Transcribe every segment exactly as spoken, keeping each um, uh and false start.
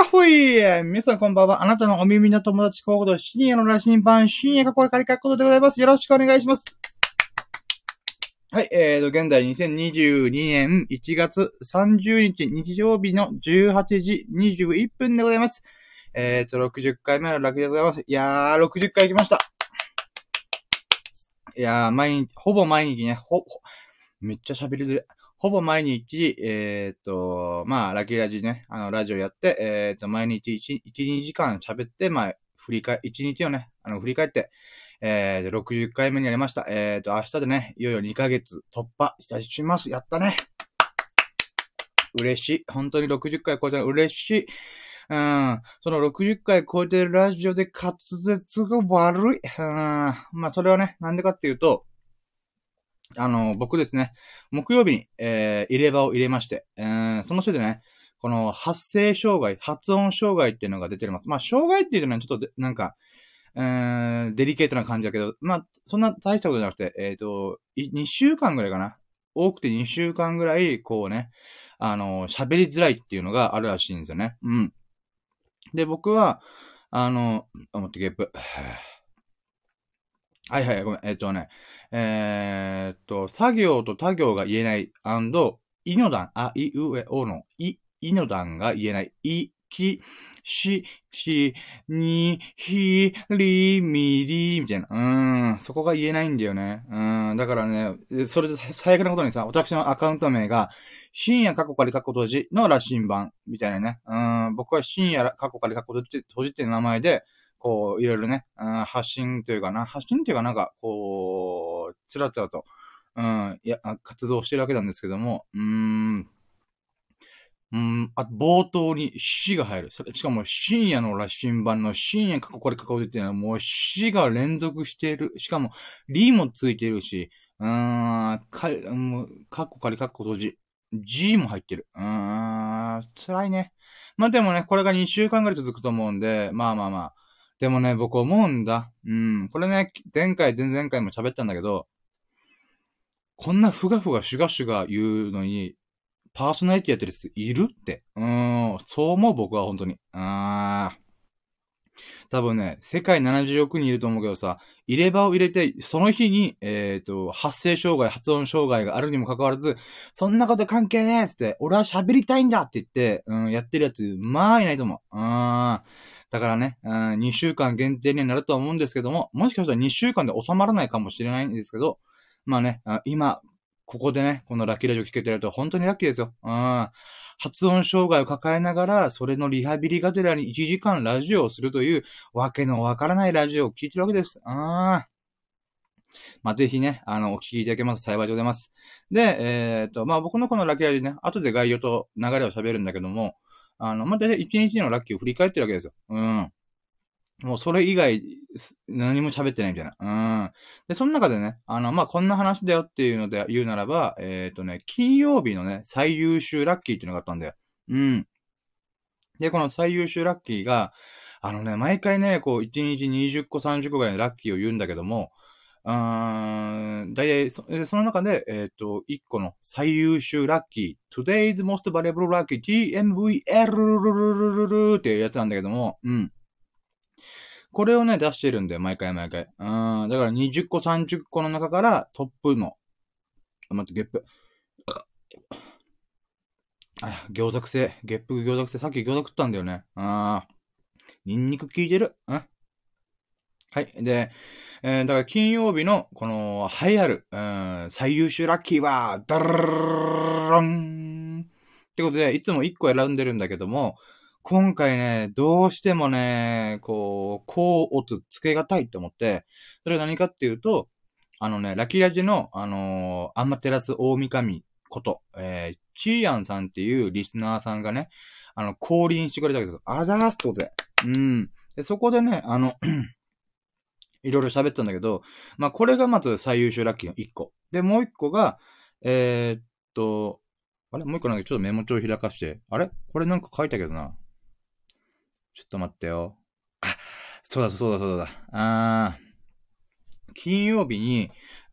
ほい皆さんこんばんは。あなたのお耳の友達候補と深夜の羅針盤、深夜かこれかりかことでございます。よろしくお願いします。はい、えーと、現在にせんにじゅうにねんいちがつさんじゅうにち日曜日のじゅうはちじにじゅういっぷんでございます。えーと、ろくじゅっかいめのラッキーでございます。いやー、ろくじゅっかい行きました。いやー、毎日、ほぼ毎日ね、ほ、ほめっちゃ喋りづれ。ほぼ毎日、えっ、ー、と、まあ、ラッキーラジね、あの、ラジオやって、えっ、ー、と、毎日いち、いち、にじかん喋って、まあ、振り返、いちにちをね、あの、振り返って、えー、ろくじゅっかいめになりました。えっ、ー、と、明日でね、いよいよにかげつ突破いたします。やったね。嬉しい。本当にろくじゅっかい超えたら嬉しい。うん。そのろくじゅっかい超えてるラジオで滑舌が悪い。うん。まあ、それはね、なんでかっていうと、あの、僕ですね、木曜日に、えー、入れ歯を入れまして、えー、そのせいでね、この発声障害、発音障害っていうのが出てます。まあ、障害っていうのはちょっと、なんか、えー、デリケートな感じだけど、まあ、そんな大したことじゃなくて、えっと、にしゅうかんぐらいかな。多くてにしゅうかんぐらい、こうね、あの、喋りづらいっていうのがあるらしいんですよね。うん。で、僕は、あの、あ、待って、ゲップ。はいはい、ごめん。えっとね、えーっと、作業と他行が言えない、いの段、あ、い、う、え、おの、い、いの段が言えない、い、き、し、ち、に、ひ、り、みり、みたいな。うーん、そこが言えないんだよね。うーん、だからね、それで最悪なことにさ、私のアカウント名が、深夜過去仮過去閉じの羅針盤、みたいなね。うーん、僕は深夜過去仮過去閉じ閉じっていう名前で、こう、いろいろね、うん、発信というかな、発信というかなんか、こう、つらつらと、うん、いや、活動してるわけなんですけども、うーん、うん、あ、冒頭に死が入る。それ、しかも深夜の羅針盤の深夜過去これ過去でっていうのはもう死が連続している。しかも、リもついてるし、うーん、か、もう、過去仮過去閉じ。G も入ってる。うーん、辛いね。まあでもね、これがにしゅうかんぐらい続くと思うんで、まあまあまあ。でもね、僕思うんだ。うん。これね、前回、前々回も喋ったんだけど、こんなふがふがシュガシュガ言うのに、パーソナリティやってる人いるって。うーん。そう思う僕は本当に。あー。多分ね、世界ななじゅうおくにんいると思うけどさ、入れ歯を入れて、その日に、えっ、ー、と、発声障害、発音障害があるにもかかわらず、そんなこと関係ねえって、俺は喋りたいんだって言って、うん、やってるやつ、まあいないと思う。うん。だからね、うん、にしゅうかん限定になるとは思うんですけども、もしかしたらにしゅうかんで収まらないかもしれないんですけど、まあね、今、ここでね、このラッキーラジオ聞けてると本当にラッキーですよ。うん。発音障害を抱えながら、それのリハビリがてらにいちじかんラジオをするという、わけのわからないラジオを聞いてるわけです。ああ。まあ、ぜひね、あの、お聞きいただけますと幸いでございます。で、えーっと、まあ、僕のこのラッキーラジオね、後で概要と流れを喋るんだけども、あの、まあ、だいたいいちにちのラッキーを振り返ってるわけですよ。うん。もうそれ以外、何も喋ってないみたいな。うん。で、その中でね、あの、まあ、こんな話だよっていうので言うならば、えっ、ー、とね、金曜日のね、最優秀ラッキーっていうのがあったんだよ。うん。で、この最優秀ラッキーが、あのね、毎回ね、こう、いちにちにじゅっこ、さんじゅっこぐらいのラッキーを言うんだけども、うーん、だいたいそ、その中で、えっ、ー、と、いっこの最優秀ラッキー、Today's Most Valuable Lucky ティーエムブイエル っていうやつなんだけども、うん。これをね、出してるんだよ、毎回毎回。うん、だからにじゅっこ、さんじゅっこの中からトップの、待って、ゲップ。あ、餃子癖。ゲップ餃子癖。さっき餃子食ったんだよね。あー。ニンニク効いてる。うん。はい。で、えー、だから金曜日の、この、栄えある、うん、最優秀ラッキーは、ダルルルルルンってことで、いつもいっこ選んでるんだけども、今回ね、どうしてもね、こう、こう、おつ、つけがたいと思って、それは何かっていうと、あのね、ラキラジの、あのー、アンマテラス大神こと、えー、チーアンさんっていうリスナーさんがね、あの、降臨してくれたわけですよ。あざーすってことで。うん。で、そこでね、あの、いろいろ喋ってたんだけど、まあ、これがまず最優秀ラッキーのいっこ。で、もういっこが、えー、っと、あれもういっこなんかちょっとメモ帳開かして。あれこれなんか書いたけどな。ちょっと待ってよ。あ、そうだそうだそうだ。あー、金曜日に、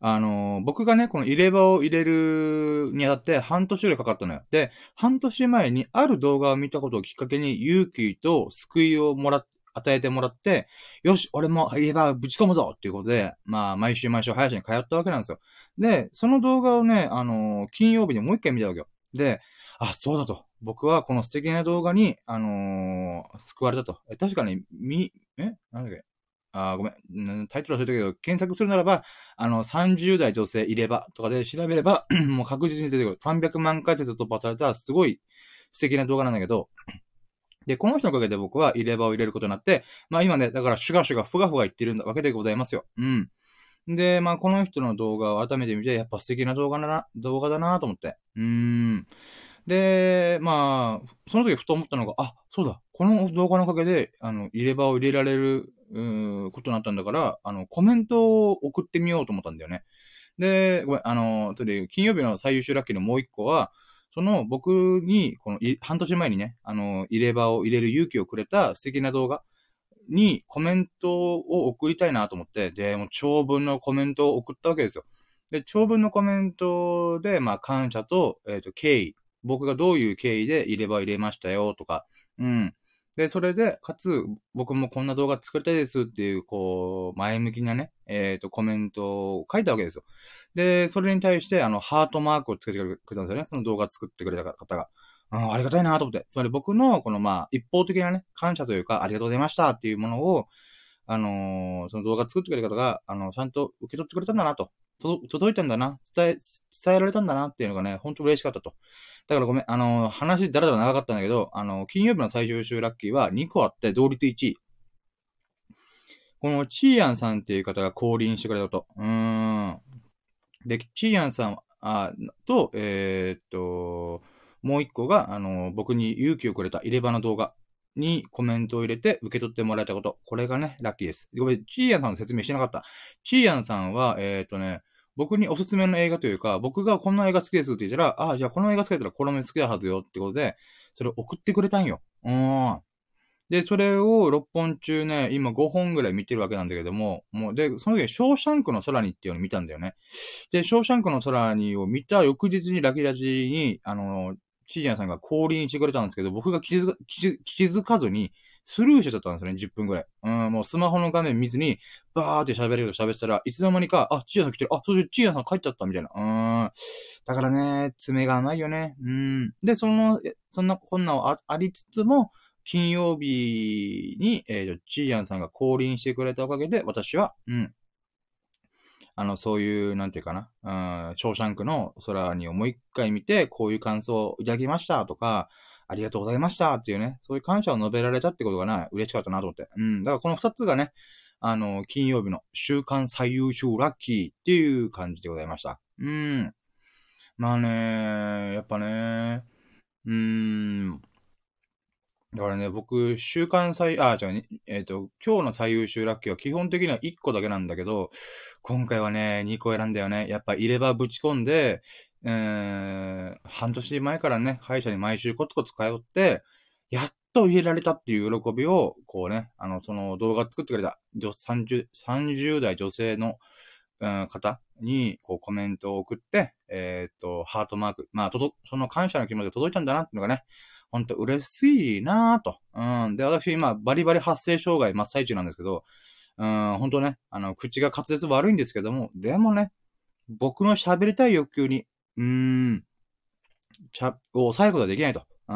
あのー、僕がね、この入れ歯を入れるにあたって半年ぐらいかかったのよ。で、半年前にある動画を見たことをきっかけに勇気と救いをもらっ、与えてもらって、よし、俺も入れ歯ぶち込むぞっていうことで、まあ、毎週毎週林に通ったわけなんですよ。で、その動画をね、あのー、金曜日にもう一回見たわけよ。で、あ、そうだと。僕はこの素敵な動画に、あのー、救われたと。え、確かに、み、えなんだっけあー、ごめん。タイトルはそうだけど、検索するならば、あの、さんじゅう代女性入れ歯とかで調べれば、もう確実に出てくる。さんびゃくまん回再生突破された、すごい素敵な動画なんだけど、で、この人のおかげで僕は入れ歯を入れることになって、まあ今ね、だからシュガシュガふがふが言ってるわけでございますよ。うん。で、まあこの人の動画を改めて見て、やっぱ素敵な動画だな、動画だなと思って。うーん。で、まあ、その時ふと思ったのが、あ、そうだ、この動画のおかげで、あの、入れ歯を入れられる、うーことになったんだから、あの、コメントを送ってみようと思ったんだよね。で、ごめん、あの、それで、金曜日の最優秀ラッキーのもう一個は、その僕に、このい、半年前にね、あの、入れ歯を入れる勇気をくれた素敵な動画にコメントを送りたいなと思って、で、もう長文のコメントを送ったわけですよ。で、長文のコメントで、まあ、感謝と、えっと、敬意。僕がどういう経緯で入れ歯入れましたよとか、うん。で、それで、かつ、僕もこんな動画作りたいですっていう、こう、前向きなね、えっと、コメントを書いたわけですよ。で、それに対して、あの、ハートマークをつけてくれたんですよね。その動画作ってくれた方が。うん、ありがたいなと思って。つまり僕の、この、まあ、一方的なね、感謝というか、ありがとうございましたっていうものを、あのーその動画作ってくれた方が、あの、ちゃんと受け取ってくれたんだなと。届届いたんだな。伝え、伝えられたんだなっていうのがね、本当嬉しかったと。だからごめん、あのー話だらだら長かったんだけど、あのー金曜日の最終週ラッキーはにこあって同率いちい。このチーアンさんっていう方が降臨してくれたと。うーん。で、チーアンさんあと、えーっと、もう一個が、あのー僕に勇気をくれた入れ歯の動画にコメントを入れて受け取ってもらえたこと。これがね、ラッキーです。ごめん、チーアンさんの説明してなかった。チーアンさんは、えーっとね、僕におすすめの映画というか、僕がこんな映画好きですって言ったら、ああ、じゃあこの映画好きだったらこの映画好きだはずよってことで、それを送ってくれたんよ。うーん。で、それをろっぽん中ね、今ごほんぐらい見てるわけなんだけども、もう、で、その時、ショーシャンクの空にっていうのを見たんだよね。で、ショーシャンクの空にを見た翌日にラキラジに、あの、シーアンさんが降臨してくれたんですけど、僕が気づか、気づ気づかずに、スルーしてちゃったんですよね、じゅっぷんぐらい。うん、もうスマホの画面見ずに、バーって喋れると喋ってたら、いつの間にか、あ、チーアンさん来てる、あ、そうし、チーアンさん帰っちゃったみたいな。うーん。だからね、爪が甘いよね。うん。で、その、えそんなこんなをあありつつも、金曜日に、えーと、チーアンさんが降臨してくれたおかげで、私は、うん。あの、そういう、なんていうかな、うん、ショーシャンクの空にをもう一回見て、こういう感想をいただきましたとか、ありがとうございましたっていうね、そういう感謝を述べられたってことがね、嬉しかったなと思って。うん。だからこの二つがね、あの、金曜日の週間最優秀ラッキーっていう感じでございました。うん。まあね、やっぱね、うーん。だからね、僕、週間最、あ、違う、にえっと、今日の最優秀ラッキーは基本的にはいっこだけなんだけど、今回はね、にこ選んだよね。やっぱ入れ歯ぶち込んで、えー、半年前からね、歯医者に毎週コツコツ通って、やっと入れられたっていう喜びを、こうね、あの、その動画作ってくれた、女さんじゅう、さんじゅう代女性の、うん、方に、こうコメントを送って、えっと、ハートマーク、まあ、とど、その感謝の気持ちが届いたんだなっていうのがね、ほんと嬉しいなぁと。うん。で、私今、バリバリ発声障害真っ最中なんですけど、うん、ほんとね、あの、口が滑舌悪いんですけども、でもね、僕の喋りたい欲求に、うーん、ちゃ、を抑えることはできないと。うん。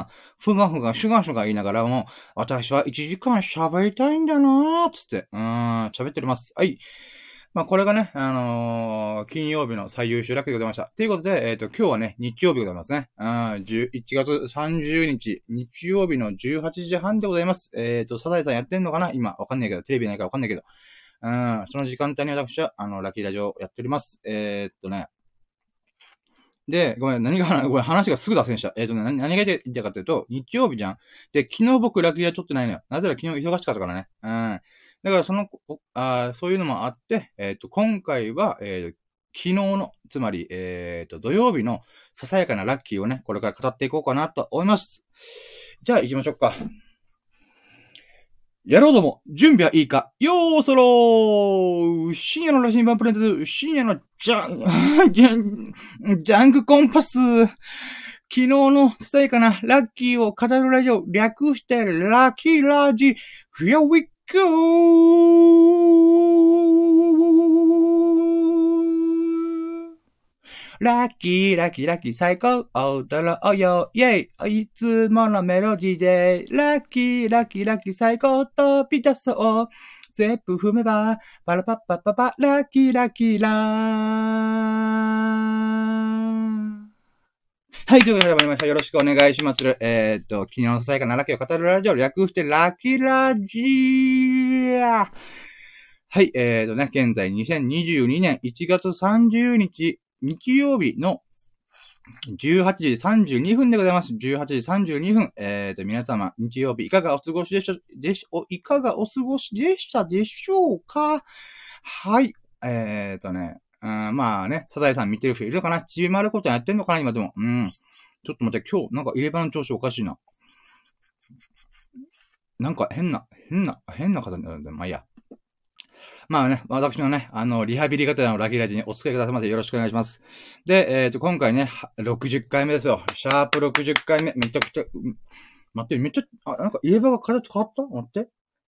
ふがふが、シュガシュガ言いながらも、私はいちじかん喋りたいんだなーつって、うん、喋っております。はい。まあ、これがね、あのー、金曜日の最優秀ラッキーでございました。ということで、えっと、今日はね、日曜日でございますね。うん、いちがつさんじゅうにち、日曜日のじゅうはちじはんでございます。えっと、サザエさんやってんのかな今、わかんないけど、テレビないからわかんないけど。うん、その時間帯に私は、あの、ラッキーラジオをやっております。えー、っとね。で、ごめん、何が、ごめん、話がすぐ脱線した。えー、っとね、何何が言いたいかというと、日曜日じゃん。で、昨日僕ラッキーラジオ撮ってないのよ。なぜなら昨日忙しかったからね。うん。だからその、あそういうのもあって、えっと、今回は、えー、昨日の、つまり、えっと、土曜日のささやかなラッキーをね、これから語っていこうかなと思います。じゃあ行きましょうか。 やろうども、準備はいいかよーそろー深夜の羅針盤プレゼント、深夜のジャン、ジャン、ジャンクコンパス。昨日のささやかなラッキーを語るラジオ、略してラッキーラジ、Here we go! ラッキー、ラッキー、ラッキー、最高、踊ろうよ、イェイ、いつものメロディーで、ラッキー、ラッキー、ラッキー、最高、飛び出そう。全部踏めば、パラパッパッパパ、ラッキー、ラッキー、ラー。はい、ということで始まりました。よろしくお願いします。えー、っと、昨日のささやかなラッキーを語るラジオ、略してラッキーラジー。はい、えー、っとね、現在にせんにじゅうにねんいちがつさんじゅうにち、日曜日のじゅうはちじさんじゅうにふんでございます。じゅうはちじさんじゅうにふん。えーと、皆様、日曜日いかがお過ごしでした、でし、お、いかがお過ごしでしたでしょうか？はい。えーとね、うん、まあね、サザエさん見てる人いるかな？ちびまる子ちゃんやってんのかな今でも。うん。ちょっと待って、今日、なんか入れ歯の調子おかしいな。なんか変な、変な、変な方なんだ。まあいいや。まあね、私のね、あの、リハビリ型のラギラジにお付き合いくださいませ。よろしくお願いします。で、えっと、今回ね、ろくじゅっかいめですよ。シャープろくじゅっかいめ。めちゃくちゃ、待って、めっちゃ、あ、なんか入れ歯が形変わった？待って。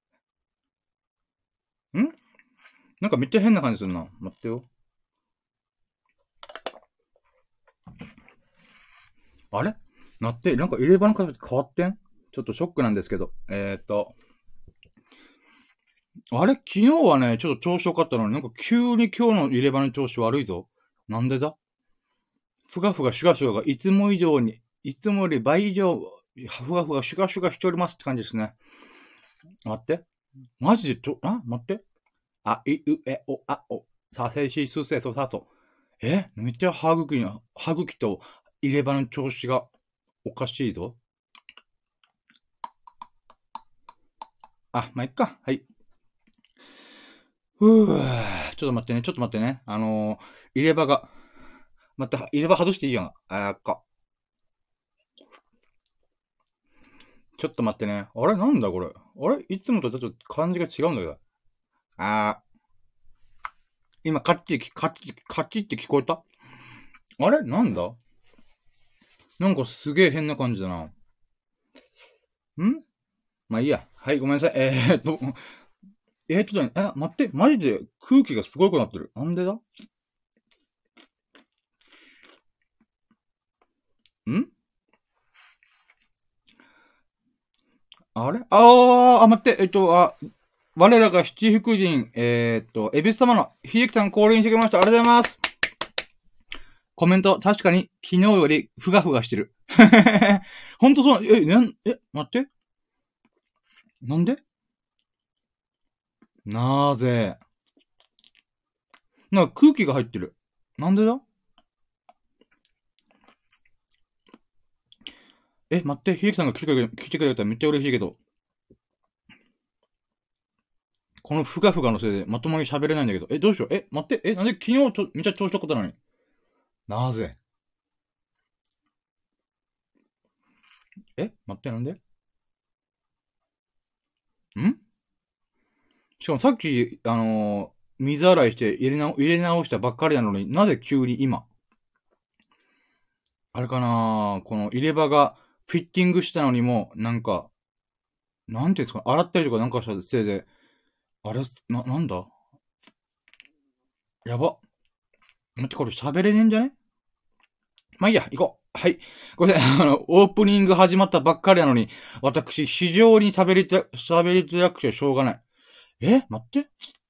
ん？なんかめっちゃ変な感じするな。待ってよ。あれ？待って、なんか入れ歯の形変わってん？ちょっとショックなんですけど。えーっと、あれ？昨日はね、ちょっと調子良かったのに、なんか急に今日の入れ歯の調子悪いぞ。なんでだ？ふがふがシュガシュガがいつも以上に、いつもより倍以上、ふがふがシュガシュガしておりますって感じですね。待って。マジでちょ、あ待って。あ、い、う、え、お、あ、お。させし、すせ、そ、さそ。えめっちゃ歯茎の、歯茎と入れ歯の調子がおかしいぞ。あ、まあ、いっか。はい。ふぅ。ちょっと待ってね、ちょっと待ってね。あのー、入れ歯が、待って、入れ歯外していいやん。あーっか。ちょっと待ってね。あれなんだこれ。あれいつもとちょっと感じが違うんだけど。あー。今、カッチリ、カッチリ、カッチって聞こえた？あれなんだ？なんかすげえ変な感じだな。ん？まあいいや。はい、ごめんなさい。えー、っと、えー、ちょっとね、え、待って、マジで空気がすごくなってる。なんでだ？ん？あれあー、あ、待って、えっと、あ、我らが七福神、えー、っと、エビス様の秀樹さん降臨してきました。ありがとうございます。コメント、確かに昨日よりふがふがしてる。ほんとそう、え、なん、え、待って。なんで？なーぜ。なんか空気が入ってる。なんでだ？え、待って、ひゆきさんが来てくれ、来てくれたらめっちゃ嬉しいけど。このふがふがのせいでまともに喋れないんだけど。え、どうしよう。え、待って、え、なんで昨日ちょ、めっちゃ調子よかったのに。なぜ？え、待って、なんで？んしかもさっき、あのー、水洗いして入れ直、入れ直したばっかりなのになぜ急に今？あれかなーこの入れ歯がフィッティングしたのにも、なんか、なんていうんですか、洗ったりとかなんかしたせいで、あれ、な、なんだ？やば。待って、これ喋れねえんじゃね？まあ、いいや、行こう。はい。これ、あの、オープニング始まったばっかりなのに、私、非常に喋りた、喋りづらくてしょうがない。え待って。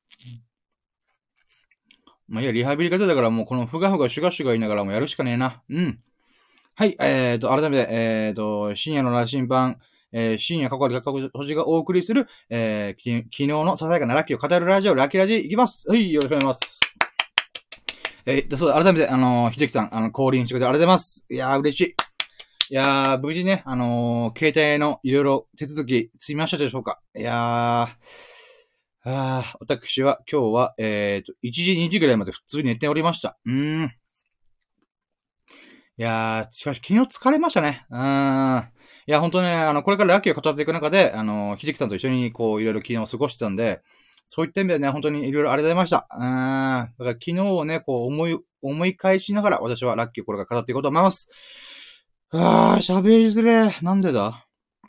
まあ、いや、リハビリ方だからもうこのふがふがシュガシュガ言いながらもやるしかねえな。うん。はい、えーと、改めて、えーと、深夜の羅針盤、えー、深夜過去で各星がお送りする、えー、き昨日のささやかなラッキーを語るラジオ、ラッキーラジいきます。はい、よろしくお願いします。えー、そうだ、改めて、あのー、ひできさん、あの、降臨してくれてありがとうございます。いやー、嬉しい。いやー、無事ね、あのー、携帯のいろいろ手続き済みましたでしょうか？いやー、あー、私は今日は、えーと、いちじ、にじぐらいまで普通に寝ておりました。うーん。いやー、しかし昨日疲れましたね。うーん。 いや、本当ね、あの、これからラッキーを語っていく中で、あの、ひじきさんと一緒に、こう、いろいろ昨日を過ごしてたんで、そういった意味でね、本当にいろいろありがとうございました。うーん。だから昨日をね、こう、思い、思い返しながら、私はラッキーをこれから語っていこうと思います。あー、喋りづれ。なんでだ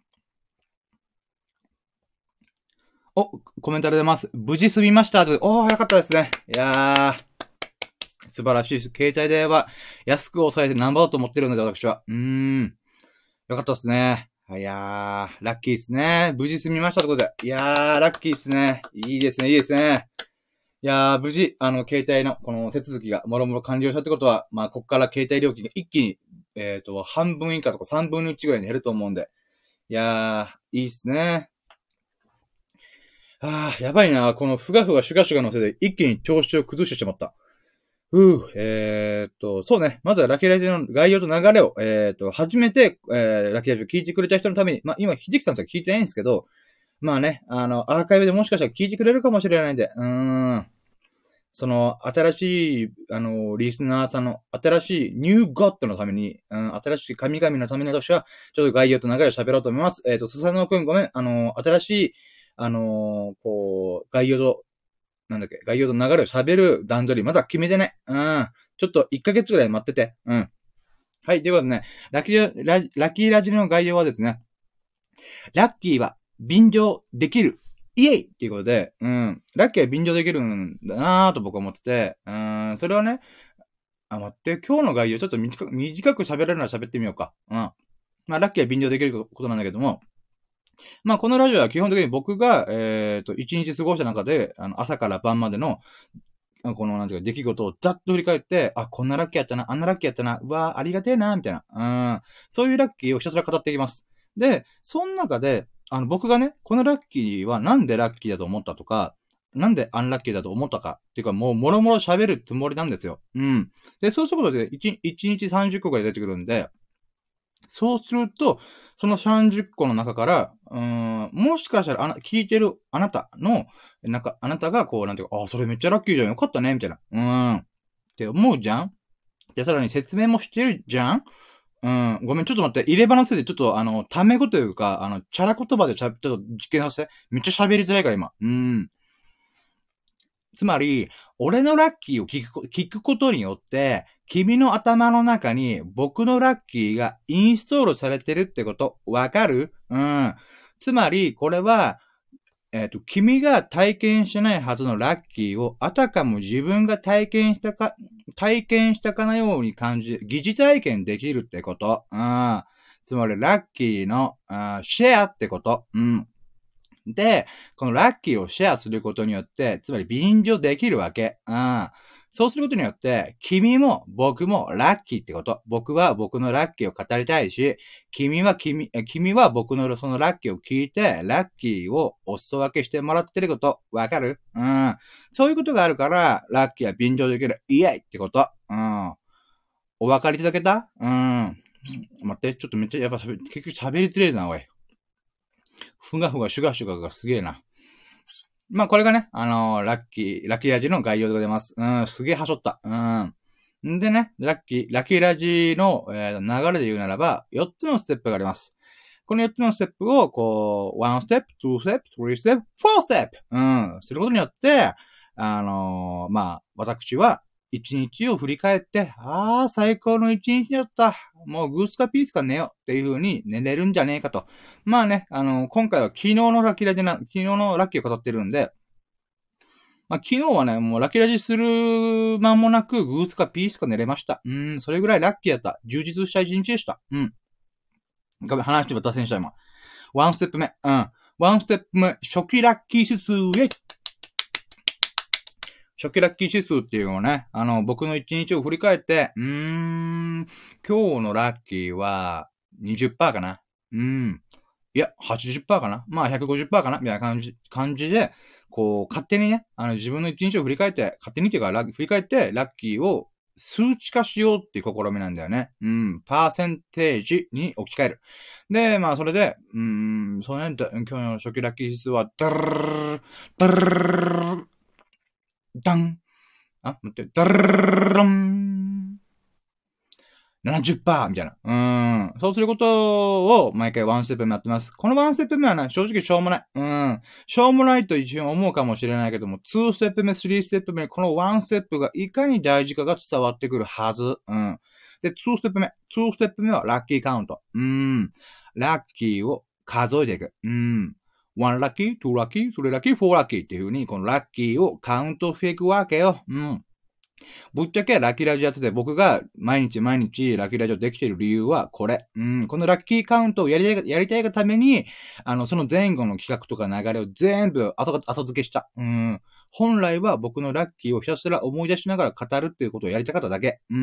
お、コメントありがとうございます。無事済みました。おー、よかったですね。いやー。素晴らしいです。携帯電話、安く抑えて何番だと思ってるので、私は。うーん。よかったですね。いやー、ラッキーですね。無事済みましたということで。いやー、ラッキーですね。いいですね、いいですね。いやー、無事、あの、携帯のこの手続きがもろもろ完了したってことは、まあ、ここから携帯料金が一気に、えっと、半分以下とか三分の一ぐらいに減ると思うんで。いやー、いいっすね。あー、やばいな。このふがふがシュガシュガのせいで一気に調子を崩してしまった。うー、えー、っと、そうね。まずはラッキーラジオの概要と流れを、えー、っと、初めて、えー、ラッキーラジオ聞いてくれた人のために、まあ、今、ひじきさんとは聞いてないんですけど、まあね、あの、アーカイブでもしかしたら聞いてくれるかもしれないんで、うーん。その、新しい、あの、リスナーさんの、新しいニューゴッドのために、うん、新しい神々のために私は、ちょっと概要と流れを喋ろうと思います。えっ、と、スサノオくんごめん、あの、新しい、あの、こう、概要と、なんだっけ、概要と流れを喋る段取り、まだ決めてない。うん。ちょっといっかげつぐらい待ってて。うん。はい、ということでね、ラッキーラ、ラッキーラジの概要はですね、ラッキーは便乗できる。イエイっていうことで、うん。ラッキーは便乗できるんだなぁと僕は思ってて、うん、それはね、あ、待って、今日の概要ちょっと短く、短く喋れるなら喋ってみようか。うん。まあ、ラッキーは便乗できることなんだけども、まあ、このラジオは基本的に僕が、えっと、一日過ごした中で、あの、朝から晩までの、この、なんていうか、出来事をざっと振り返って、あ、こんなラッキーやったな、あんなラッキーやったな、うわー、ありがてえな、みたいな。うん。そういうラッキーをひたすら語っていきます。で、その中で、あの、僕がね、このラッキーはなんでラッキーだと思ったとか、なんでアンラッキーだと思ったかっていうか、もう、もろもろ喋るつもりなんですよ。うん。で、そうすることで、1、一日さんじゅっこぐらい出てくるんで、そうすると、そのさんじゅっこの中から、うーん、もしかしたら、あな、聞いてるあなたの、なんか、あなたがこう、なんていうか、あ、それめっちゃラッキーじゃん、よかったね、みたいな。うーん。って思うじゃん。で、さらに説明もしてるじゃん。うん。ごめん、ちょっと待って。入れ歯のせいで、ちょっと、あの、タメ語というか、あの、チャラ言葉でちゃ、ちょっと実験させて。めっちゃ喋りづらいから、今。うん。つまり、俺のラッキーを聞く、聞くことによって、君の頭の中に僕のラッキーがインストールされてるってこと、わかる？うん。つまり、これは、えっと、君が体験してないはずのラッキーを、あたかも自分が体験したか、体験したかのように感じ、疑似体験できるってこと。うん。つまり、ラッキーの、あーシェアってこと。うん。で、このラッキーをシェアすることによって、つまり便乗できるわけ。うん。そうすることによって、君も僕もラッキーってこと。僕は僕のラッキーを語りたいし、君は君、君は僕のそのラッキーを聞いて、ラッキーをお裾分けしてもらってること。わかる？うん。そういうことがあるから、ラッキーは便乗できる。イエイってこと。うん。お分かりいただけた？うん。待って、ちょっとめっちゃ、やっぱ結局喋りづれえな、おい。ふがふがシュガシュガがすげえな。まあ、これがね、あのー、ラッキー、ラッキーラジの概要でございます。うん、すげえはしょった。うん。んでね、ラッキー、ラッキーラジの、えー、流れで言うならば、よっつのステップがあります。このよっつのステップを、こう、ワンステップ、ツーステップ、スリーステップ、フォーステップうん、することによって、あのー、まあ、私は、一日を振り返って、ああ、最高の一日だった。もうグースかピースか寝ようっていう風に寝れるんじゃねえかと。まあね、あのー、今回は昨日のラッキーラジな、昨日のラッキーを語ってるんで、まあ、昨日はね、もうラッキーラジする間もなく、グースかピースか寝れました。うん、それぐらいラッキーだった。充実した一日でした。うん。ごめん、話して脱線した今。ワンステップ目。うん。ワンステップ目。初期ラッキー指数。イェイ初期ラッキー指数っていうのをね、あの、僕の一日を振り返って、うーん、今日のラッキーは にじゅっパーセント かな。うん。いや、はちじゅっパーセント かな。まあ、ひゃくごじゅっパーセント かなみたいな感じ、感じで、こう、勝手にね、あの、自分の一日を振り返って、勝手にっていうか、ラ振り返って、ラッキーを数値化しようっていう試みなんだよね。うん。パーセンテージに置き換える。で、まあ、それで、うーん、そのね、今日の初期ラッキー指数は、ダルルルルダルルルルダン。あ、待って、ダルルルルン。 ななじゅっパーセント みたいな。うん。そうすることを毎回ワンステップ目やってます。このワンステップ目はね、正直しょうもない。うん。しょうもないと一瞬思うかもしれないけども、ツーステップ目、スリーステップ目、このワンステップがいかに大事かが伝わってくるはず。うん。で、ツーステップ目。ツーステップ目はラッキーカウント。うん。ラッキーを数えていく。うん。ワンラッキー、ツーラッキー、スリーラッキー、フォーラッキーっていう風に、このラッキーをカウントしていくわけよ。うん。ぶっちゃけラッキーラジオやってて僕が毎日毎日ラッキーラジオできている理由はこれ。うん、このラッキーカウントをやりたい、やりたいがために、あの、その前後の企画とか流れを全部後、後付けした。うん。本来は僕のラッキーをひたすら思い出しながら語るっていうことをやりたかっただけ。うん。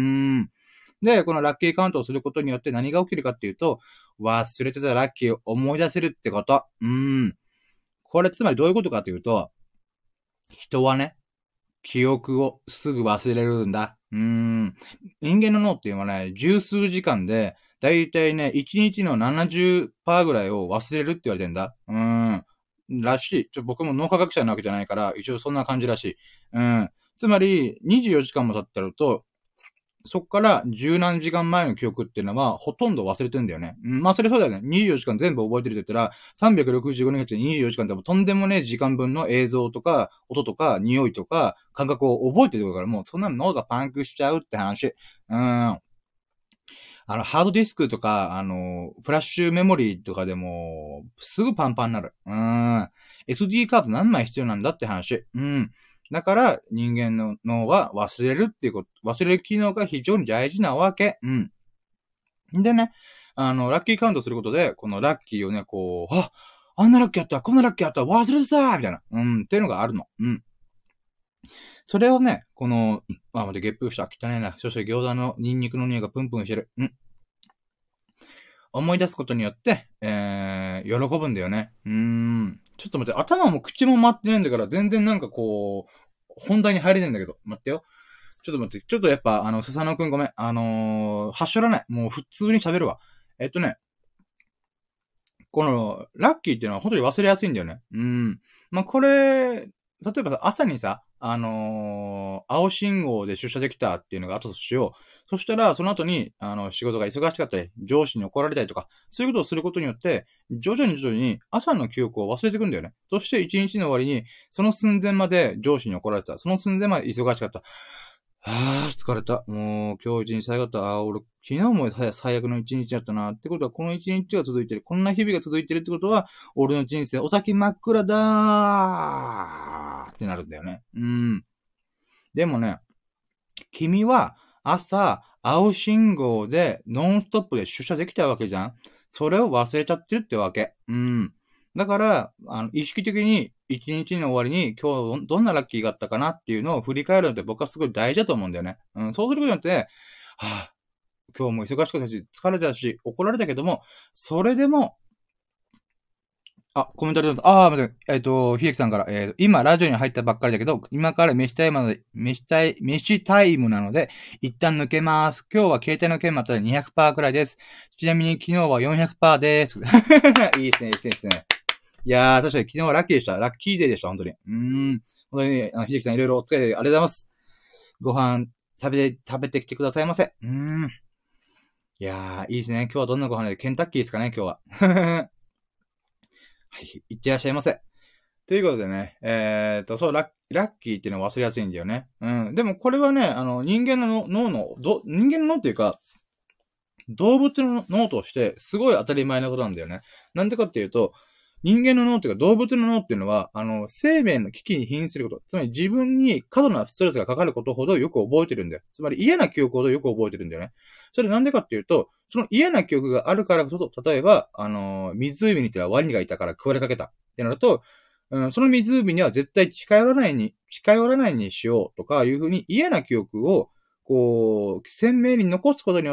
で、このラッキーカウントをすることによって何が起きるかっていうと、忘れてたラッキーを思い出せるってこと。うん。これつまりどういうことかっていうと、人はね、記憶をすぐ忘れるんだ。うーん。人間の脳っていうのはね、十数時間で、だいたいね、いちにちの ななじゅっパーセント ぐらいを忘れるって言われてんだ。うーん。らしい。ちょ、僕も脳科学者なわけじゃないから、一応そんな感じらしい。うん。つまり、にじゅうよじかんも経ってると、そっから十何時間前の記憶っていうのはほとんど忘れてんだよね。うん、まあそれそうだよね。にじゅうよじかん全部覚えてるって言ったら、さんびゃくろくじゅうごにちにじゅうよじかんってもとんでもねえ時間分の映像とか、音とか、匂いとか、感覚を覚えてるから、もうそんなの脳がパンクしちゃうって話。うん。あの、ハードディスクとか、あの、フラッシュメモリーとかでも、すぐパンパンになる。うん。エスディー カード何枚必要なんだって話。うん。だから、人間の脳は忘れるっていうこと、忘れる機能が非常に大事なわけ。うん。でね、あの、ラッキーカウントすることで、このラッキーをね、こう、あ、あんなラッキーあった、こんなラッキーあった、忘れてたみたいな。うん、っていうのがあるの。うん。それをね、この、あ、待って、ゲップした。汚ねえな。そして餃子のニンニクの匂いがプンプンしてる。うん。思い出すことによって、えー、喜ぶんだよね。うーん。ちょっと待って、頭も口も回ってないんだから、全然なんかこう、本題に入れないんだけど。待ってよ。ちょっと待って、ちょっとやっぱ、あの、スサノくんごめん。あのー、はしょらない。もう普通に喋るわ。えっとね、この、ラッキーっていうのは本当に忘れやすいんだよね。うん。まあ、これ、例えばさ、朝にさ、あのー、青信号で出社できたっていうのがあったとしよう。そしたら、その後に、あの、仕事が忙しかったり、上司に怒られたりとか、そういうことをすることによって、徐々に徐々に朝の記憶を忘れていくんだよね。そして一日の終わりに、その寸前まで上司に怒られてた。その寸前まで忙しかった。はぁ、疲れた。もう、今日一日最悪だった。あー、俺、昨日も最悪の一日だったな。ってことは、この一日が続いてる。こんな日々が続いてるってことは、俺の人生、お先真っ暗だーってなるんだよね。うん。でもね、君は、朝、青信号で、ノンストップで出社できたわけじゃん。それを忘れちゃってるってわけ。うん。だから、あの、意識的に、一日の終わりに、今日どんなラッキーがあったかなっていうのを振り返るのって僕はすごい大事だと思うんだよね。うん、そうすることによって、はぁ、今日も忙しかったし、疲れたし、怒られたけども、それでも、あ、コメントありがとうございます。ああ、待って、えっ、と、ひえきさんから、えー、今、ラジオに入ったばっかりだけど、今から飯タイムなので、飯タイ、飯タイムなので、一旦抜けます。今日は携帯の件またで にひゃくパーセント くらいです。ちなみに昨日は よんひゃくパーセント です。いいですね、いいですね。いやー、確かに昨日はラッキーでした。ラッキーデーでした、本当に。うーん。本当にね、あの、ひできさんいろいろお付き合いありがとうございます。ご飯、食べて、食べてきてくださいませ。うーん。いやー、いいですね。今日はどんなご飯で、ケンタッキーですかね、今日は。はい、いってらっしゃいませ。ということでね、えーっと、そう、ラッ、ラッキーっていうのは忘れやすいんだよね。うん。でもこれはね、あの、人間の脳の、ど、人間の脳っていうか、動物の脳として、すごい当たり前なことなんだよね。なんでかっていうと、人間の脳っていうか動物の脳っていうのは、あの、生命の危機に瀕すること。つまり自分に過度なストレスがかかることほどよく覚えてるんだよ。つまり嫌な記憶ほどよく覚えてるんだよね。それなんでかっていうと、その嫌な記憶があるからこそ、例えば、あの、湖に行ったらワニがいたから食われかけたってなると、うん、その湖には絶対近寄らないに、近寄らないにしようとかいうふうに嫌な記憶を、こう、鮮明に残すことによって、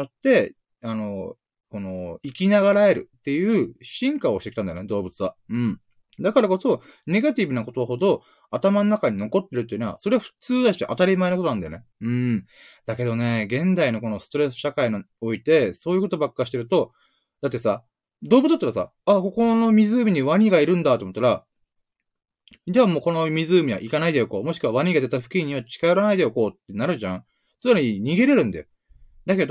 あの、この、生きながらえるっていう進化をしてきたんだよね、動物は。うん。だからこそ、ネガティブなことほど頭の中に残ってるっていうのは、それは普通だし当たり前のことなんだよね。うん。だけどね、現代のこのストレス社会において、そういうことばっかしてると、だってさ、動物だったらさ、あ、ここの湖にワニがいるんだと思ったら、じゃあもうこの湖は行かないでおこう。もしくはワニが出た付近には近寄らないでおこうってなるじゃん。つまり逃げれるんだよ。だけど、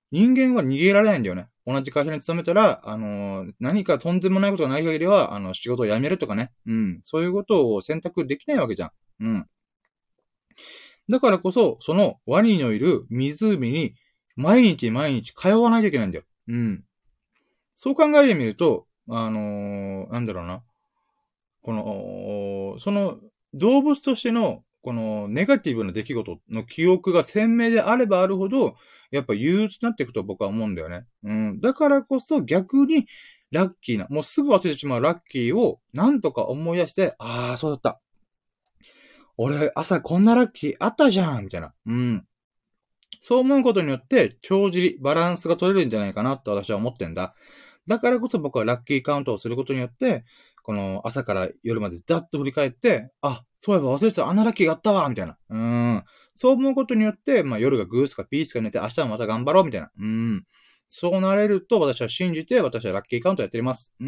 人間は逃げられないんだよね。同じ会社に勤めたら、あのー、何かとんでもないことがない限りは、あの、仕事を辞めるとかね。うん。そういうことを選択できないわけじゃん。うん。だからこそ、そのワニのいる湖に、毎日毎日通わないといけないんだよ。うん。そう考えてみると、あのー、なんだろうな。この、その、動物としての、この、ネガティブな出来事の記憶が鮮明であればあるほど、やっぱ憂鬱になっていくと僕は思うんだよね。うん。だからこそ逆に、ラッキーな、もうすぐ忘れてしまうラッキーを、なんとか思い出して、ああ、そうだった。俺、朝こんなラッキーあったじゃんみたいな。うん。そう思うことによって、帳尻、バランスが取れるんじゃないかなって私は思ってんだ。だからこそ僕はラッキーカウントをすることによって、この朝から夜までざっと振り返って、あ、そういえば忘れてた、あんなラッキーがあったわみたいな。うん。そう思うことによって、まあ夜がグースかピースか寝て、明日はまた頑張ろうみたいな。うん。そうなれると私は信じて、私はラッキーカウントやっております。うん。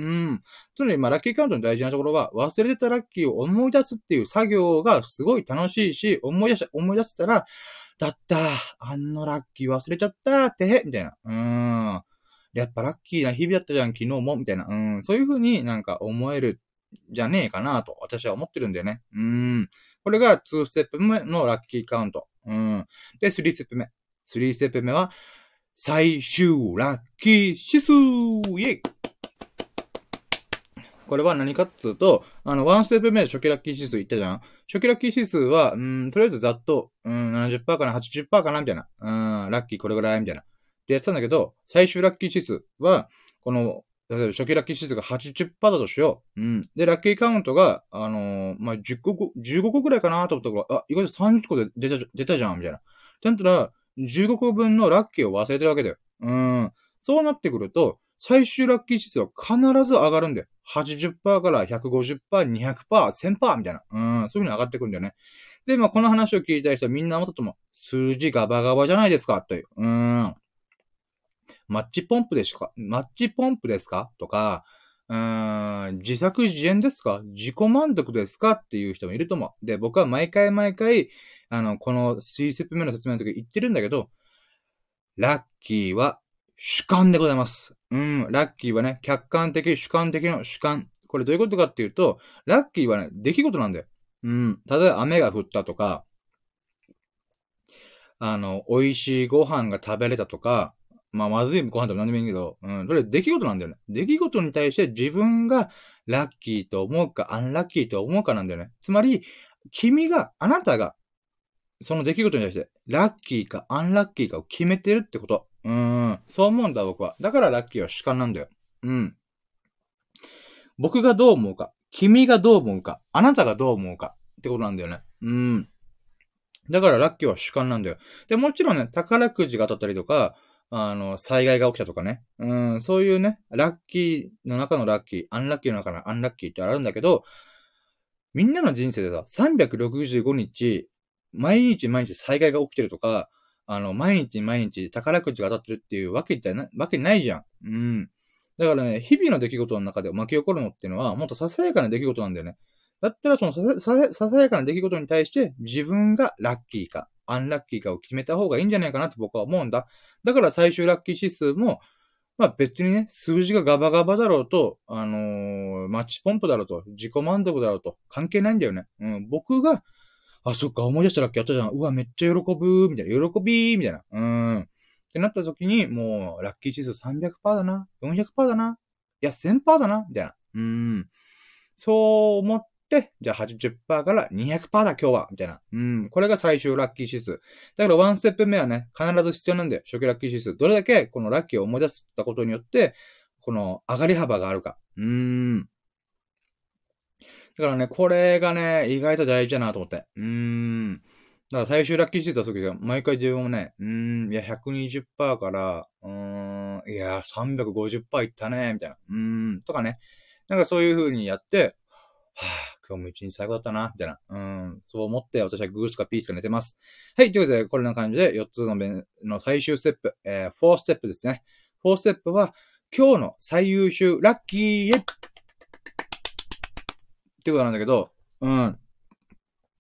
つまり、まあラッキーカウントの大事なところは、忘れてたラッキーを思い出すっていう作業がすごい楽しいし、思い出し、思い出せたら、だった、あんのラッキー忘れちゃった、ってへ、みたいな。うーん。やっぱラッキーな日々だったじゃん、昨日も、みたいな。うん。そういう風になんか思える、じゃねえかなと、私は思ってるんだよね。うん。これがにステップ目のラッキーカウント。うん。で、さんステップ目。さんステップ目は、最終ラッキー指数イェイこれは何かっつうと、あの、ワンステップ目で初期ラッキー指数言ったじゃん。初期ラッキー指数は、うん、とりあえずざっと、うん、ななじゅっパーセントかな、はちじゅっパーセントかな、みたいな。うん、ラッキーこれぐらい、みたいな。でやってたんだけど、最終ラッキー指数は、この、例えば初期ラッキー指数が はちじゅっパーセント だとしよう。うん。で、ラッキーカウントが、あのー、まあ、じゅっこ、じゅうごこくらいかなと思ったから、あ、意外とさんじゅっこで出た、出たじゃん、みたいな。ってなったら、じゅうごこぶんのラッキーを忘れてるわけだよ。うん。そうなってくると、最終ラッキー指数は必ず上がるんだよ。はちじゅっパーセント から ひゃくごじゅっパーセント、にひゃくパーセント、せんパーセント みたいな。うん、そういう風に上がってくるんだよね。で、まあ、この話を聞いた人はみんな思ったと思う。数字ガバガバじゃないですかという。うーん。マッチポンプですかマッチポンプですかとか、うーん、自作自演ですか自己満足ですかっていう人もいると思う。で、僕は毎回毎回、あの、このさんステップ目の説明の時言ってるんだけど、ラッキーは主観でございます。うん、ラッキーはね、客観的、主観的の主観。これどういうことかっていうと、ラッキーはね、出来事なんだよ。うん。例えば雨が降ったとか、あの、美味しいご飯が食べれたとか、まあ、まずいご飯でも何でもいいけど、うん、それ出来事なんだよね。出来事に対して自分がラッキーと思うか、アンラッキーと思うかなんだよね。つまり、君が、あなたが、その出来事に対して、ラッキーかアンラッキーかを決めてるってこと。うーん。そう思うんだ、僕は。だからラッキーは主観なんだよ。うん。僕がどう思うか、君がどう思うか、あなたがどう思うかってことなんだよね。うん。だからラッキーは主観なんだよ。で、もちろんね、宝くじが当たったりとか、あの、災害が起きたとかね。うん、そういうね、ラッキーの中のラッキー、アンラッキーの中のアンラッキーってあるんだけど、みんなの人生でさ、さんびゃくろくじゅうごにち、毎日毎日災害が起きてるとか、あの、毎日毎日宝くじが当たってるっていうわけじゃな、わけないじゃん。うん。だからね、日々の出来事の中で巻き起こるのっていうのは、もっとささやかな出来事なんだよね。だったらそのささささやかな出来事に対して自分がラッキーか、アンラッキーかを決めた方がいいんじゃないかなと僕は思うんだ。だから最終ラッキー指数も、まあ別にね、数字がガバガバだろうと、あのー、マッチポンプだろうと、自己満足だろうと、関係ないんだよね。うん、僕が、あ、そっか、思い出したラッキーやったじゃん。うわ、めっちゃ喜ぶみたいな。喜びみたいな。うん。ってなった時に、もう、ラッキー指数さんびゃくパーセントだな。よんひゃくパーセントだな。いや、せんパーセントだな。みたいな。うん。そう思って、じゃあはちじゅっパーセントからにひゃくパーセントだ、今日は。みたいな。うん。これが最終ラッキー指数。だからワンステップ目はね、必ず必要なんだよ。初期ラッキー指数。どれだけこのラッキーを思い出したことによって、この上がり幅があるか。うーん。だからね、これがね、意外と大事だなと思って。うーん。だから最終ラッキー指数はそうけど、毎回自分もね、うーん、いや、ひゃくにじゅっパーセントから、うーん、いや、さんびゃくごじゅっパーセントいったね、みたいな。うーん、とかね。なんかそういう風にやって、はぁ、今日も一日最高だったな、みたいな。うん。そう思って、私はグースかピースか寝てます。はい、ということで、これな感じでよっつの弁の最終ステップ、えー、よんステップですね。よんステップは、今日の最優秀ラッキーイェイってことなんだけど、うん。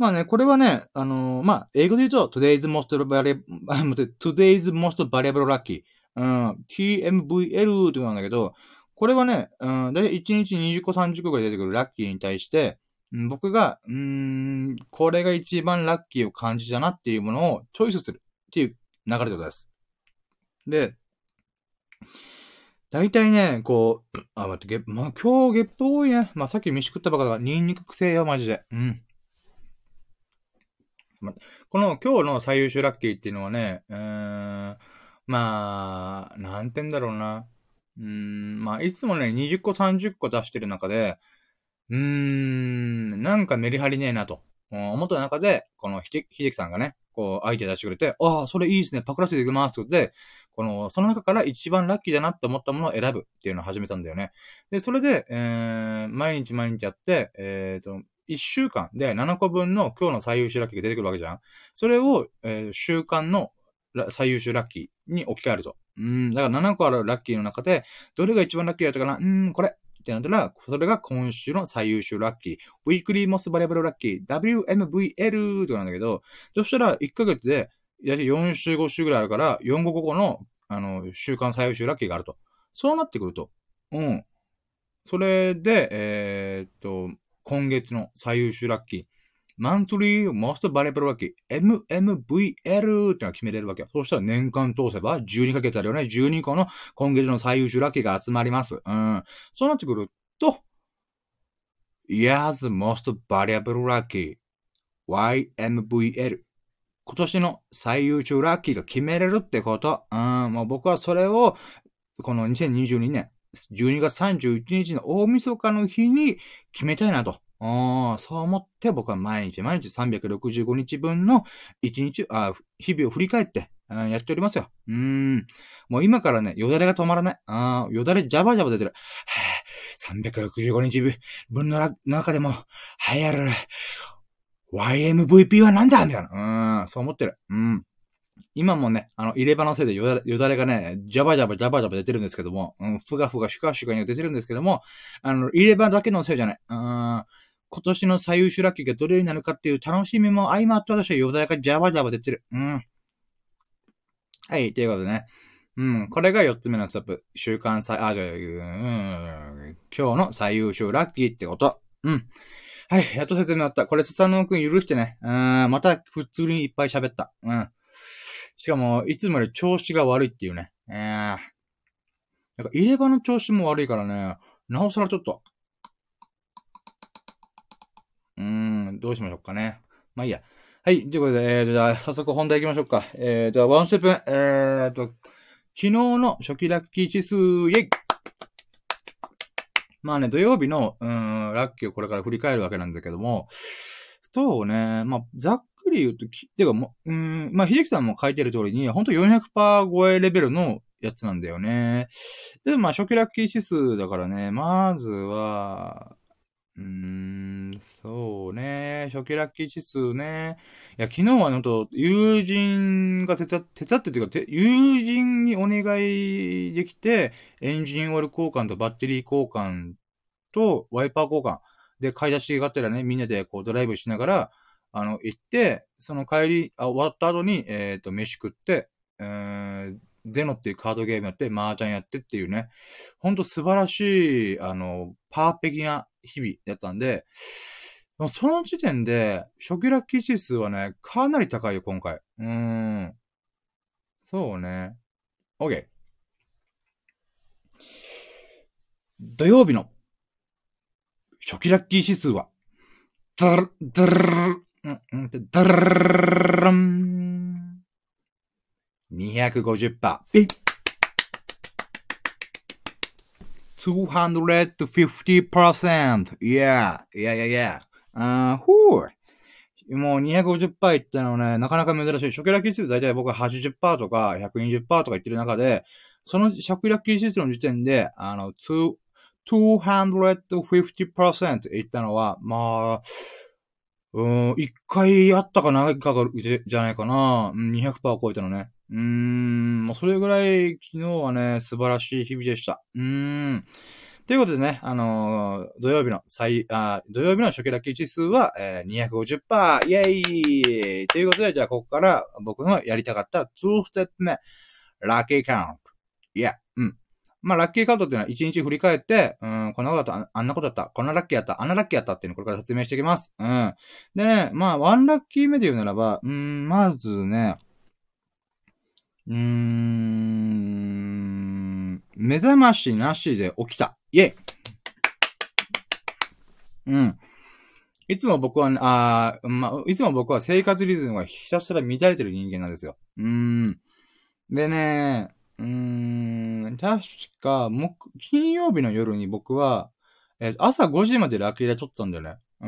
まあね、これはね、あのー、まあ、英語で言うと、today's most valuable, today's most valuable lucky。うん、ティーエムブイエル ってことなんだけど、これはね、うん、だいたいいちにちにじゅっこさんじゅっこぐらい出てくるラッキーに対して、うん、僕が、うーん、これが一番ラッキーを感じたなっていうものをチョイスするっていう流れでございます。で、大体ね、こう、あ、待って、ゲまあ、今日ゲップ多いね。まあ、さっき飯食ったばかだから、ニンニクくせえよ、マジで。うん。ま、この今日の最優秀ラッキーっていうのはね、うーん、まあ、なんて言うんだろうな。うーん、まあ、いつもね、にじゅっこさんじゅっこ出してる中で、うーん、なんかメリハリねえなと、思った中で、このひで、ひできさんがね、こう、アイデア出してくれて、ああ、それいいですね、パクらせていきますってことで、この、その中から一番ラッキーだなって思ったものを選ぶっていうのを始めたんだよね。で、それで、えー、毎日毎日やって、えーと、いっしゅうかんでななこぶんの今日の最優秀ラッキーが出てくるわけじゃん。それを、えー、週間の最優秀ラッキーに置き換えると。うん、だからななこあるラッキーの中で、どれが一番ラッキーだったかな、うん、これ。ってなったら、それが今週の最優秀ラッキー。ウィークリーモスバリアブルラッキー。ダブリューエムブイエル とかなんだけど、そしたらいっかげつで、やよん週ご週ぐらいあるから、よん、ご、ごこの、あの、週間最優秀ラッキーがあると。そうなってくると。うん。それで、えー、っと、今月の最優秀ラッキー。マンスリーモストバリアブルラッキー。エムエムブイエル ってのが決めれるわけよ。そうしたら年間通せばじゅうにかげつあるよね。じゅうにこの今月の最優秀ラッキーが集まります。うん。そうなってくると、Year's most valuable lucky ワイエムブイエル。今年の最優秀ラッキーが決めれるってこと。うん。もう僕はそれを、このにせんにじゅうにねんじゅうにがつさんじゅういちにちの大晦日の日に決めたいなと。ああ、そう思って僕は毎日毎日さんびゃくろくじゅうごにちぶんのいちにち、あ日々を振り返って、やっておりますよ。うーん。もう今からね、よだれが止まらない。ああ、よだれジャバジャバ出てる。はぁ、さんびゃくろくじゅうごにちぶんの中でも流行る ワイエムブイピー はなんだみたいな。うん、そう思ってる。うん。今もね、あの、入れ歯のせいでよだれ、よだれがね、ジャバジャバジャバジャバ出てるんですけども、うん、ふがふがシュカシュカに出てるんですけども、あの、入れ歯だけのせいじゃない。うん、今年の最優秀ラッキーがどれになるかっていう楽しみも相まって私はよだれがジャバジャバ出てる。うん。はい、ということでね。うん、これがよっつめのステップ。週間最、あ、じゃあ、うん、今日の最優秀ラッキーってこと。うん。はい、やっと説明あった。これ、スサノオくん許してね。うん、また普通にいっぱい喋った。うん。しかも、いつもより調子が悪いっていうね。えー、なんか入れ歯の調子も悪いからね、なおさらちょっと。うーん、どうしましょうかね。まあいいや。はい、ということで、えーと、じゃあ、早速本題行きましょうか。えーと、ワンステップ目、えーと、昨日の初期ラッキー指数、イェイまあね、土曜日の、うーん、ラッキーをこれから振り返るわけなんだけども、そうね、まあ、ざっくり言うと、きてかもう、うーん、まあ、秀樹さんも書いてる通りに、ほんと よんひゃくパーセント 超えレベルのやつなんだよね。で、まあ、初期ラッキー指数だからね、まずは、うーん、そうね。初期ラッキー指数ね。いや、昨日はね、ほんと、友人が手伝って、手伝ってっていうか、て友人にお願いできて、エンジンオイル交換とバッテリー交換とワイパー交換で買い出しがあったらね、みんなでこうドライブしながら、あの、行って、その帰り、あ、終わった後に、えっと、飯食って、えー、ゼノっていうカードゲームやって、麻雀やってっていうね、ほんと素晴らしい、あの、パーペキな日々だったんで、その時点で、初期ラッキー指数はね、かなり高いよ、今回。うーん。そうね。OK。土曜日の初期ラッキー指数は、ドル、ドルルうん、うん、ドルルン。にひゃくごじゅっパーセント。にひゃくごじゅっパーセント。Yeah, yeah, yeah, yeah. あー、ふぅ。もう にひゃくごじゅっパーセント いったのね、なかなか珍しい。初期ラッキー指数大体僕は はちじゅっパーセント とか ひゃくにじゅっパーセント とか言ってる中で、その初期ラッキー指数の時点で、あの、にひゃくごじゅっパーセント いったのは、まあ、うーん、一回あったかないかがじゃないかな。にひゃくパーセント 超えたのね。うーん、もうそれぐらい昨日はね、素晴らしい日々でした。うーん。 ということでね、あのー、土曜日の最、あ、土曜日の初期ラッキー指数は、えー、にひゃくごじゅっパーセント、イェーイということで、じゃあ、ここから僕のやりたかったにステップ目、ラッキーカウント。いや、うん。まあ、ラッキーカウントっていうのは一日振り返って、うん、こんなことだった、あんなことだった、こんなラッキーやった、あんなラッキーやったっていうのをこれから説明していきます。うん。でね、まあ、ワンラッキー目で言うならば、うん、まずね、うーん、目覚ましなしで起きた。イェイ。うん。いつも僕は、あまあ、いつも僕は生活リズムがひたすら乱れてる人間なんですよ。うーん。でね、うーん、確か、木、金曜日の夜に僕は、えー朝ごじまでラッキーで撮ったんだよね。うん。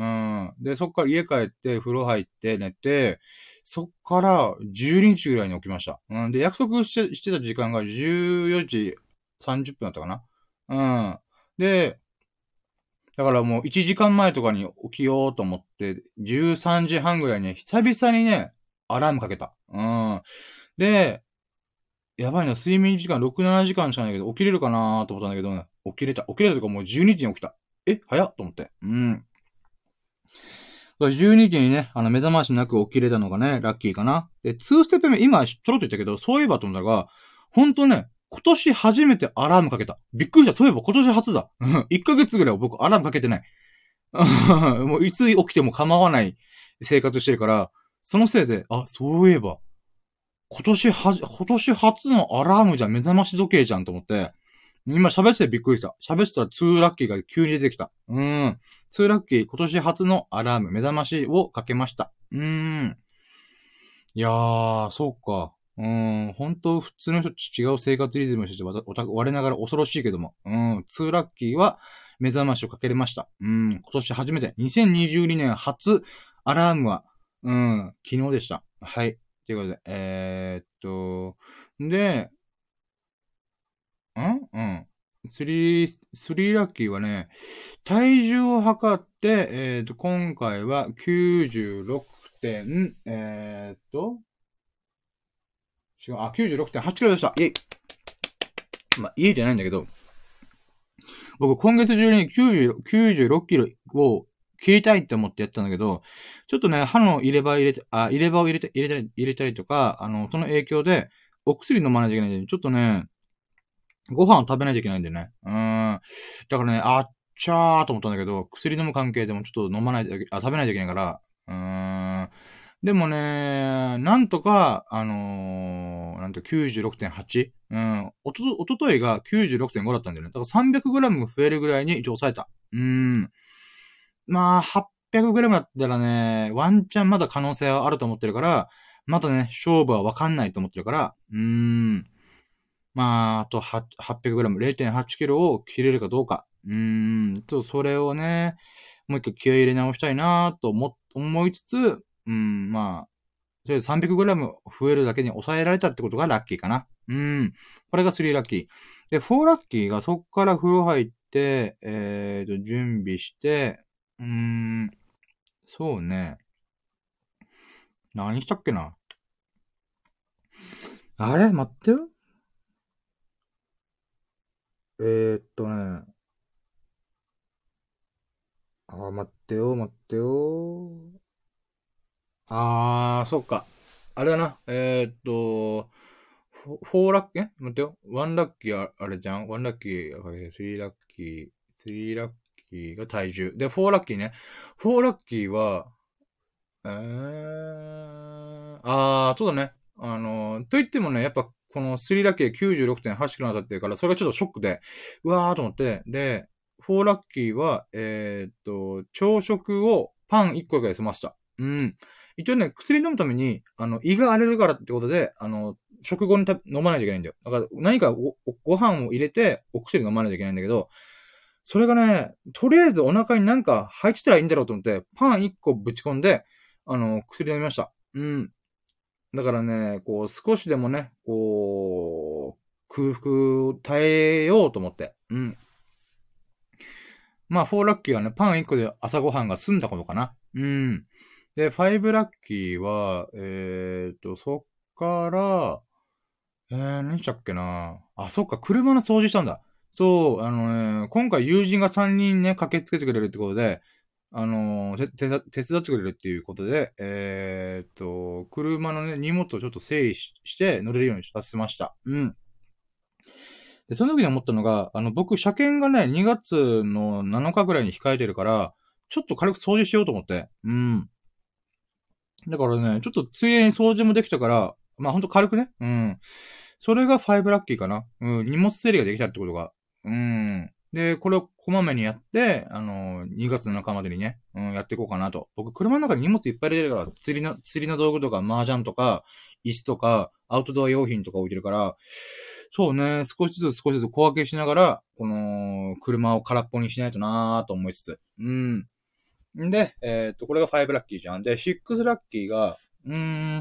で、そっから家帰って、風呂入って寝て、そっからじゅうにじぐらいに起きました。うん。で、約束して、してた時間がじゅうよじさんじゅっぷんだったかな。うん。で、だからもういちじかんまえとかに起きようと思って、じゅうさんじはんぐらいに久々にね、アラームかけた。うん。で、やばいな、睡眠時間ろく、ななじかんしかないけど、起きれるかなーと思ったんだけど、ね、起きれた。起きれたとかもうじゅうにじに起きた。え早っと思って。うん。じゅうにじにね、あの、目覚ましなく起きれたのがね、ラッキーかな。で、にステップ目、今、ちょろっと言ったけど、そういえばと思ったが、ほんとね、今年初めてアラームかけた。びっくりした。そういえば今年初だ。いっかげつぐらいは僕アラームかけてない。もういつ起きても構わない生活してるから、そのせいで、あ、そういえば、今年はじ、今年初のアラームじゃん、目覚まし時計じゃんと思って、今喋っててびっくりした。喋ってたらにラッキーが急に出てきた。うーん。にラッキー、今年初のアラーム、目覚ましをかけました。うーん。いやー、そうか。うーん。本当普通の人と違う生活リズムをしてわざ、おた、我ながら恐ろしいけども。うーん。にラッキーは目覚ましをかけれました。うーん。今年初めて、にせんにじゅうにねん初アラームは、うーん、昨日でした。はい。ということで、えー、っと、で、んうん。スリー、スリーラッキーはね、体重を測って、えっと、今回はきゅうじゅうろくてん、えっと、違う、あ、きゅうじゅうろくてんはちキロでした。イェイ。まあ、イェイじゃないんだけど、僕今月中にきゅうじゅう、きゅうじゅうろくキロを切りたいって思ってやったんだけど、ちょっとね、歯の入れ歯入れて、あ、入れ歯を入れて、入れたり、入れたりとか、あの、その影響で、お薬飲まないといけないんで、ちょっとね、ご飯を食べないといけないんだよね。うーん。だからね、あっちゃーと思ったんだけど、薬飲む関係でもちょっと飲まないといけ、あ、食べないといけないから、うーん。でもね、なんとか、あのー、なんと きゅうじゅうろくてんはち? うん。おとと、おとといが きゅうじゅうろくてんご だったんだよね。だから さんびゃくグラム 増えるぐらいに一応抑えた。うーん。まあ、はっぴゃくグラム だったらね、ワンチャンまだ可能性はあると思ってるから、まだね、勝負はわかんないと思ってるから、うーん。まあ、あとは はっぴゃくグラム、れいてんはちキロを切れるかどうか。うーん、と、それをね、もう一回気合い入れ直したいなと思、思いつつ、うん、まあ、とりあえず さんびゃくグラム 増えるだけに抑えられたってことがラッキーかな。うん。これがさんラッキー。で、よんラッキーがそっから風呂入って、えーと、準備して、うーん、そうね。何したっけな。あれ待ってよ。えーっとね。あー、待ってよ、待ってよ。あー、そっか。あれだな。えーっと、フォフォーラッキー、え待ってよ。ワンラッキーああれじゃん。ワンラッキー、スリーラッキー、スリーラッキーが体重。で、フォーラッキーね。フォーラッキーは、えー、あー、そうだね。あの、と言ってもね、やっぱこのスリーラッキーきゅうじゅうろくてんはちキロになってるから、それがちょっとショックで、うわーと思って、で、フォーラッキーは、えーっと、朝食をパンいっこぐらい済ました。うん。一応ね、薬飲むために、あの、胃が荒れるからってことで、あの、食後にた飲まないといけないんだよ。だから、何かごご飯を入れて、お薬飲まないといけないんだけど、それがね、とりあえずお腹になんか入ってたらいいんだろうと思って、パンいっこぶち込んで、あの、薬飲みました。うん。だからね、こう、少しでもね、こう、空腹耐えようと思って。うん。まあ、フォーラッキーはね、パンいっこで朝ごはんが済んだことかな。うん。で、ファイブラッキーは、えーと、そっから、えー、何したっけなあ、そっか、車の掃除したんだ。 そう、あのね、今回友人がさんにんね、駆けつけてくれるってことで、あのー、手、手手伝ってくれるっていうことで、えー、っと、車のね、荷物をちょっと整理しして乗れるようにさせました。うん。で、その時に思ったのが、あの、僕、車検がね、にがつのなのかぐらいに控えてるから、ちょっと軽く掃除しようと思って。うん。だからね、ちょっとついでに掃除もできたから、まあほんと軽くね。うん。それがごラッキーかな。うん。荷物整理ができたってことが。うん。で、これをこまめにやって、あの、にがつなのかまでにね、うん、やっていこうかなと。僕、車の中に荷物いっぱい入れてるから、釣りの、釣りの道具とか、麻雀とか、椅子とか、アウトドア用品とか置いてるから、そうね、少しずつ少しずつ小分けしながら、この、車を空っぽにしないとなーと思いつつ。うん。んで、えーっと、これがごラッキーじゃん。で、ろくラッキーが、うーん、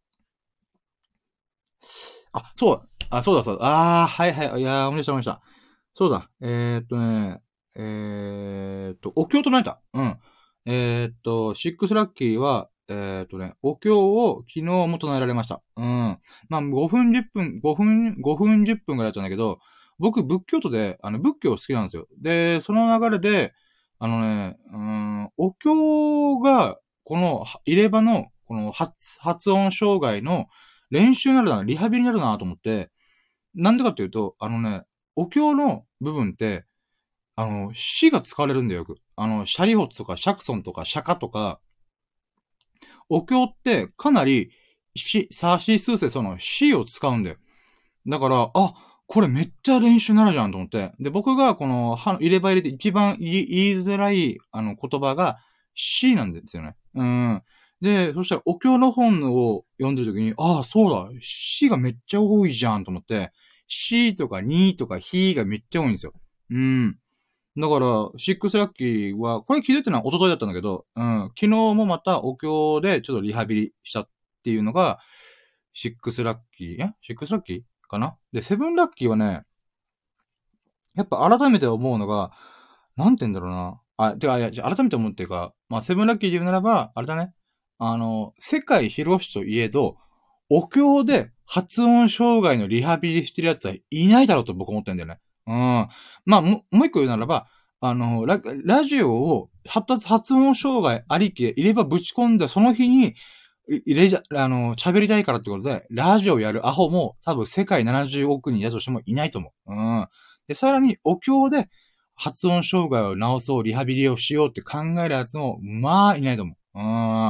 あ、そうだ、あ、そうだ、そうだ、あー、はいはい、いやー、思い出した思い出した。そうだ、えーっとね、えーっと、お経を唱えた。うん。えーっと、ろくラッキーは、えーっとね、お経を昨日も唱えられました。うん。まあ、ごふんじゅっぷん、ごふん、ごふんじゅっぷんぐらいだったんだけど、僕、仏教徒で、あの、仏教好きなんですよ。で、その流れで、あのね、うーん、お経が、この、入れ歯の、この発、発音障害の練習になるな、リハビリになるなと思って、なんでかっていうと、あのね、お経の部分って、あの、死が使われるんだよ、よく。あの、シャリホツとか、シャクソンとか、釈迦とか、お経ってかなり、死、サシスーセその死を使うんだよ。だから、あ、これめっちゃ練習になるじゃんと思って。で、僕がこの、は、入れ歯入れて一番言い、言いづらい、あの、言葉が C なんですよね。うん。で、そしたらお経の本を読んでるときに、ああ、そうだ、C がめっちゃ多いじゃんと思って、C とかにとか He がめっちゃ多いんですよ。うん。だから、シックスラッキーは、これ気づいたのは一昨日だったんだけど、うん。昨日もまたお経でちょっとリハビリしたっていうのが、シックスラッキー、えシックスラッキーかなで、セブンラッキーはね、やっぱ改めて思うのが、なんて言うんだろうな。あ、てか、いや、じゃあ改めて思うっていうか、まあ、セブンラッキーで言うならば、あれだね。あの、世界広しといえど、お経で発音障害のリハビリしてるやつはいないだろうと僕思ってんだよね。うん。まあ、も、もう一個言うならば、あの、ラ、ラジオを発達、発音障害ありきでいればぶち込んで、その日に、いレジャあの、喋りたいからってことで、ラジオやるアホも多分世界ななじゅうおく人いたとしてもいないと思う。うん。で、さらにお経で発音障害を治そう、リハビリをしようって考えるやつも、まあ、いないと思う。うん。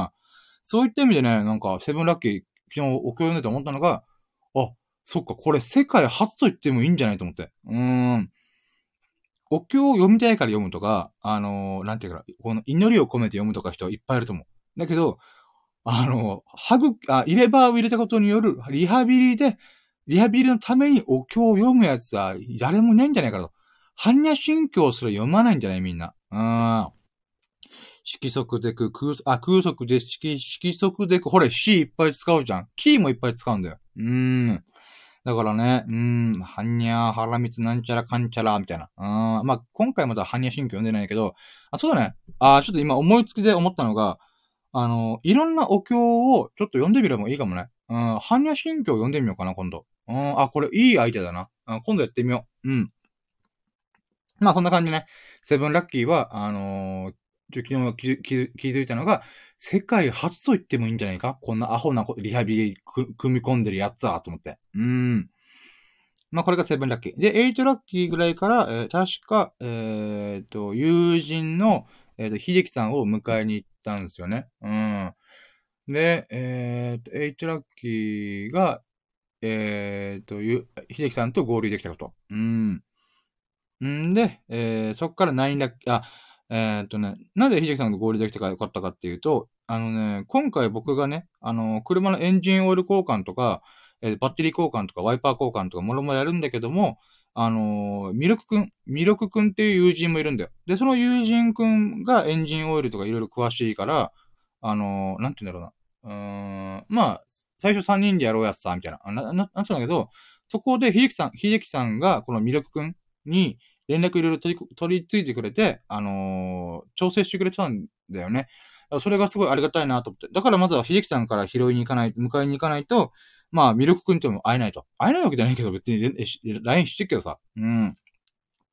そういった意味でね、なんか、セブンラッキー、昨日お経読んでて思ったのが、あ、そっか、これ世界初と言ってもいいんじゃないと思って。うーん。お経を読みたいから読むとか、あのーなんていうか、この祈りを込めて読むとか人いっぱいいると思う。だけど、あの、はぐ、あ、入れ歯を入れたことによるリハビリで、リハビリのためにお経を読むやつは誰もいないんじゃないかと。般若心経すら読まないんじゃないみんな。うん。色即是空、空、あ、空即是色、色即是空。ほれ、C いっぱい使うじゃん。キーもいっぱい使うんだよ。うーん。だからね、うーん、般若、腹密なんちゃらかんちゃら、みたいな。うん。まあ、今回まだ般若心経読んでないけど、あ、そうだね。あ、ちょっと今思いつきで思ったのが、あの、いろんなお経をちょっと読んでみればいいかもね。うん、般若心経読んでみようかな、今度。うん、あ、これいいアイデアだな。うん、今度やってみよう。うん。まあ、そんな感じね。セブンラッキーは、あのー、ちょ、昨日気づ気づ気づいたのが、世界初と言ってもいいんじゃないかこんなアホなこリハビリく組み込んでるやつだ、と思って。うーん。まあ、これがセブンラッキー。で、エイトラッキーぐらいから、えー確か、えっと、友人の、えっと、秀樹さんを迎えに行ったんですよね。うん。で、えっと、エイトラッキーが、えっと、ゆ、秀樹さんと合流できたこと。うん。んで、えー、そっからナインラッキー、あ、えーっとね、なんで秀樹さんと合流できたかよかったかっていうと、あのね、今回僕がね、あの、車のエンジンオイル交換とか、えーバッテリー交換とか、ワイパー交換とか、もろもろやるんだけども、あのー、ミルクくん、ミルクくんっていう友人もいるんだよ。で、その友人くんがエンジンオイルとかいろいろ詳しいから、あのー、なんて言うんだろうな。うーん、まあ、最初さんにんでやろうやつさ、みたいな。な、な、なんつうんだけど、そこで秀樹さん、秀樹さんがこのミルクくんに、連絡いろいろ取り、取り付いてくれて、あのー調整してくれてたんだよね。それがすごいありがたいなと思って。だからまずは秀樹さんから拾いに行かない、迎えに行かないと、まあ、ミルク君とも会えないと。会えないわけじゃないけど、別にレ ライン してっけどさ。うん。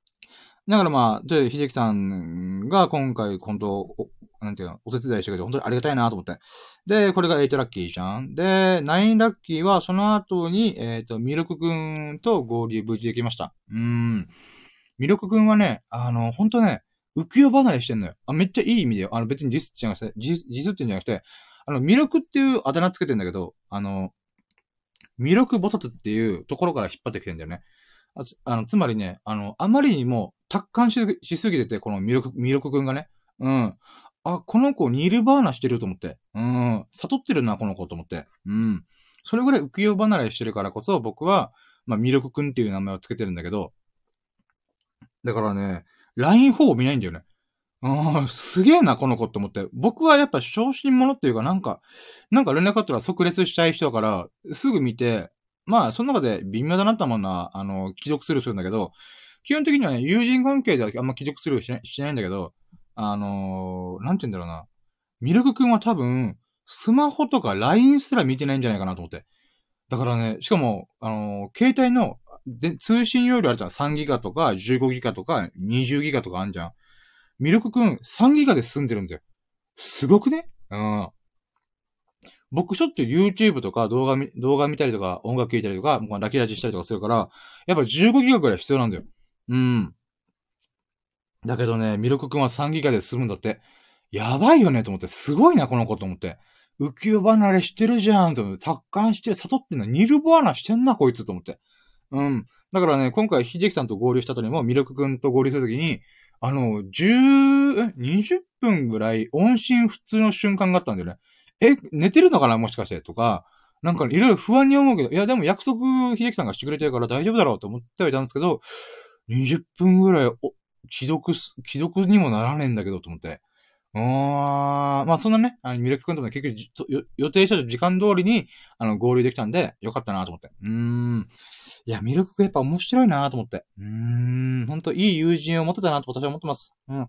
だからまあ、で、ひじきさんが今回、本当お、なんていうの、お手伝いしてくれて、本当にありがたいなと思って。で、これがはちラッキーじゃん。で、きゅうラッキーは、その後に、えっ、と、ミルクくんと合流無事できました。うーん。ミルクくんはね、あの、本当ね、浮世離れしてんのよ。あ、めっちゃいい意味でよ。あの、別にディスってじゃなくて、ディス、ディスってんじゃなくて、あの、ミルクっていうあだ名つけてんだけど、あの、ミルク菩薩っていうところから引っ張ってきてんだよね。あつ、あの、つまりね、あの、あまりにも達観しすぎしすぎてて、このミルク、ミルクくんがね。うん。あ、この子ニルバーナしてると思って。うん。悟ってるな、この子と思って。うん。それぐらい浮世離れしてるからこそ、僕は、まあ、ミルクくんっていう名前をつけてるんだけど、だからね、ライン ほぼ見ないんだよね。ああ、すげえな、この子って思って。僕はやっぱ小心者っていうか、なんか、なんか連絡あったら即列したい人だから、すぐ見て、まあ、その中で微妙だなったもんな、あの、既読するするんだけど、基本的にはね、友人関係ではあんま既読するしないしないんだけど、あのー、なんて言うんだろうな。ミルクくんは多分、スマホとか ライン すら見てないんじゃないかなと思って。だからね、しかも、あのー、携帯の、で、通信容量あるじゃん。さんギガとか、じゅうごギガとか、にじゅうギガとかあるじゃん。ミルクくんさんギガで済んでるんですよ。すごくね。うん。僕しょっちゅう YouTube とか動画見、動画見たりとか音楽聴いたりとか、もうラキラジしたりとかするから、やっぱじゅうごギガぐらい必要なんだよ。うん。だけどね、ミルクくんはさんギガで済むんだって。やばいよねと思って、すごいな、この子と思って。浮世離れしてるじゃんと思って、達観して、悟ってんの、ニルボアナしてんな、こいつと思って。うん。だからね、今回、ひじきさんと合流した後にも、ミルクくんと合流するときに、あの、じゅう、にじゅっぷんぐらい音信不通の瞬間があったんだよね。え、寝てるのかなもしかしてとか、なんかいろいろ不安に思うけど、いやでも約束、ひじきさんがしてくれてるから大丈夫だろうと思ってはいたんですけど、にじゅっぷんぐらい、お、既読す、既読にもならねえんだけどと思って。あー、まあそんなね、あの、ミルクくんとも結局じ、そよ予定した時間通りに、あの、合流できたんで、よかったなと思って。うーん。いや、ミルクくんやっぱ面白いなと思って。うーん、ほんといい友人を持ってたなと私は思ってます。うん。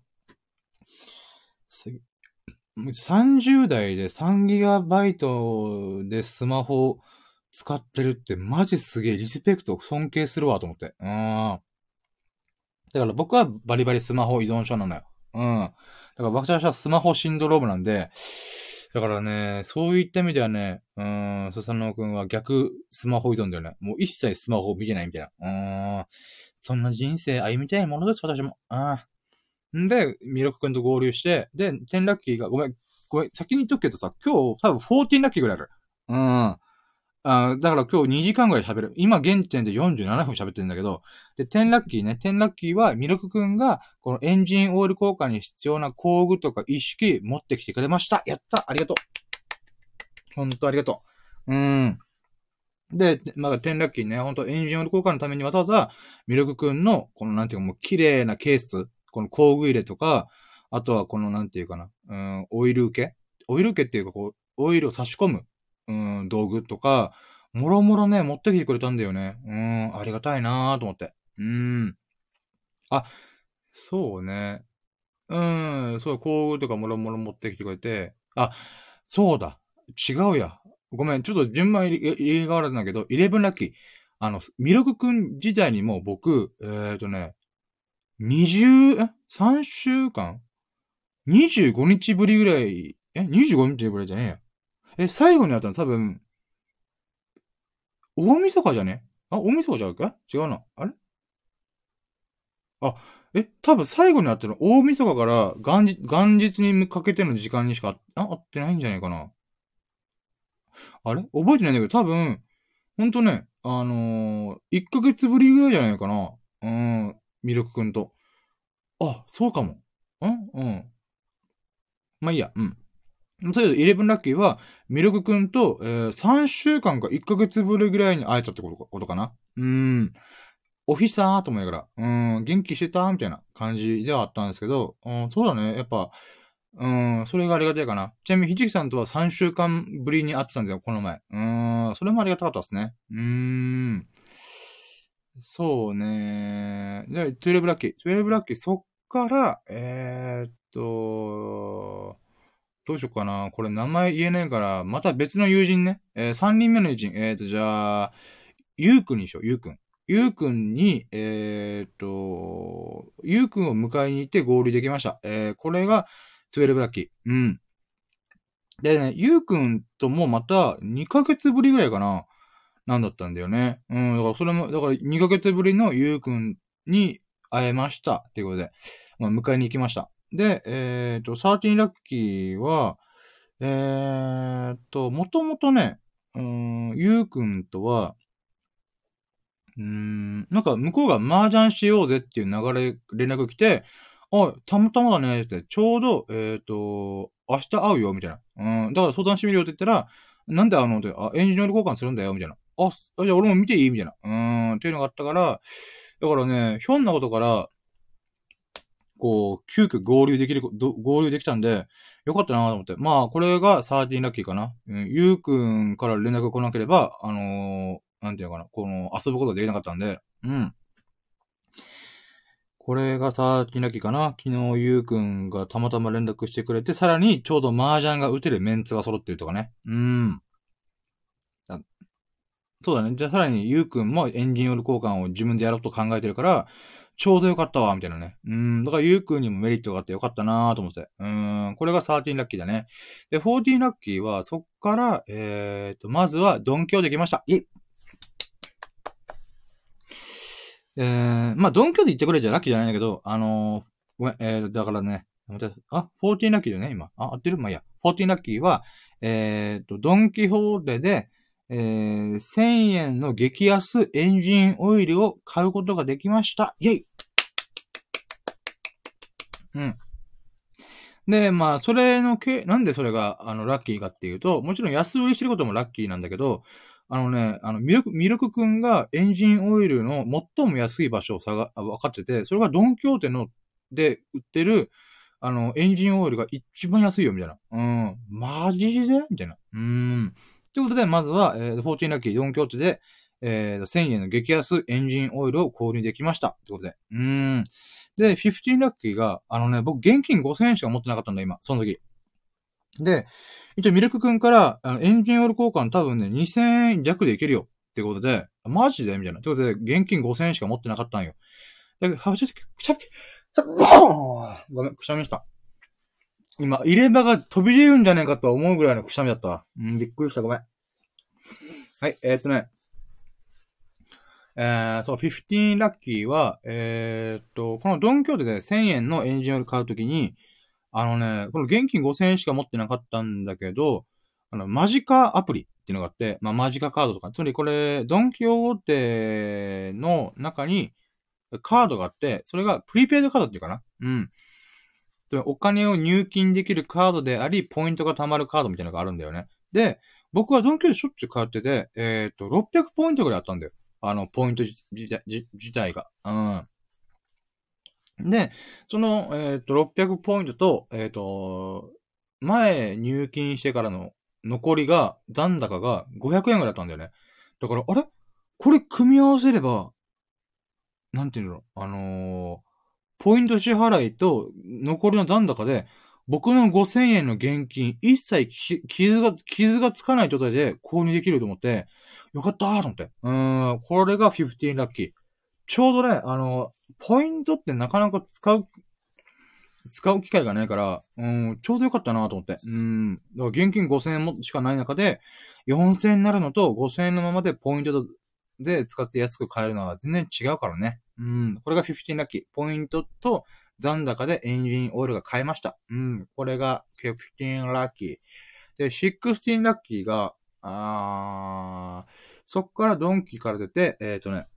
すさんじゅう代でさんギガバイトでスマホ使ってるってマジすげえリスペクト尊敬するわと思って。うん。だから僕はバリバリスマホ依存症なのよ。うん。だから私はスマホシンドロームなんで、だからね、そういった意味ではね、うーん、スサノオくんは逆スマホ依存だよね。もう一切スマホを見てないみたいな。うーん。そんな人生歩みたいものです、私も。ああ。んで、ミルクくんと合流して、で、テンラッキーが、ごめん、ごめん、先に言っとくけどさ、今日多分フォーティーラッキーぐらいある。うん。あだから今日にじかんぐらい喋る。今現時点でよんじゅうななふん喋ってるんだけど、で、テンラッキーね。テンラッキーはミルクくんが、このエンジンオイル交換に必要な工具とか一式持ってきてくれました。やったありがとう。ほんとありがとう。うーん。で、まだテンラッキーね、ほんとエンジンオイル交換のためにわざわざ、ミルクくんの、このなんていうかもう綺麗なケース、この工具入れとか、あとはこのなんていうかな、うん、オイル受けオイル受けっていうかこう、オイルを差し込む、うん、道具とか、もろもろね、持ってきてくれたんだよね。うん、ありがたいなーと思って。うん。あ、そうね。うん、そう、工具とかもろもろ持ってきてくれて、あ、そうだ。違うや。ごめん、ちょっと順番入れ入れ替わるんだけど、イレブンラッキー。あの、ミルクくん時代にも僕、えーとね、にじゅう、え ?さん 週間 ?にじゅうご 日ぶりぐらい、え ?にじゅうご 日ぶりじゃねえや。え、最後に会ったの多分、大晦日じゃねあ、大晦日じゃうか違うな。あれあ、え、多分最後に会ったの大晦日から元日、元日にかけての時間にしかあ、会ってないんじゃないかな。あれ覚えてないんだけど、多分、ほんとね、あのー、いっかげつぶりぐらいじゃないかな。うん、ミルクくんと。あ、そうかも。んうん。まあいいや、うん。とりあえず、イレブンラッキーは、ミルクくんと、えー、さんしゅうかんかいっかげつぶりぐらいに会えたってことか、ことかな。うーん。おひさーと思いながら、うーん、元気してたみたいな感じではあったんですけど、うん、そうだね。やっぱ、うん、それがありがたいかな。ちなみに、ひじきさんとはさんしゅうかんぶりに会ってたんだよ、この前。うーん、それもありがたかったですね。うーん。そうね。で、じゅうにラッキー。じゅうにラッキー、そっから、えーっと、どうしようかな。これ名前言えないから、また別の友人ね。えー、さんにんめの友人。えーっと、じゃあ、ゆうくんにしよう、ゆうくん。 ゆうくんに、えー、っと、ゆうくんを迎えに行って合流できました。えー、これがじゅうにラッキー。うん。でね、ゆうくんともまたにかげつぶりぐらいかな。なんだったんだよね。うん、だからそれも、だからにかげつぶりのゆうくんに会えました。っていうことで、まあ、迎えに行きました。で、えー、っと、じゅうさんラッキーは、えーっと、もともとね、うーん、ゆうくんとは、うーん、なんか向こうが麻雀しようぜっていう流れ、連絡来て、あ、たまたまだね、って、ちょうど、えっ、と、明日会うよ、みたいな。うん、だから相談してみるよって言ったら、なんで会うのって、あ、エンジニアル交換するんだよ、みたいな。あ、すあじゃあ俺も見ていいみたいな。うーん、っていうのがあったから、だからね、ひょんなことから、こう、急遽合流できる、ど合流できたんで、よかったなと思って。まあ、これがじゅうさんラッキーかな。うん、ゆうくんから連絡来なければ、あのー、なんていうのかな、この、遊ぶことができなかったんで、うん。これがじゅうさんラッキーかな。昨日ゆうくんがたまたま連絡してくれて、さらにちょうど麻雀が打てるメンツが揃ってるとかね。うん。あそうだね。じゃあさらにゆうくんもエンジンオイル交換を自分でやろうと考えてるから、ちょうどよかったわ、みたいなね。うん。だからゆうくんにもメリットがあってよかったなーと思って。うん。これがじゅうさんラッキーだね。で、じゅうよんラッキーは、そっから、えーと、まずは、ドンキョーできました。いええー、まあ、ドンキョーで言ってくれじゃラッキーじゃないんだけど、あのー、ごめん、えー、だからね、あ、じゅうよんラッキーだね、今。あ、合ってるまあ、いいや。じゅうよんラッキーは、えーと、ドンキホーテで、えー、せんえんの激安エンジンオイルを買うことができました。イェイうん。で、まあ、それのけ、なんでそれが、あの、ラッキーかっていうと、もちろん安売りしてることもラッキーなんだけど、あのね、あの、ミルク、ミルクくんがエンジンオイルの最も安い場所を探、あ分かってて、それがドンキョーテの、で売ってる、あの、エンジンオイルが一番安いよ、みたいな。うん。マジでみたいな。うーん。ということで、まずは、えー、じゅうよんラッキードンキョーテで、えー、せんえんの激安エンジンオイルを購入できました。ということで。うーん。で、じゅうごラッキーが、あのね、僕現金ごせんえんしか持ってなかったんだ、今。その時。で、一応ミルクくんから、あの、エンジンオイル交換多分ね、にせんえん弱でいけるよ。ってことで、マジでみたいな。ということで、現金ごせんえんしか持ってなかったんよ。だけど、は、ちょっと、くしゃみ、ごめん、くしゃみした。今、入れ歯が飛び出るんじゃねえかと思うぐらいのくしゃみだったわ。うん、びっくりした、ごめん。はい、えー、っとね。えー、そう、じゅうごラッキーは、えー、っと、このドンキョーテでせんえんのエンジンオイル買うときに、あのね、この現金ごせんえんしか持ってなかったんだけど、あの、マジカアプリっていうのがあって、まあ、マジカカードとか、つまりこれ、ドンキホーテの中にカードがあって、それがプリペイドカードっていうかなうん。でお金を入金できるカードであり、ポイントが貯まるカードみたいなのがあるんだよね。で、僕はドンキホーテしょっちゅう買ってて、えっと、ろっぴゃくポイントぐらいあったんだよ。あの、ポイント自体自体が。うん。で、その、えっと、ろっぴゃくポイントと、えっと、前入金してからの残りが、残高がごひゃくえんぐらいだったんだよね。だから、あれこれ組み合わせれば、なんていうのあのーポイント支払いと残りの残高で、僕のごせんえんの現金、一切き傷が、傷がつかない状態で購入できると思って、よかったーと思って。うーん、これがじゅうごラッキー。ちょうどね、あの、ポイントってなかなか使う、使う機会がないから、うん、ちょうどよかったなと思って。うん、だから現金ごせんえんもしかない中で、よんせんえんになるのとごせんえんのままでポイントで使って安く買えるのは全然違うからね。うん、これがじゅうごラッキー。ポイントと残高でエンジンオイルが買えました。うん、これがじゅうごラッキー。で、じゅうろくラッキーが、あー、そっからドンキから出て、えっ、ー、とね、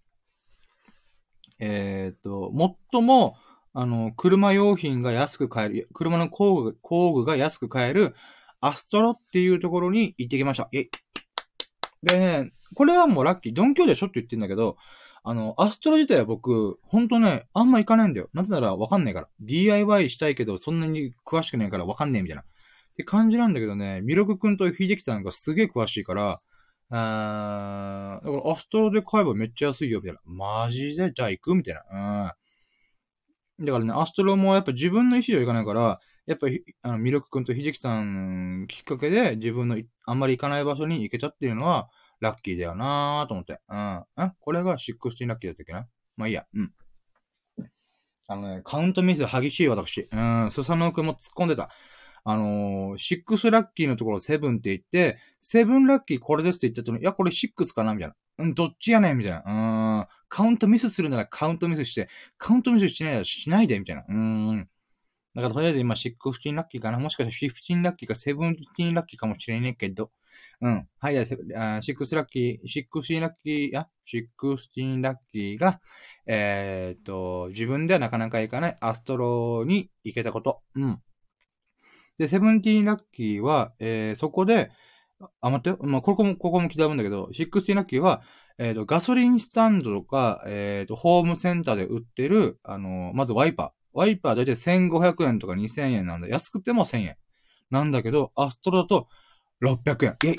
えっ、ー、と、最も、あの、車用品が安く買える、車の工具、工具が安く買える、アストロっていうところに行ってきました。えでね、これはもうラッキー。ドンキョーではしょっちゅう言ってんだけど、あの、アストロ自体は僕、ほんとね、あんま行かないんだよ。なぜならわかんないから。ディーアイワイ したいけど、そんなに詳しくないからわかんねえみたいな。って感じなんだけどね、ミロク君と秀樹さんがすげえ詳しいから、あー、だからアストロで買えばめっちゃ安いよ、みたいな。マジでじゃあ行くみたいな。うん。だからね、アストロもやっぱ自分の意思ではいかないから、やっぱり、あの、ミルク君と秀樹さんきっかけで自分のあんまり行かない場所に行けたっていうのは、 ラッキーだよなーと思って。うん。んこれがじゅうろくラッキーだったっけな。まあいいや。うん。あのね、カウントミス激しい私。うん、スサノオくんも突っ込んでた。あのー、ろくラッキーのところをセブンって言って、セブンラッキーこれですって言ったとに、いや、これろくかなみたいな。うん、どっちやねんみたいな。うーん、カウントミスするならカウントミスして、カウントミスしないならしないで、みたいな。うーん。だからとりあえず今、じゅうろくラッキーかなもしかしたらじゅうごラッキーかじゅうななラッキーかもしれねえけど。うん。はい、じゃあ、ろくラッキー、じゅうろくラッキー、あ、じゅうろくラッキーが、えー、っと、自分ではなかなか行かないアストロに行けたこと。うん。で、セブンティーンラッキーは、えー、そこで、あ、待ってよ。まあ、ここも、ここも刻むんだけど、シックスティーンラッキーは、えっ、と、ガソリンスタンドとか、えっ、と、ホームセンターで売ってる、あのーまずワイパー。ワイパーだいたいせんごひゃくえんとかにせんえんなんだ。安くてもせんえん。なんだけど、アストロだとろっぴゃくえん。イェイ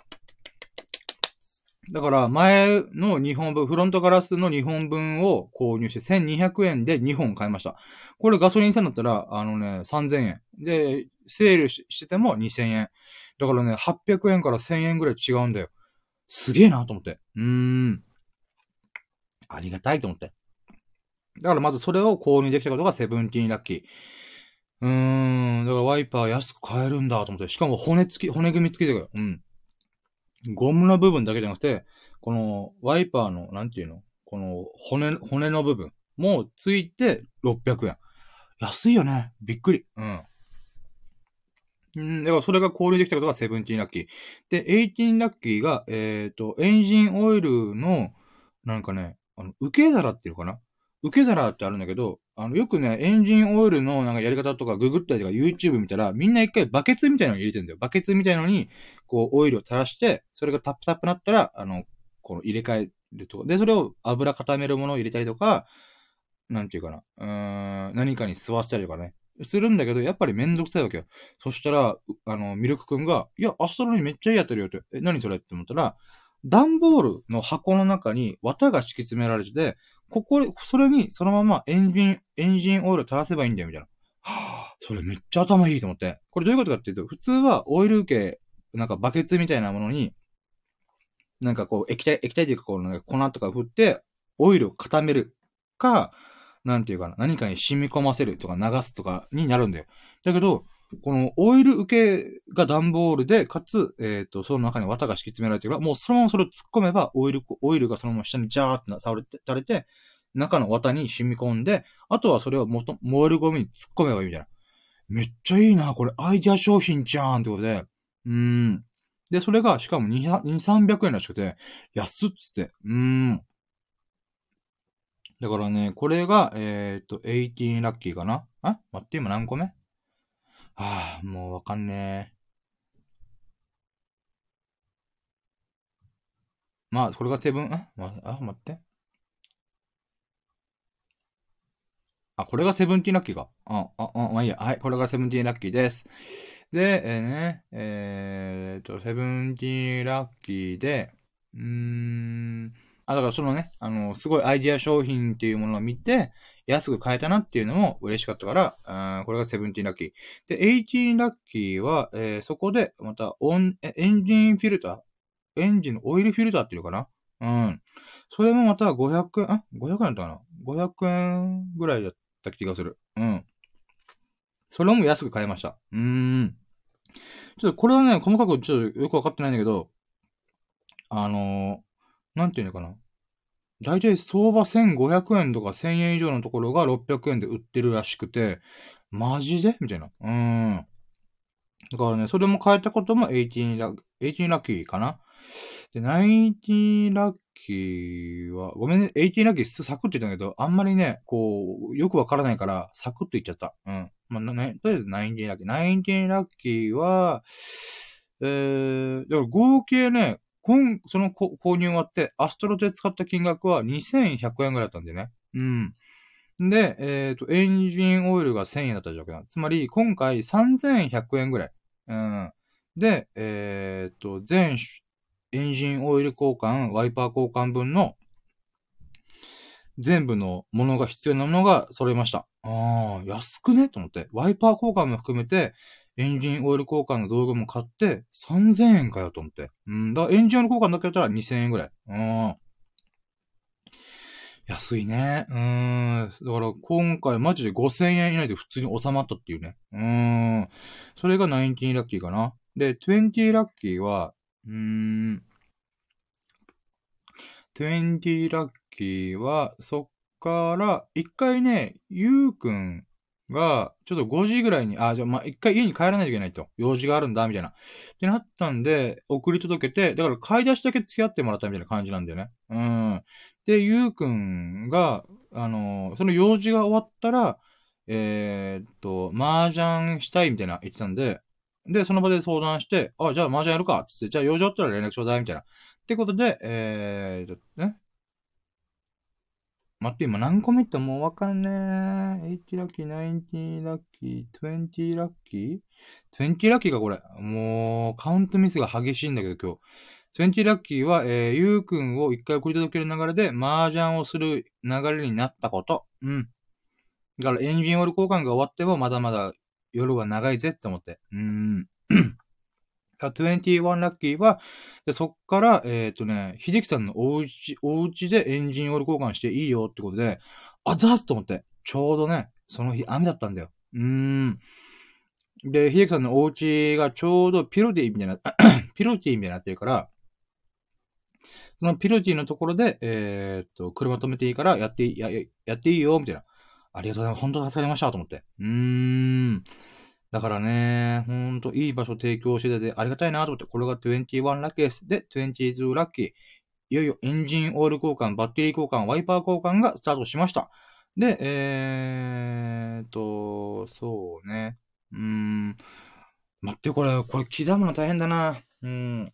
だから、前のにほんぶん、フロントガラスのにほんぶんを購入してせんにひゃくえんでにほん買いました。これガソリンスタンドだったら、あのね、さんぜんえん。で、セールしててもにせんえん。だからね、はっぴゃくえんからせんえんぐらい違うんだよ。すげえなと思って。うーん。ありがたいと思って。だからまずそれを購入できたことがセブンティーンラッキー。うーん。だからワイパー安く買えるんだと思って。しかも骨付き、骨組み付きだから。うん。ゴムの部分だけじゃなくて、このワイパーの、なんていうのこの骨、骨の部分もついてろっぴゃくえん。安いよね。びっくり。うん。うん、だからそれが購入できたことがセブンティーンラッキー。で、エイティーンラッキーが、えっ、と、エンジンオイルの、なんかね、あの、受け皿っていうのかな受け皿ってあるんだけど、あの、よくね、エンジンオイルのなんかやり方とかググったりとか YouTube 見たら、みんな一回バケツみたいなの入れてるんだよ。バケツみたいなのに、こう、オイルを垂らして、それがタップタップなったら、あの、この入れ替えるとか。で、それを油固めるものを入れたりとか、なんていうかな。うーん、何かに吸わせたりとかね。するんだけど、やっぱりめんどくさいわけよ。そしたら、あの、ミルクくんが、いや、アストロにめっちゃいいやってるよって。え、何それって思ったら、段ボールの箱の中に綿が敷き詰められてて、ここ、それにそのままエンジン、エンジンオイル垂らせばいいんだよ、みたいな。はぁ、それめっちゃ頭いいと思って。これどういうことかっていうと、普通はオイル系、なんかバケツみたいなものに、なんかこう、液体、液体というかこう、なんか粉とか振って、オイルを固めるか、なんていうかな、何かに染み込ませるとか流すとかになるんだよ。だけど、このオイル受けが段ボールで、かつ、えっ、と、その中に綿が敷き詰められてるから、もうそのままそれを突っ込めば、オイル、オイルがそのまま下にジャーって倒れて、垂れて、中の綿に染み込んで、あとはそれをもと、燃えるゴミに突っ込めばいいみたいな。めっちゃいいな、これアイデア商品じゃーんってことで。うーん。で、それが、しかもにひゃく、さんびゃくえんらしくて、安っつって。うーん。だからね、これが、えっと、じゅうはちラッキーかなあ待って、今何個目はあ、もうわかんねえ。まあ、これがセブン、あ、まあ、待って。あ、これがセブンティーンラッキーか。あ、あ、あ、まあいいや。はい、これがセブンティーンラッキーです。で、えー、ね、えーっと、セブンティーンラッキーで、うーん、あ、だからそのね、あの、すごいアイディア商品っていうものを見て、安く買えたなっていうのも嬉しかったから、あこれがセブンティーンラッキー。で、エイティーンラッキーは、えーそこで、また、オン、えエンジンフィルターエンジンのオイルフィルターっていうのかなうん。それもまたごひゃくえん、あ ?ごひゃく 円だったかな ?ごひゃく 円ぐらいだった気がする。うん。それも安く買えました。うーん。ちょっとこれはね、細かくちょっとよくわかってないんだけど、あのー、なんていうのかな。だいたい相場せんごひゃくえんとかせんえん以上のところがろっぴゃくえんで売ってるらしくて、マジでみたいな。うーん。だからね、それも変えたこともじゅうはちラッ、じゅうはちラッキーかな。で、じゅうきゅうラッキーは、ごめんね、じゅうはちラッキーサクって言ったんだけど、あんまりね、こう、よくわからないから、サクッと言っちゃった。うん。まあ、な、ね、とりあえずじゅうきゅうラッキー。じゅうきゅうラッキーは、えー、だから合計ね、今、その購入終わって、アストロで使った金額はにせんひゃくえんぐらいだったんでね。うん。で、えっ、と、エンジンオイルがせんえんだった状況な。つまり、今回さんぜんひゃくえんぐらい。うん。で、えっ、と、全エンジンオイル交換、ワイパー交換分の全部のものが必要なものが揃いました。ああ、安くねと思って。ワイパー交換も含めて、 エンジンオイル交換の道具も買って、さんぜんえんかよと思って。うん、だからエンジンオイル交換だけやったらにせんえんぐらい。うん。安いね。うーん。だから今回マジでごせんえん以内で普通に収まったっていうね。うーん。それがじゅうきゅうラッキーかな。で、にじゅうラッキーは、うーん。にじゅうラッキーは、そっから、一回ね、ゆうくんが、ちょっとごじぐらいに、あ、じゃあ、まあ、一回家に帰らないといけないと。用事があるんだ、みたいな。ってなったんで、送り届けて、だから買い出しだけ付き合ってもらったみたいな感じなんだよね。うん。で、ゆうくんが、あの、その用事が終わったら、えーっと、麻雀したいみたいな言ってたんで、で、その場で相談して、あ、じゃあ麻雀やるか、つって、じゃあ用事あったら連絡ちょうだい、みたいな。ってことで、えーっと、ね。待って、今何個目ってもうわかんねえ。はちラッキー、きゅうラッキー、にじゅうラッキー ?にじゅうラッキーかこれ。もう、カウントミスが激しいんだけど今日。にじゅうラッキーは、えー、ゆうくんを一回送り届ける流れで、麻雀をする流れになったこと。うん。だからエンジンオイル交換が終わってもまだまだ夜は長いぜって思って。うーん。にじゅういちラッキーは、でそっから、えっ、とね、秀樹さんのお家、お家でエンジンオイル交換していいよってことで、あざーすと思って。ちょうどね、その日雨だったんだよ。うーん。で、秀樹さんのお家がちょうどピロティみたいな、ピロティみたいになってるから、そのピロティのところで、えっ、と、車止めていいからやっていい、や、やっていいよ、みたいな。ありがとうございます。本当助かりました、と思って。うーん。だからね、ほんといい場所提供しててありがたいなと思って、これがにじゅういちラッキーです。で、にじゅうにラッキー。いよいよエンジンオイル交換、バッテリー交換、ワイパー交換がスタートしました。で、えーっと、そうね。うーん。待って、これ、これ刻むの大変だな。うん。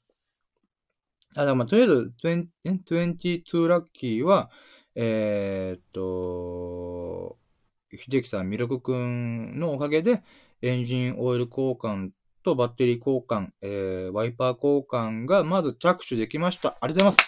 あ、でもまあ、とりあえず、にじゅう、にじゅうにラッキーは、えーっと、秀樹さん、ミルクくんのおかげで、エンジンオイル交換とバッテリー交換、えー、ワイパー交換がまず着手できました。ありがとうございます。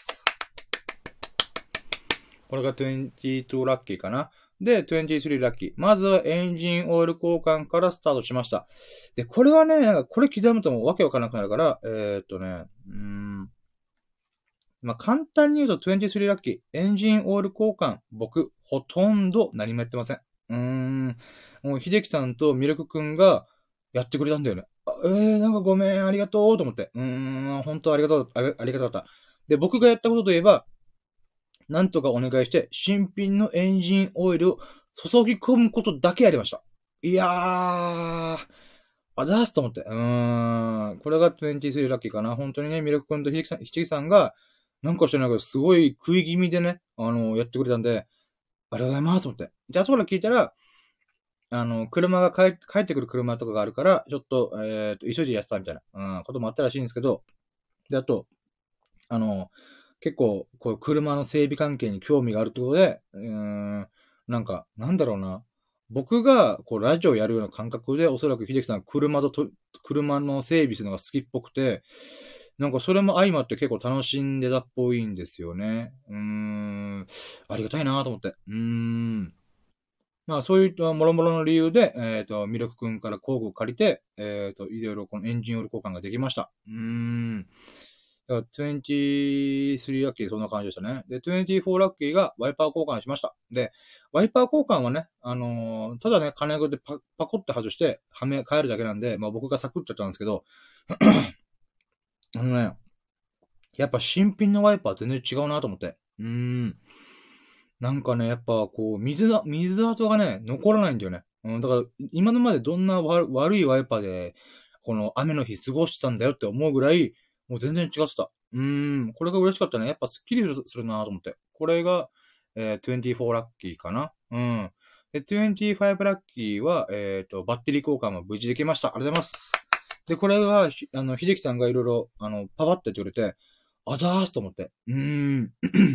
これがにじゅうにラッキーかな。で、にじゅうさんラッキー。まずはエンジンオイル交換からスタートしました。で、これはね、なんかこれ刻むともうわけわからなくなるから、えー、っとね、うーん。まあ、簡単に言うとにじゅうさんラッキー。エンジンオイル交換。僕、ほとんど何もやってません。うーん。もう、秀樹さんとミルクくんがやってくれたんだよね。あえー、なんかごめん、ありがとう、と思って。うーん、本当ありがとう、ありありがたかった。で、僕がやったことといえば、なんとかお願いして、新品のエンジンオイルを注ぎ込むことだけやりました。いやー、あざーすと思って。うーん。これがにじゅうさんラッキーかな。本当にね、ミルク君とひちきさんが、なんかしてないけど、すごい食い気味でね、あの、やってくれたんで、ありがとうございますと思って。じゃあ、そこら聞いたら、あの、車が帰帰ってくる車とかがあるから、ちょっと、えっ、と、急いでやってたみたいな、うん、こともあったらしいんですけど、で、あと、あの、結構、こう、車の整備関係に興味があるってことで、うーん、なんか、なんだろうな。僕が、こう、ラジオやるような感覚で、おそらく秀樹さんは車とと、車の整備するのが好きっぽくて、なんかそれも相まって結構楽しんでたっぽいんですよね。うーん、ありがたいなと思って。うーん。まあ、そういった諸々の理由で、えっ、と、ミルク君から工具を借りて、えっ、と、いろいろこのエンジンオイル交換ができました。うーん。だからにじゅうさんラッキーそんな感じでしたね。で、にじゅうよんラッキーがワイパー交換しました。で、ワイパー交換はね、あのーただね、金具でパパコって外して、はめ、変えるだけなんで、まあ僕がサクッとやったんですけど、あのね、やっぱ新品のワイパー全然違うなと思って。うーん。なんかね、やっぱこう、水だ、水跡がね、残らないんだよね。うん、だから、今のまでどんな悪悪いワイパーで、この雨の日過ごしてたんだよって思うぐらい、もう全然違ってた。うーん、これが嬉しかったね。やっぱスッキリするなと思って。これが、えー、にじゅうよんラッキーかな。うん。で、にじゅうごラッキーは、えっ、と、バッテリー交換も無事できました。ありがとうございます。で、これは、ひあの、秀樹さんがいろいろ、あの、パパって言ってくれて、あざーすと思って。うーん。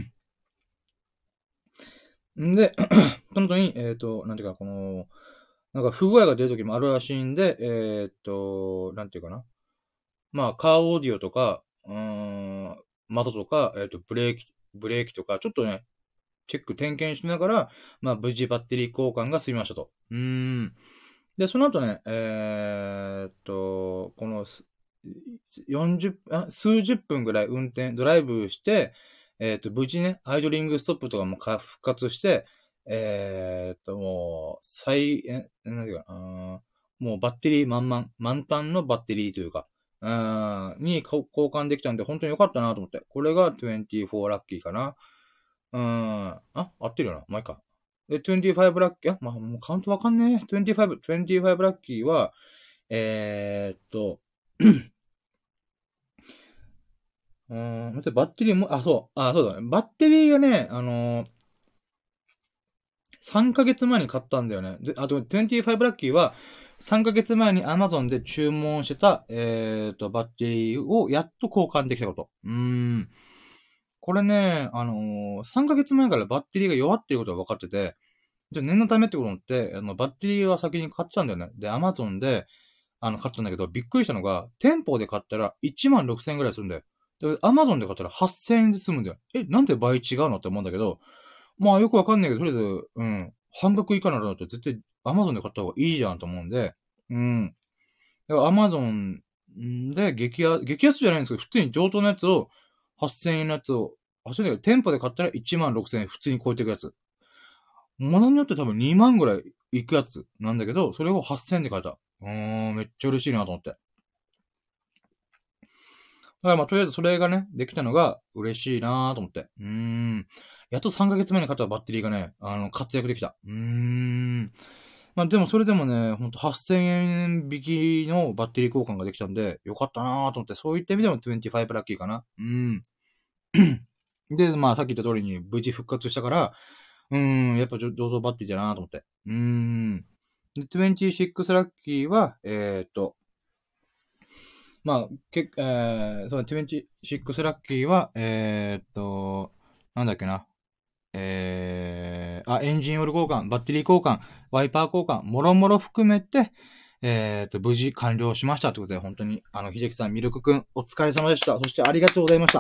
んで、本当に、えっ、と、なんていうか、この、なんか不具合が出るときもあるらしいんで、えっ、と、なんていうかな。まあ、カーオーディオとか、うーん、窓とか、えっ、と、ブレーキ、ブレーキとか、ちょっとね、チェック点検しながら、まあ、無事バッテリー交換が済みましたと。うーん。 で、その後ね、えーっと、このす、よんじゅう、あ、数十分ぐらい運転、ドライブして、えーっと、無事ね、アイドリングストップとかもか復活して、えーっと、もう、最、え、なんていうかな、うーんもうバッテリー満々、満タンのバッテリーというか、うーん、にこ交換できたんで、本当に良かったなと思って。これがにじゅうよんラッキーかな。うーん、あ、合ってるよな。まあ、いいか。で、にじゅうごラッキー、あ、まあ、もうカウントわかんねえ。にじゅうご、にじゅうごラッキーは、えーっと、うーん、待って、バッテリーも、あ、そう、あ、そうだね。バッテリーがね、あのー、さんかげつまえに買ったんだよね。で、あと、にじゅうごラッキーは、さんかげつまえに Amazon で注文してた、えーっと、バッテリーをやっと交換できたこと。うーん。これね、あのー、さんかげつまえからバッテリーが弱っていることが分かってて、じゃあ念のためってことになって、あの、バッテリーは先に買ってたんだよね。で、アマゾンで、あの、買ったんだけど、びっくりしたのが、店舗で買ったらいちまんろくせんえんぐらいするんだよ。で、アマゾンで買ったらはっせんえんで済むんだよ。え、なんで倍違うのって思うんだけど、まあよくわかんないけど、とりあえず、うん、半額以下ならだと絶対アマゾンで買った方がいいじゃんと思うんで、うん。だからアマゾンで激安、激安じゃないんですけど、普通に上等なやつを、はっせんえんのやつを、はっせんえんだけど、店舗で買ったらいちまんろくせんえん普通に超えていくやつ。ものによって多分にまんぐらいいくやつなんだけど、それをはっせんえんで買えた。うーん、めっちゃ嬉しいなと思って。だからまあ、とりあえずそれがね、できたのが嬉しいなと思って。うーん。やっとさんかげつまえに買ったバッテリーがね、あの、活躍できた。うーん。まあでもそれでもね、ほんとはっせんえん引きのバッテリー交換ができたんで、よかったなと思って、そういった意味でもにじゅうごラッキーかな。うん。で、まあさっき言った通りに無事復活したから、うーん、やっぱ上手バッテリーだなと思って。うーん。で、にじゅうろくラッキーは、えーっと、まあ、け、えー、そのにじゅうろくラッキーは、えーっと、なんだっけな。えー、あ、エンジンオイル交換、バッテリー交換、ワイパー交換、もろもろ含めて、えーっと、無事完了しましたということで、本当に、あの、秀樹さん、ミルクくん、お疲れ様でした。そしてありがとうございました。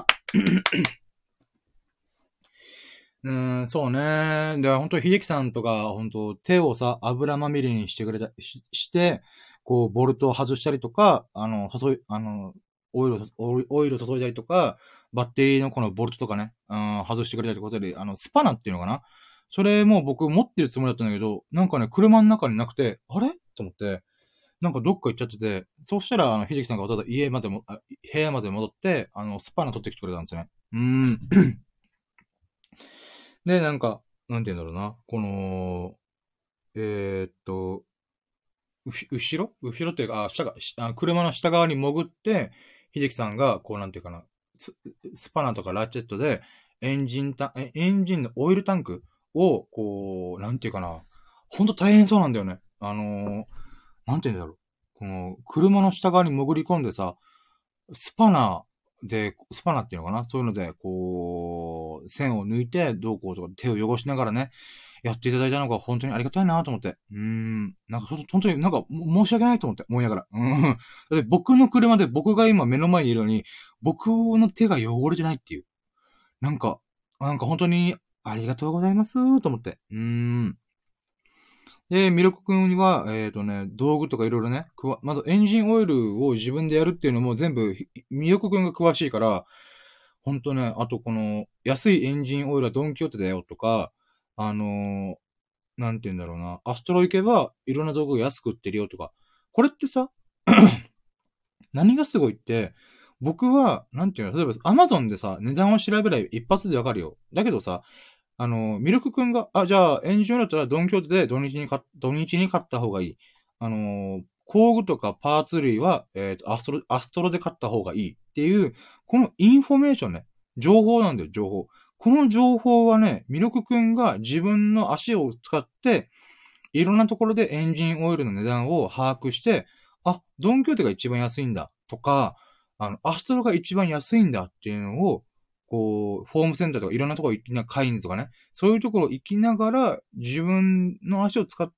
うーん、そうね。で、本当秀樹さんとか、本当手をさ、油まみれにしてくれた、し、して、こう、ボルトを外したりとか、あの、注い、あの、オイルを、オイルオイルを注いだりとか、バッテリーのこのボルトとかね、うん、外してくれたりとかで、あの、スパナっていうのかな。それも僕持ってるつもりだったんだけど、なんかね、車の中になくて、あれと思って、なんかどっか行っちゃってて、そうしたら、あの、秀樹さんがわざわざ家までも、あ部屋まで戻って、あの、スパナ取ってきてくれたんですよね。うーん。で、なんか、なんて言うんだろうな。この、えーっと、うし後ろ後ろっていうか、あ、下が、しあ車の下側に潜って、秀樹さんが、こうなんていうかな、ス、スパナとかラチェットで、エンジンタ、えエンジンのオイルタンクを、こう、なんていうかな、ほんと大変そうなんだよね。あのーなんて言うんだろう。この、車の下側に潜り込んでさ、スパナで、スパナっていうのかなそういうので、こう、線を抜いて、どうこうとか手を汚しながらね、やっていただいたのが本当にありがたいなと思って。うーん。なんか、本当になんか、申し訳ないと思って、思いながら。うん。だって僕の車で僕が今目の前にいるのに、僕の手が汚れてないっていう。なんか、なんか本当に、ありがとうございますと思って。うーん。で、ミルク君には、えっ、とね、道具とかいろいろね、くわまずエンジンオイルを自分でやるっていうのも全部、ひミルク君が詳しいから、ほんとね、あとこの、安いエンジンオイルはドンキホーテだよとか、あのーなんて言うんだろうな、アストロ行けば、いろんな道具が安く売ってるよとか。これってさ、何がすごいって、僕は、なんていうの、例えば、アマゾンでさ、値段を調べれば一発でわかるよ。だけどさ、あの、ミルクくんが、あ、じゃあ、エンジンオイルだったらドンキョーテで土日に買っ、土日に買った方がいい。あの、工具とかパーツ類は、えっ、と、アストロ、アストロで買った方がいいっていう、このインフォメーションね。情報なんだよ、情報。この情報はね、ミルクくんが自分の足を使って、いろんなところでエンジンオイルの値段を把握して、あ、ドンキョーテが一番安いんだとか、あの、アストロが一番安いんだっていうのを、こう、フォームセンターとかいろんなところ行きな、カインズとかね、そういうところ行きながら、自分の足を使って、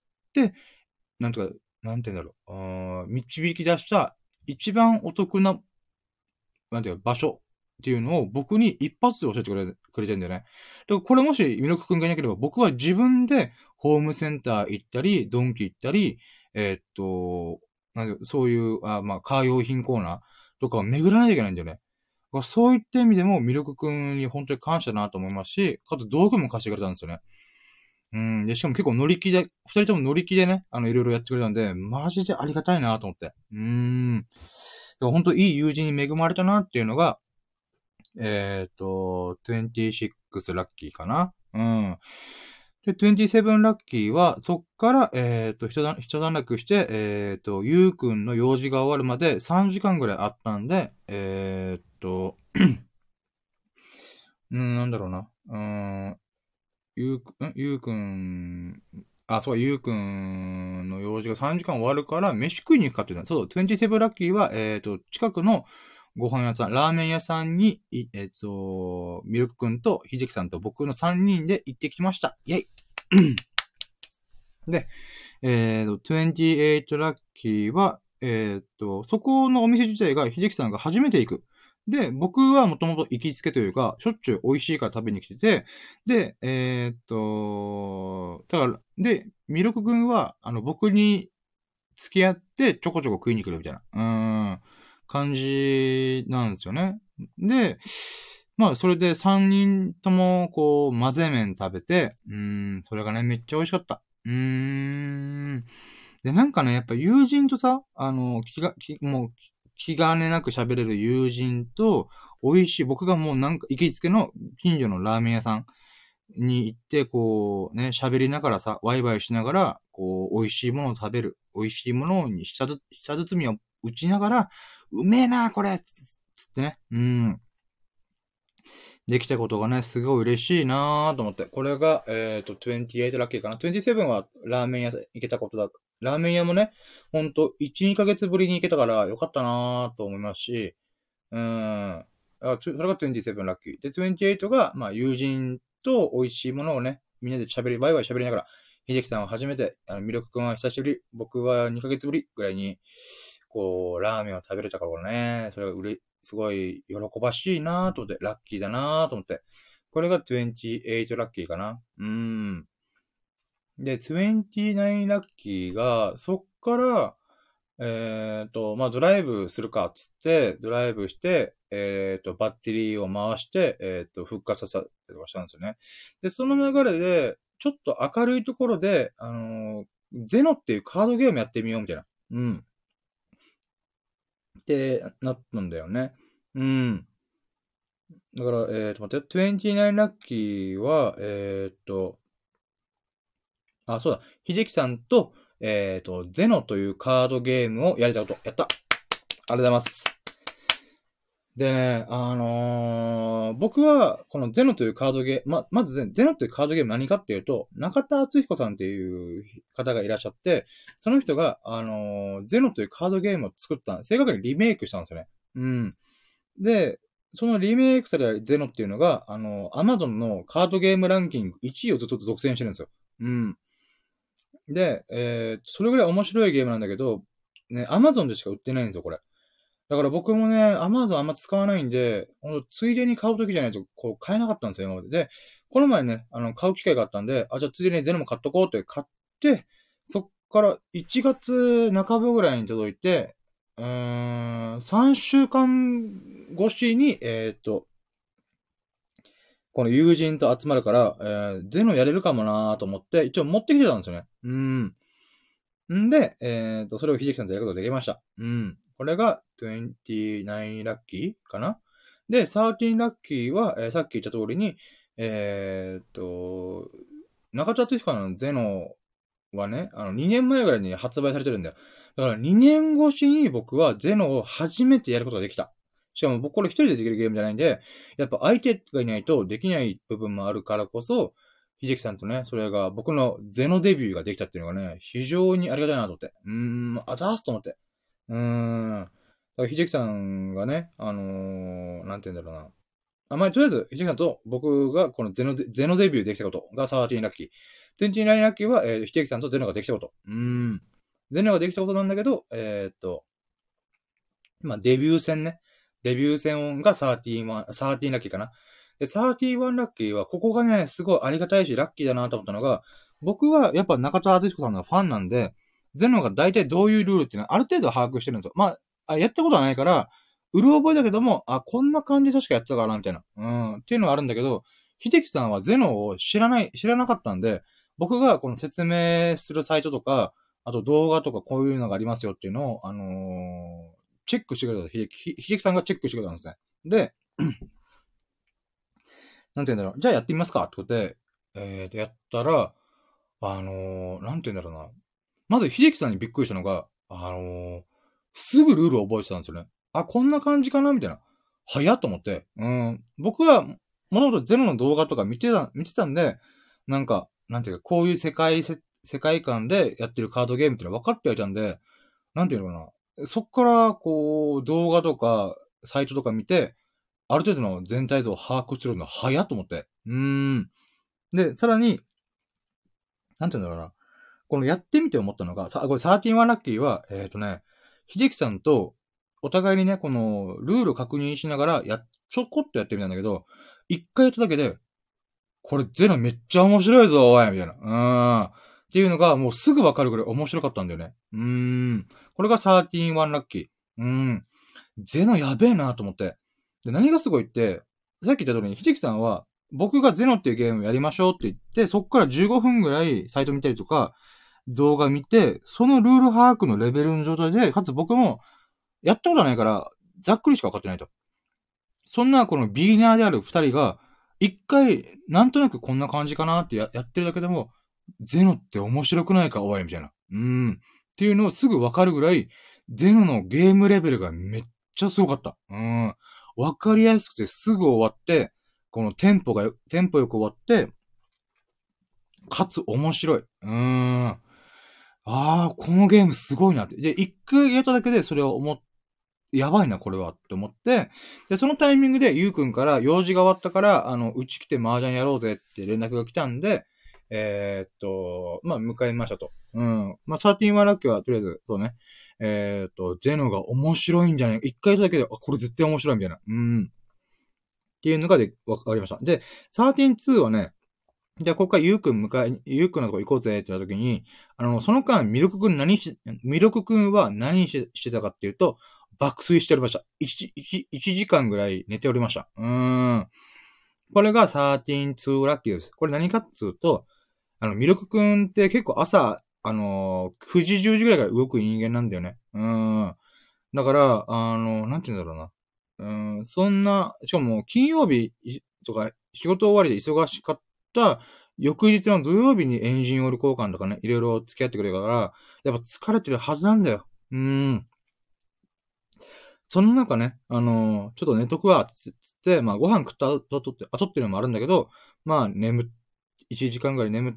なんとか、なんて言うんだろう、あー導き出した一番お得な、なんていうか、場所っていうのを僕に一発で教えてくれ、くれてんだよね。だからこれもし、ミルクくんがいなければ、僕は自分でホームセンター行ったり、ドンキ行ったり、 えーっと、なんでそういう、あまあ、カー用品コーナーとかを巡らないといけないんだよね。そういった意味でも、ミルクくんに本当に感謝だなと思いますし、かつ道具も貸してくれたんですよね。うん。で、しかも結構乗り気で、二人とも乗り気でね、あの、いろいろやってくれたんで、マジでありがたいなと思って。うーん。本当いい友人に恵まれたなっていうのが、えっ、ー、と、にじゅうろくラッキーかな。うん。で、にじゅうななラッキーは、そっから、えっ、ー、と、一段、一段落して、えっ、ー、と、ゆうくんの用事が終わるまでさんじかんぐらいあったんで、えっ、と、うん、なんだろうな。うん、ゆうくん、ゆうくん、あ、そう、ゆうくんの用事がさんじかん終わるから、飯食いに行くかっていうのは、そう、にじゅうななラッキーは、えっ、と、近くのご飯屋さん、ラーメン屋さんに、えっ、と、ミルクくんとひじきさんと僕のさんにんで行ってきました。イェイで、えっ、と、にじゅうはちラッキーは、えっ、と、そこのお店自体がひじきさんが初めて行く。で、僕はもともと行きつけというか、しょっちゅう美味しいから食べに来てて、で、えっ、と、だから、で、ミルクくんは、あの、僕に付き合ってちょこちょこ食いに来るみたいな、うーん、感じなんですよね。で、まあ、それでさんにんとも、こう、混ぜ麺食べて、うーん、それがね、めっちゃ美味しかった。うーん。で、なんかね、やっぱ友人とさ、あの、気が、気、もう、気兼ねなく喋れる友人と、美味しい、僕がもうなんか、行きつけの近所のラーメン屋さんに行って、こう、ね、喋りながらさ、ワイワイしながら、こう、美味しいものを食べる。美味しいものに下ず、下包みを打ちながら、うめえな、これつってね。うん。できたことがね、すごい嬉しいなーと思って。これが、えっ、ー、と、にじゅうはちラッキーかな。にじゅうななはラーメン屋行けたことだ。ラーメン屋もね、ほんと、いち、にかげつぶりに行けたからよかったなーと思いますし、うーん。あそれがにじゅうななラッキー。で、にじゅうはちが、まあ、友人と美味しいものをね、みんなで喋り、ワイワイ喋りながら、ひじきさんは初めて、あの、ミルクくんは久しぶり、僕はにかげつぶりぐらいに、こう、ラーメンを食べれたからね、それがうれ、すごい喜ばしいなーと思って、ラッキーだなーと思って。これがにじゅうはちラッキーかな。うーん。で、にじゅうきゅうラッキーが、そっから、えっ、と、まあ、ドライブするかっつって、ドライブして、えっ、と、バッテリーを回して、えっ、と、復活させたりとかしたんですよね。で、その流れで、ちょっと明るいところで、あのーゼノっていうカードゲームやってみようみたいな。うん。ってなったんだよね。うん。だから、えっ、と、待って、にじゅうきゅうラッキーは、えっ、と、あ、そうだ、ひじきさんと、えっ、と、ゼノというカードゲームをやりたこと。やった。ありがとうございます。でね、あのー、僕は、このゼノというカードゲーム、ま、まずゼノというカードゲーム何かっていうと、中田敦彦さんっていう方がいらっしゃって、その人が、あのー、ゼノというカードゲームを作った正確にリメイクしたんですよね。うん。で、そのリメイクされたゼノっていうのが、あの、アマゾンのカードゲームランキングいちいをずっと独占してるんですよ。うん。で、えー、それぐらい面白いゲームなんだけど、ね、アマゾンでしか売ってないんですよ、これ。だから僕もね、アマゾンあんま使わないんで、ほんと、ついでに買うときじゃないと、こう、買えなかったんですよ、今まで。で、この前ね、あの、買う機会があったんで、あ、じゃあついでにゼノも買っとこうって買って、そっからいちがつなかばぐらいに届いて、うーん、さんしゅうかん越しに、えっと、この友人と集まるから、えー、ゼノやれるかもなーと思って、一応持ってきてたんですよね。うん。んで、えっと、それをひじきさんとやることができました。うん。これがにじゅうきゅうラッキーかな。で、じゅうさんラッキーは、えーさっき言った通りに、えーっと、中田敦彦のゼノはね、あの、にねんまえぐらいに発売されてるんだよ。だからにねん越しに僕はゼノを初めてやることができた。しかも僕これ一人でできるゲームじゃないんで、やっぱ相手がいないとできない部分もあるからこそ、ひじきさんとね、それが僕のゼノデビューができたっていうのがね、非常にありがたいなと思って。うーん、あざーすと思って。うーん。だからひじきさんがね、あのー、なんて言うんだろうな。あ、まあ、とりあえず、ひじきさんと僕がこのゼノデ、ゼノデビューできたことがじゅうさんラッキー。にじゅうきゅうラッキーは、えー、ひじきさんとゼノができたこと。うーん。ゼノができたことなんだけど、えー、っと、まあ、デビュー戦ね。デビュー戦がじゅうさん、じゅうさんラッキーかな。で、じゅういちラッキーは、ここがね、すごいありがたいし、ラッキーだなと思ったのが、僕はやっぱ中田敦彦さんのファンなんで、 ゼノが大体どういうルールっていうのはある程度把握してるんですよ。まあ、あやったことはないから、うる覚えだけども、あ、こんな感じで確かやってたかな、みたいな。うん。っていうのはあるんだけど、秀樹さんはゼノを知らない、知らなかったんで、僕がこの説明するサイトとか、あと動画とかこういうのがありますよっていうのを、あのーチェックしてくれた。秀樹、秀樹さんがチェックしてくれたんですね。で、なんて言うんだろう。じゃあやってみますかってことで、えーと、やったら、あのー、なんて言うんだろうな。まず、秀樹さんにびっくりしたのが、あのー、すぐルールを覚えてたんですよね。あ、こんな感じかなみたいな。早っと思って。うん。僕は、もともとゼロの動画とか見てた、見てたんで、なんか、なんていうか、こういう世界せ、世界観でやってるカードゲームっていうのは分かってはいたんで、なんていうのかな。そっから、こう、動画とか、サイトとか見て、ある程度の全体像を把握するの早っと思って。うーん。で、さらに、なんていうんだろうな。このやってみて思ったのが、さ、これサーティワンラッキーは、えっとね、秀樹さんと、お互いにね、この、ルールを確認しながら、や、ちょこっとやってみたんだけど、一回やっただけで、これゼロめっちゃ面白いぞ、おいみたいな。うーん。っていうのが、もうすぐわかるくらい面白かったんだよね。うーん。これがサーティワンラッキー。うーん。ゼノやべえなと思って。で、何がすごいって、さっき言った通りに、秀樹さんは、僕がゼノっていうゲームやりましょうって言って、そっからじゅうごふんぐらいサイト見たりとか、動画見て、そのルール把握のレベルの状態で、かつ僕も、やったことないから、ざっくりしか分かってないと。そんな、このビギナーである二人が、一回、なんとなくこんな感じかなってややってるだけでも、ゼノって面白くないか、おい、みたいな。うーん。っていうのをすぐ分かるぐらい、ゼノのゲームレベルがめっちゃすごかった。うん。分かりやすくてすぐ終わって、このテンポが、テンポよく終わって、かつ面白い。うーん。ああ、このゲームすごいなって。で、一回やっただけでそれを思っやばいな、これはって思って、で、そのタイミングで、ゆうくんから用事が終わったから、あの、うち来て麻雀やろうぜって連絡が来たんで、えーっと、まあ、迎えましたと。うん。まあ、サーティワンラッキーは、とりあえず、そうね。えーっと、ゼノが面白いんじゃない一回だけで、あ、これ絶対面白いみたいな。うん。っていうのがで、わかりました。で、サーティツーはね、じゃあ、ここからゆうくん迎え、ゆうくんのとこ行こうぜって言った時に、あの、その間、ミルクくん何し、ミルクくんは何ししてたかっていうと、爆睡しておりました。一、一、一時間ぐらい寝ておりました。うーん。これがサーティーンツーラッキーです。これ何かっつうと、あの、ミルクくんって結構朝、あのー、くじじゅうじぐらいから動く人間なんだよね。うーん。だから、あの、なんて言うんだろうな。うーん、そんな、しかも金曜日とか仕事終わりで忙しかった翌日の土曜日にエンジンオイル交換とかね、いろいろ付き合ってくれるから、やっぱ疲れてるはずなんだよ。うーん。その中ね、あのーちょっと寝とくわ、つって、まあご飯食った後って、後っていうのもあるんだけど、まあ眠、いちじかんぐらい眠って、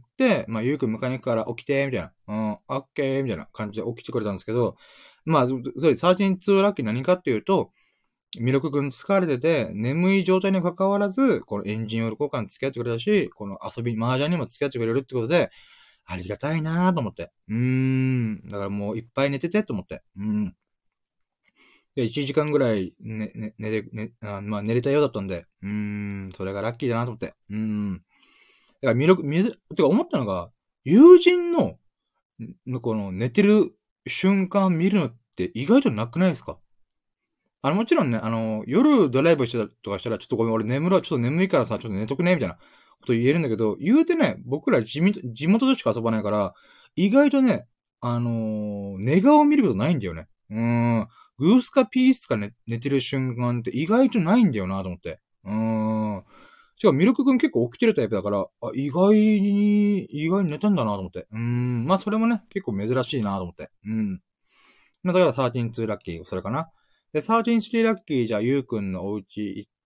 まあゆうくん迎えに行くから起きて、みたいな。うん、オッケー、みたいな感じで起きてくれたんですけど、まあ、そそれ、サーティンツーラッキー何かっていうと、ミルクくん疲れてて、眠い状態に関わらず、このエンジンオイル交換付き合ってくれたし、この遊び、麻雀にも付き合ってくれるってことで、ありがたいなぁと思って。うーん。だからもういっぱい寝ててと思って。うん。で、いちじかんぐらい寝、寝、寝て、寝、あまあ寝れたようだったんで、うーん、それがラッキーだなと思って。うーん。だから魅力、みず、てか思ったのが、友人の、んこの寝てる瞬間見るのって意外となくないですか？あの、もちろんね、あの、夜ドライブしてたとかしたら、ちょっとごめん、俺眠るわ、ちょっと眠いからさ、ちょっと寝とくね、みたいなこと言えるんだけど、言うてね、僕ら地元、地元でしか遊ばないから、意外とね、あのー寝顔を見ることないんだよね。うーん。グースかピースか寝、寝てる瞬間って意外とないんだよなと思って。うーん。しかもミルクくん結構起きてるタイプだから、あ、意外に、意外に寝たんだなと思って。うーん。まあ、それもね、結構珍しいなと思って。うん。まあ、だからサーティーンツーラッキー、それかな。で、サーティーンスリーラッキー、じゃあ、ゆうくんのお家行って、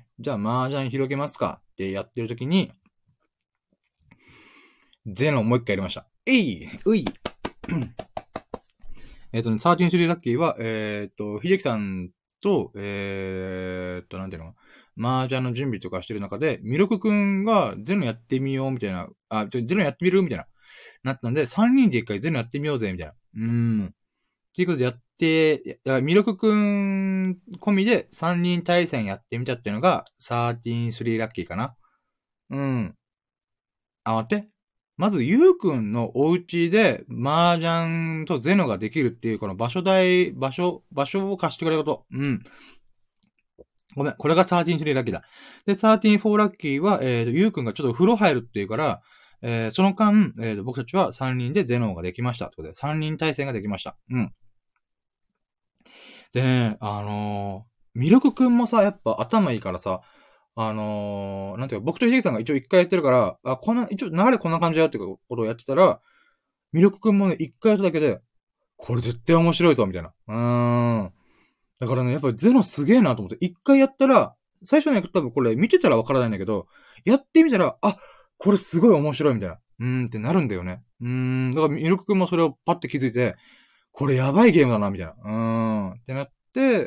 じゃあ、麻雀広げますかってやってる時に、ゼロもう一回やりました。えいういえっとね、サーティーンスリーラッキーは、えーっと、秀樹さんと、えーっと、なんていうの麻雀の準備とかしてる中で、ミルクくんがゼロやってみようみたいな、あ、ちょ、ゼロやってみるみたいな、なったんで、さんにんで一回ゼロやってみようぜみたいな。うーん。っていうことでやって、いや、ミルクくん込みでさんにん対戦やってみたっていうのが、サーティーンスリーラッキーかな。うん。あ、待って。 まず、ゆうくんのお家で、麻雀とゼノができるっていう、この場所代、場所、場所を貸してくれること。うん。ごめん、これがじゅうさんラッキーだ。で、じゅうさんラッキーは、えーと、ゆうくんがちょっと風呂入るっていうから、えー、その間、えーと、僕たちはさんにんでゼノができました。ということで、さんにん対戦ができました。うん。でね、あのー、ミルクくんもさ、やっぱ頭いいからさ、あのー、なんていうか、僕とひできさんが一応一回やってるから、あ、こんな、一応流れこんな感じだよってことをやってたら、ミルクくんもね、一回やっただけで、これ絶対面白いぞ、みたいな。うーん。だからね、やっぱりゼノすげえなと思って、一回やったら、最初ね、多分これ見てたらわからないんだけど、やってみたら、あ、これすごい面白いみたいな。うーんってなるんだよね。うーん。だからミルクくんもそれをパッて気づいて、これやばいゲームだな、みたいな。うーん。ってなって、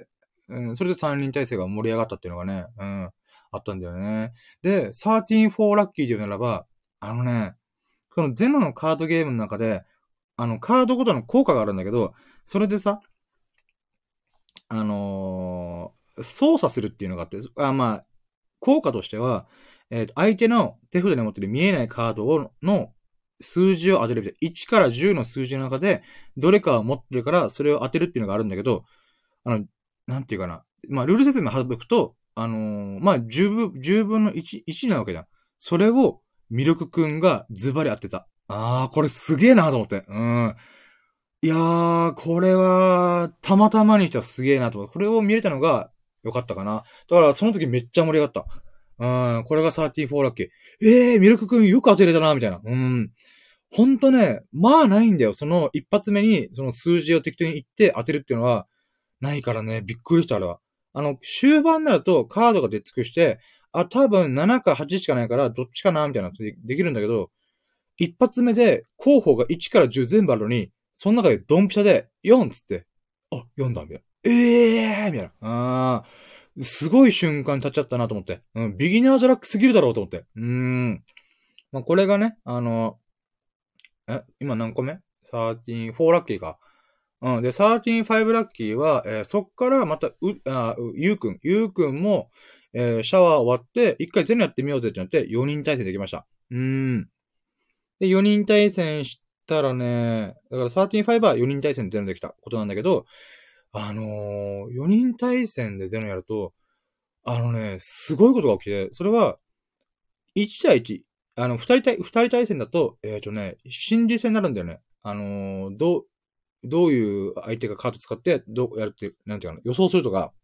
うん、それでさんにん体制が盛り上がったっていうのがね、うん、あったんだよね。で、じゅうさんラッキーで言うならば、あのね、このゼノのカードゲームの中で、あの、カードごとの効果があるんだけど、それでさ、あのー、操作するっていうのがあって、あまあ、効果としては、えっ、と、相手の手札に持ってる見えないカードを、の数字を当てるみたいな。いちからじゅうの数字の中で、どれかを持ってるから、それを当てるっていうのがあるんだけど、あの、なんていうかな。まあ、ルール説明省くと、あのー、まあ、十分、十分の一、一なわけじゃん。それを、ミルクくんがズバリ当てた。あー、これすげえなと思って。うん。いやー、これは、たまたまにしてはすげえなと思って。これを見れたのが、良かったかな。だから、その時めっちゃ盛り上がった。うん、これがさんじゅうよんラッキー。えー、ミルクくんよく当てれたな、みたいな。うん。ほんとね、まあないんだよ。その一発目に、その数字を適当に言って当てるっていうのは、ないからね、びっくりした、あれは。あの、終盤になるとカードが出尽くして、あ、多分ななかはちしかないから、どっちかなみたいなで、できるんだけど、一発目で候補がいちからじゅう全部あるのに、その中でドンピシャでよんつって、あ、よんだ、みたいな。ええーみたいな。あー、すごい瞬間に立っちゃったなと思って。うん、ビギナーズラックすぎるだろうと思って。うーん。まあ、これがね、あの、え、今何個目 ?じゅうさん、よんラッキーか。うん。で、じゅうさん、ごラッキーは、えーそっからまた、う、あ、うゆうくん。ゆうくんも、えーシャワー終わって、一回ゼロやってみようぜってなって、よにん対戦できました。うーん。で、よにん対戦したらね、だからじゅうさん、ごはよにん対戦でゼロできたことなんだけど、あのー、よにん対戦でゼロやると、あのね、すごいことが起きて、それは、いち対いち。あの、ふたり対、二人対戦だと、えっ、とね、心理戦になるんだよね。あのー、どう、どういう相手がカード使って、どうやるって、なんていうかな、予想するとか、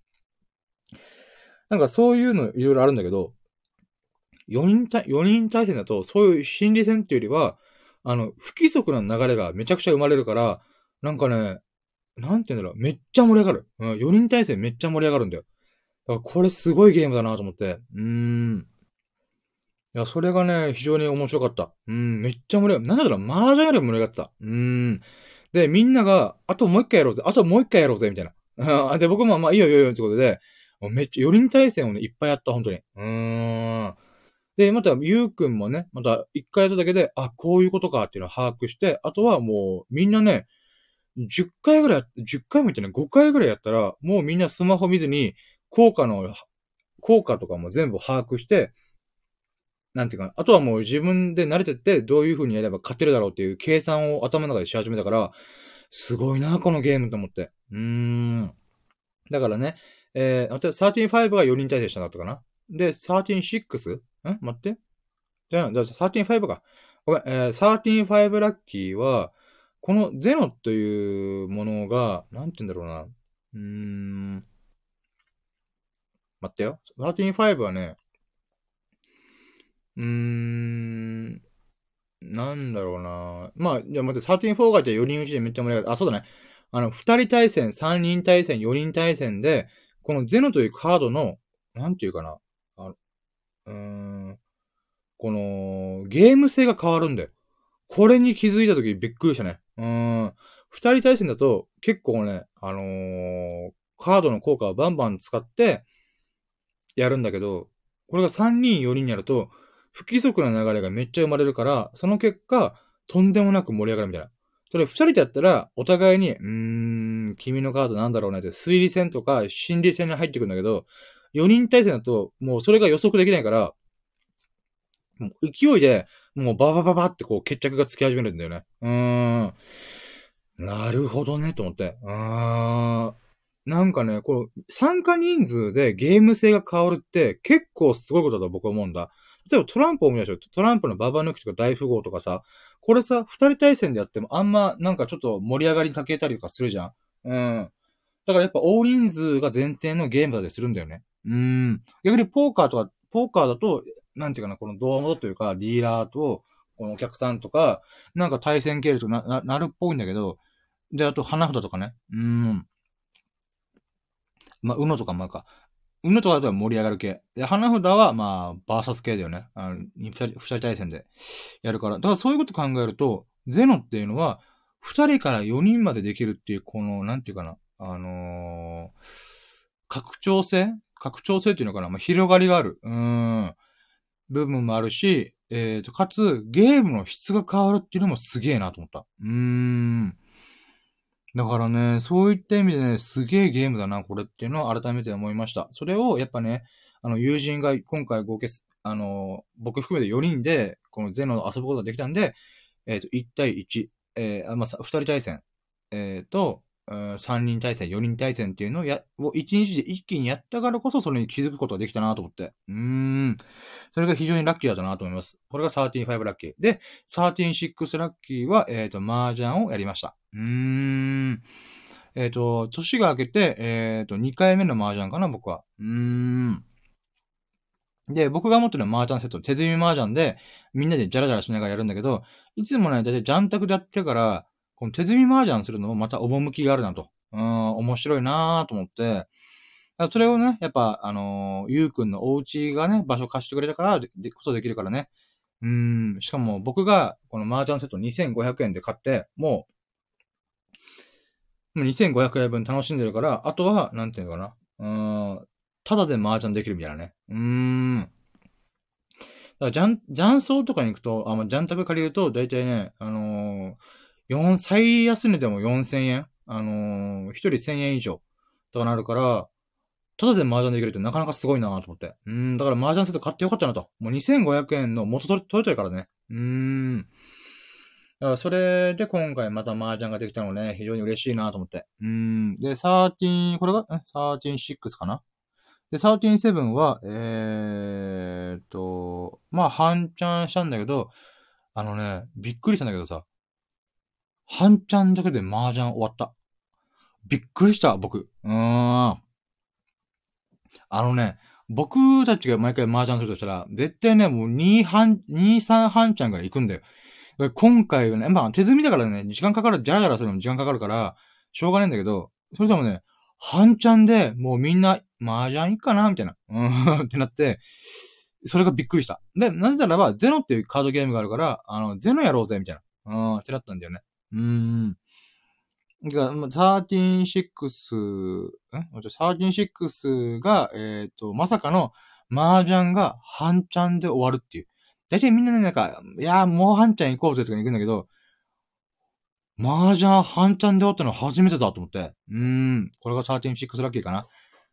なんかそういうのいろいろあるんだけど、よにん対、よにん対戦だと、そういう心理戦っていうよりは、あの、不規則な流れがめちゃくちゃ生まれるから、なんかね、なんていうんだろう、めっちゃ盛り上がる。うん、よにん対戦めっちゃ盛り上がるんだよ。だからこれすごいゲームだなと思って。うーん。いや、それがね、非常に面白かった。うん、めっちゃ盛り上がる。なんだろう、麻雀よりも盛り上がってた。うーん。で、みんなが、あともう一回やろうぜ、あともう一回やろうぜ、みたいな。で、僕もまあいいよいいよいいよってことで、もうめっちゃ、よにん対戦をね、いっぱいやった、本当に。うーん。で、また、ゆうくんもね、また、一回やっただけで、あ、こういうことかっていうのを把握して、あとはもう、みんなね、じゅっかいぐらい、じゅっかいも言ってね、ごかいぐらいやったら、もうみんなスマホ見ずに、効果の、効果とかも全部把握して、なんていうかな。あとはもう自分で慣れてって、どういう風にやれば勝てるだろうっていう計算を頭の中でし始めたから、すごいな、このゲームと思って。うーん。だからね、えー、あと、じゅうさん、ごがよにん対戦したんだったかな。で、じゅうさん、ろく? ん待って。じゃあ、じゃあ、じゅうさん、ごか。ごめん、えー、じゅうさん、ごラッキーは、このゼノというものが、なんて言うんだろうな。うーん。待ってよ。じゅうさん、ごはね、うーん。なんだろうな。まあ、じゃあ待って、じゅうさん、ごがいてよにん打ちでめっちゃ盛り上がる。あ、そうだね。あの、ふたり対戦、さんにん対戦、よにん対戦で、このゼノというカードの、なんていうかな。あうーん、この、ゲーム性が変わるんだよ。これに気づいたときびっくりしたね。うーん。二人対戦だと、結構ね、あのー、カードの効果をバンバン使って、やるんだけど、これがさんにんよにんになると、不規則な流れがめっちゃ生まれるから、その結果、とんでもなく盛り上がるみたいな。それ二人でやったら、お互いに、うーん、君のカードなんだろうねって、推理戦とか心理戦に入ってくるんだけど、よにん対戦だと、もうそれが予測できないから、もう勢いで、 もうババババってこう決着がつき始めるんだよね。うーん。なるほどね、と思って。あー。なんかね、こう、参加人数でゲーム性が変わるって結構すごいことだと僕は思うんだ。例えばトランプを思い出しょ。トランプのババ抜きとか大富豪とかさ、これさ、二人対戦でやってもあんまなんかちょっと盛り上がりに欠けたりとかするじゃん。うん。だからやっぱ大人数が前提のゲームだったりするんだよね。うん。逆にポーカーとか、ポーカーだと、なんていうかな、この動画というか、ディーラーと、このお客さんとか、なんか対戦系列とな、な、なるっぽいんだけど、で、あと花札とかね。うん。まあ、うのとかもあるか。うのとかだと盛り上がる系。で、花札は、まあ、バーサス系だよね。あの、二人、二人対戦でやるから。だからそういうこと考えると、ゼノっていうのは、二人から四人までできるっていう、この、なんていうかな。あのー、拡張性拡張性っていうのかな。まあ、広がりがある。うーん。部分もあるし、えっと、かつ、ゲームの質が変わるっていうのもすげえなと思った。うーん。だからね、そういった意味でね、すげえゲームだな、これっていうのを改めて思いました。それを、やっぱね、あの、友人が今回合計す、あの、僕含めてよにんで、このゼノを遊ぶことができたんで、えっと、いち対いち、えー、あまあ、さふたり対戦、えっと、うん、さんにん対戦、よにん対戦っていうのをや、をいちにちで一気にやったからこそ、それに気づくことができたなと思って。うーん。それが非常にラッキーだったなと思います。これがじゅうごラッキー。で、じゅうろくラッキーは、えっと、麻雀をやりました。うーん。えっと、年が明けて、えっと、にかいめの麻雀かな、僕は。うーん。で、僕が持ってる麻雀セット、手積み麻雀で、みんなでジャラジャラしながらやるんだけど、いつもね、だいたいジャンタクでやってるから、この手積み麻雀するのもまた趣があるなと。うん、面白いなーと思って、それをね、やっぱ、あのー、ゆうくんのお家がね、場所貸してくれたから、で、でこそできるからね。うん、しかも僕が、この麻雀セットにせんごひゃくえんで買って、もう、もうにせんごひゃくえんぶん楽しんでるから、あとは、なんていうのかな。うーん、ただで麻雀できるみたいなね。うーん。だから、ジャン、雀荘とかに行くと、あ、まあ、ジャンタク借りると、だいたいね、あのー、よん、最安値でもよんせんえんあのー、ひとりせんえん以上とかなるから、ただで麻雀できるってなかなかすごいなと思って。うーん、だから麻雀セット買ってよかったなと。もうにせんごひゃくえんの元取れ、取れてるからね。うーん。だからそれで今回また麻雀ができたのね、非常に嬉しいなと思って。うーん。で、じゅうさん、これが、え ?じゅうさん、ろくかなで、じゅうさん、ななは、えーっと、まあ、半チャンしたんだけど、あのね、びっくりしたんだけどさ、半チャンだけで麻雀終わった。びっくりした、僕。うーん。あのね、僕たちが毎回麻雀するとしたら、絶対ね、もうに半、に、さん半ちゃんぐらい行くんだよ。今回はね、まあ手積みだからね、時間かかる、じゃらじゃらするのも時間かかるから、しょうがないんだけど、それでもね、半ちゃんで、もうみんな、麻雀いいかなみたいな。うん、ってなって、それがびっくりした。で、なぜならば、ゼノっていうカードゲームがあるから、あの、ゼノやろうぜ、みたいな。うん、ってなったんだよね。うーん。が、まあ、じゅうさん、んえじゃ、じゅうさん、ろくが、えっ、と、まさかの、麻雀が半チャンで終わるっていう。だいたいみんなね、なんか、いやーもう半チャン行こうぜとかに行くんだけど、麻雀半チャンで終わったの初めてだと思って。うーん。これがじゅうさん、ろくラッキーかな。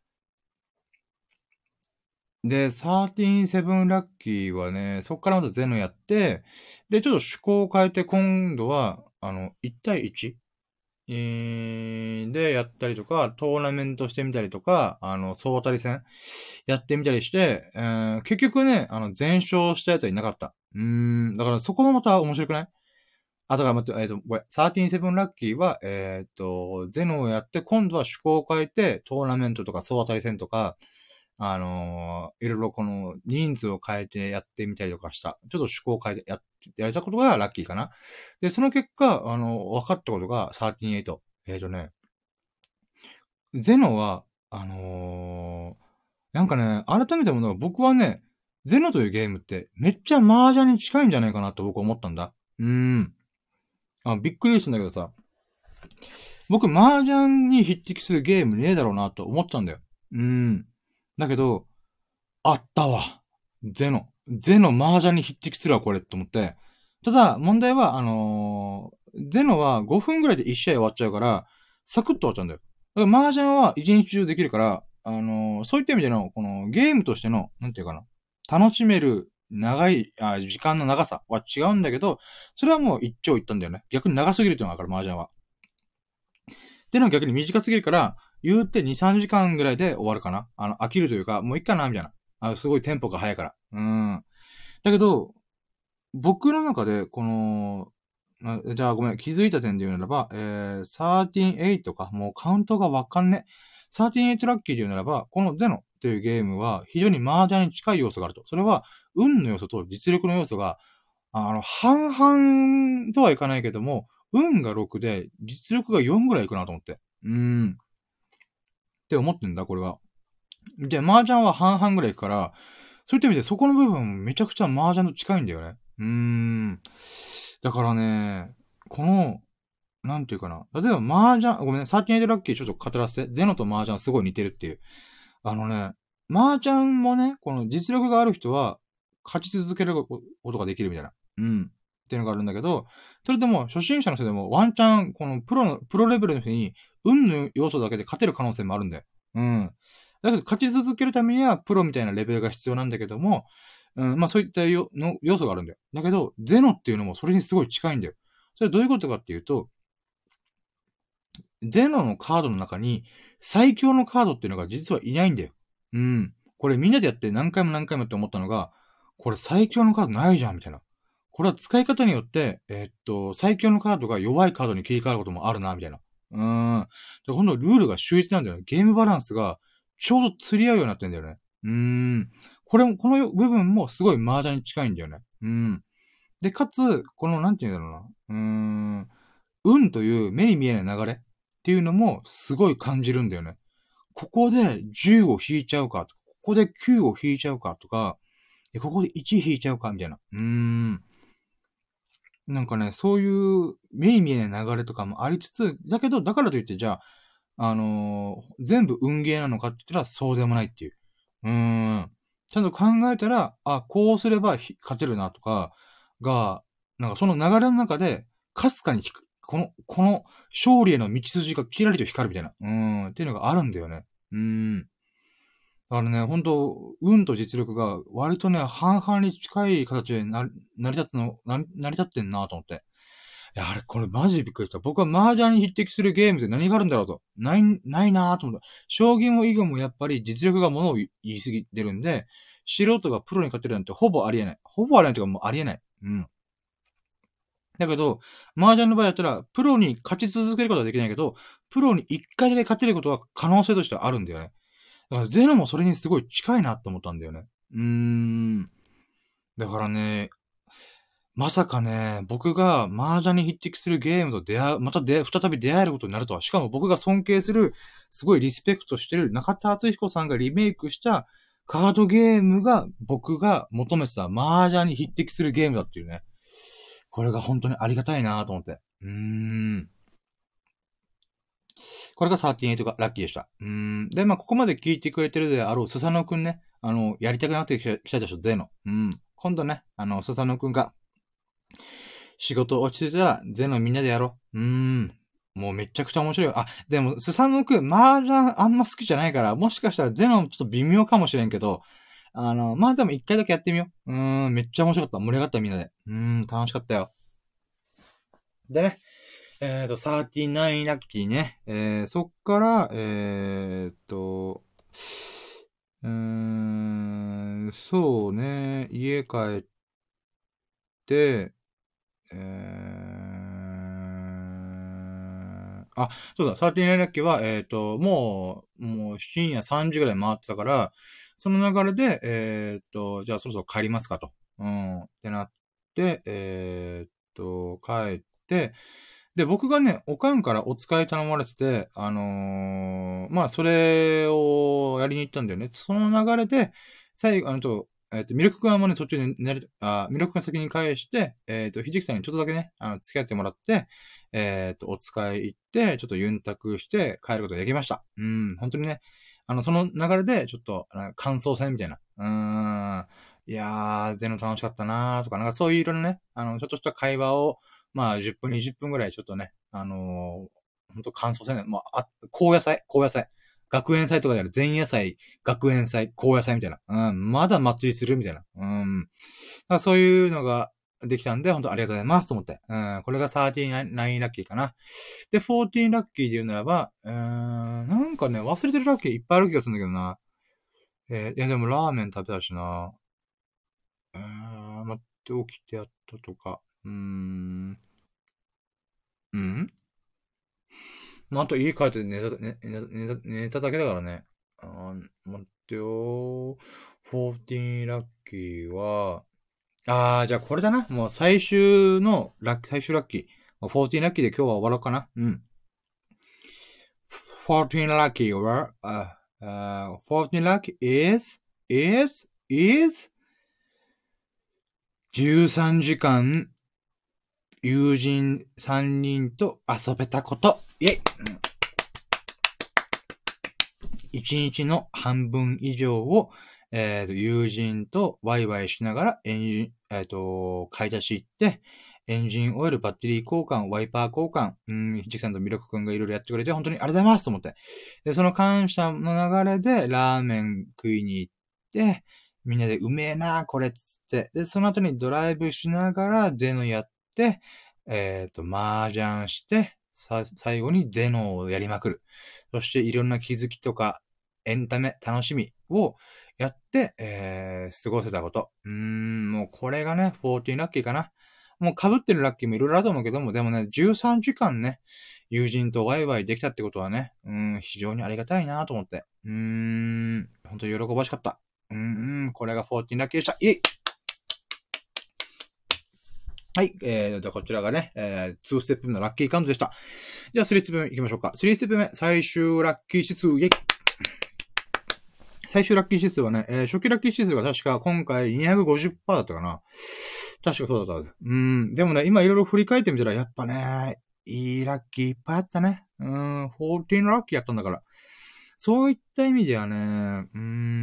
で、じゅうさん、ななラッキーはね、そっからまたゼノやって、で、ちょっと趣向を変えて今度は、あの、いち対いちえー、でやったりとか、トーナメントしてみたりとか、あの、総当たり戦やってみたりして、えー、結局ね、あの、全勝したやつはいなかった。うーん、だからそこもまた面白くないあ、だから待って、えっ、と、ごめん、じゅうさん、ななラッキーは、えっ、と、ゼノをやって、今度は趣向を変えて、トーナメントとか総当たり戦とか、あのー、いろいろこの人数を変えてやってみたりとかした。ちょっと趣向を変えてや、やれたことがラッキーかな。で、その結果、あの、分かったことがじゅうさん、はち。えっ、とね、ゼノは、あのー、なんかね、改めて思うのが僕はね、ゼノというゲームってめっちゃ麻雀に近いんじゃないかなと僕は思ったんだ。うーん。あ、びっくりしたんだけどさ、僕麻雀に匹敵するゲームねえだろうなと思ったんだよ。うーん。だけど、あったわ。ゼノ。ゼノ麻雀に匹敵するわ、これって思って。ただ、問題は、あのー、ゼノはごふんぐらいでいち試合終わっちゃうから、サクッと終わっちゃうんだよ。だから麻雀はいちにち中できるから、あのー、そういった意味での、このゲームとしての、なんていうかな。楽しめる長い、あ、時間の長さは違うんだけど、それはもう一長一短だよね。逆に長すぎるっていうのがあるから、麻雀は。っていうのは逆に短すぎるから、言うてに、さんじかんぐらいで終わるかな。あの、飽きるというか、もういいかな、みたいな。あすごいテンポが速いから。うん。だけど、僕の中で、この、じゃあごめん、気づいた点で言うならば、えー、さんじゅうはちとか、もうカウントがわかんね。さんじゅうはちラッキーで言うならば、このゼノっていうゲームは非常に麻雀に近い要素があると。それは、運の要素と実力の要素が、あの、半々とはいかないけども、運がろくで、実力がよんぐらいいくなと思って。うーん。って思ってんだ、これは。で、麻雀は半々ぐらいいくから、そういった意味でそこの部分めちゃくちゃ麻雀と近いんだよね。うーん。だからね、この、なんていうかな。例えば麻雀、ごめんね、サーティーエイトラッキーちょっと語らせて。ゼノと麻雀すごい似てるっていう。あのね、麻雀もね、この実力がある人は、勝ち続けることができるみたいな。うん。っていうのがあるんだけど、それでも、初心者の人でも、ワンチャン、このプロの、プロレベルの人に、運の要素だけで勝てる可能性もあるんだよ。うん。だけど、勝ち続けるためには、プロみたいなレベルが必要なんだけども、うん、まあそういったよの要素があるんだよ。だけど、ゼノっていうのもそれにすごい近いんだよ。それはどういうことかっていうと、ゼノのカードの中に最強のカードっていうのが実はいないんだよ。うん。これみんなでやって何回も何回もって思ったのが、これ最強のカードないじゃん、みたいな。これは使い方によって、えーっと、最強のカードが弱いカードに切り替わることもあるな、みたいな。うーん。で、今度ルールが秀逸なんだよね。ゲームバランスがちょうど釣り合うようになってんだよね。うーん。これも、この部分もすごい麻雀に近いんだよね。うん。で、かつ、この、なんて言うんだろうな。うーん。運という目に見えない流れっていうのもすごい感じるんだよね。ここでじゅうを引いちゃうか、ここできゅうを引いちゃうかとか、ここでいち引いちゃうかみたいな。うーん。なんかね、そういう目に見えない流れとかもありつつ、だけど、だからといって、じゃあ、あのー全部運ゲーなのかって言ったらそうでもないっていう。うーん。ちゃんと考えたら、あ、こうすればひ勝てるなとか、が、なんかその流れの中で、かすかにひく、この、この勝利への道筋がキラリと光るみたいな。うーん。っていうのがあるんだよね。うーん。だからね、本当運と実力が割とね、半々に近い形でな、成り立つの、な、成り立ってんなと思って。いや、あれ、これマジでびっくりした。僕は麻雀に匹敵するゲームって何があるんだろうと。ない、ないなぁと思った。将棋も囲碁もやっぱり実力がものを言い過ぎてるんで、素人がプロに勝てるなんてほぼありえない。ほぼありえないというかもうありえない。うん。だけど、麻雀の場合だったら、プロに勝ち続けることはできないけど、プロに一回だけ勝てることは可能性としてはあるんだよね。だからゼロもそれにすごい近いなって思ったんだよね。うーん。だからね、まさかね、僕が麻雀に匹敵するゲームと出会う、また出、再び出会えることになるとは。しかも僕が尊敬する、すごいリスペクトしてる中田敦彦さんがリメイクしたカードゲームが僕が求めてた麻雀に匹敵するゲームだっていうね。これが本当にありがたいなと思って。うーん。これがさんじゅうはちがラッキーでした。うーん。で、まあ、ここまで聞いてくれてるであろう、スサノくんね。あの、やりたくなってきたきたでしょ、ゼノ。うん。今度ね、あの、スサノくんが、仕事落ち着いたら、ゼノみんなでやろう。うーん。もうめちゃくちゃ面白いよ。あ、でも、スサノくん、麻雀あんま好きじゃないから、もしかしたらゼノちょっと微妙かもしれんけど、あの、まあ、でも一回だけやってみよう。うーん、めっちゃ面白かった。盛り上がったみんなで。うーん、楽しかったよ。でね、えっと、さんじゅうきゅうラッキーね。えー、そっから、えーっと、うーん、そうね、家帰って、えー、あ、そうだ、さんじゅうきゅうラッキーは、えーっと、もう、もう深夜さんじぐらい回ってたから、その流れで、えーっと、じゃあそろそろ帰りますかと。うん、ってなって、えーっと、帰って、で、僕がね、おかんからお使い頼まれてて、あのーまあ、それをやりに行ったんだよね。その流れで、最後、あの、ちょ、えっ、と、ミルク君はもうね、途中で寝る、あ、ミルク君先に返して、えっ、と、ひじきさんにちょっとだけね、あの、付き合ってもらって、えっ、と、お使い行って、ちょっとユンタクして帰ることができました。うん、本当にね、あの、その流れで、ちょっと、あの感想戦みたいな。うーん、いやー、全の楽しかったなーとか、なんかそういういろいろね、あの、ちょっとした会話を、まあ、じゅっぷん、にじゅっぷんぐらいちょっとね、あのー、ほんと乾燥せない。まあ、あ、高野菜高野菜。 学園祭とかである前夜祭、学園祭、高野祭みたいな。うん、まだ祭りするみたいな。うん。だからそういうのができたんで、本当ありがとうございますと思って。うん、これがさんじゅうきゅうラッキーかな。で、じゅうよんラッキーで言うならば、うーん、なんかね、忘れてるラッキーいっぱいある気がするんだけどな。えー、いやでもラーメン食べたしな。うーん、待って起きてやったとか。うーん。うんまあ、あと家帰って寝た、寝、寝た、寝た、寝ただけだからね。あー待ってよー。じゅうよんラッキーは、あー、じゃあこれだな。もう最終のラッキー、最終ラッキー。じゅうよんラッキーで今日は終わろうかな。うん。じゅうよんラッキーは、あ、あ、じゅうよんラッキー is, is, is じゅうさんじかん友人さんにんと遊べたこと。イェイ、いちにちの半分以上を、えっ、と、友人とワイワイしながらエンジン、えっ、と、買い出し行って、エンジンオイル、バッテリー交換、ワイパー交換、うん、ひじきさんとミルクくんがいろいろやってくれて、本当にありがとうございますと思って。で、その感謝の流れで、ラーメン食いに行って、みんなでうめえなこれっつって。で、その後にドライブしながら、ゼノやって、えっ、と、麻雀して、さ、最後にゼノをやりまくる。そしていろんな気づきとか、エンタメ、楽しみをやって、えー、過ごせたこと。うーん、もうこれがね、じゅうよんラッキーかな。もう被ってるラッキーもいろいろあると思うけども、でもね、じゅうさんじかんね、友人とワイワイできたってことはね、うん、非常にありがたいなと思って。うーん、本当に喜ばしかった。うーん、これがじゅうよんラッキーでした。イェイはい。えー、じゃあこちらがね、えー、にステップ目のラッキーカウントでした。じゃあさんステップ目行きましょうか。さんステップ目、最終ラッキー指数、イェイ最終ラッキー指数はね、えー、初期ラッキー指数が確か今回 にひゃくごじゅっパーセント だったかな。確かそうだったはず。うん。でもね、今いろいろ振り返ってみたら、やっぱね、いいラッキーいっぱいあったね。うん、じゅうよんラッキーやったんだから。そういった意味ではね、うー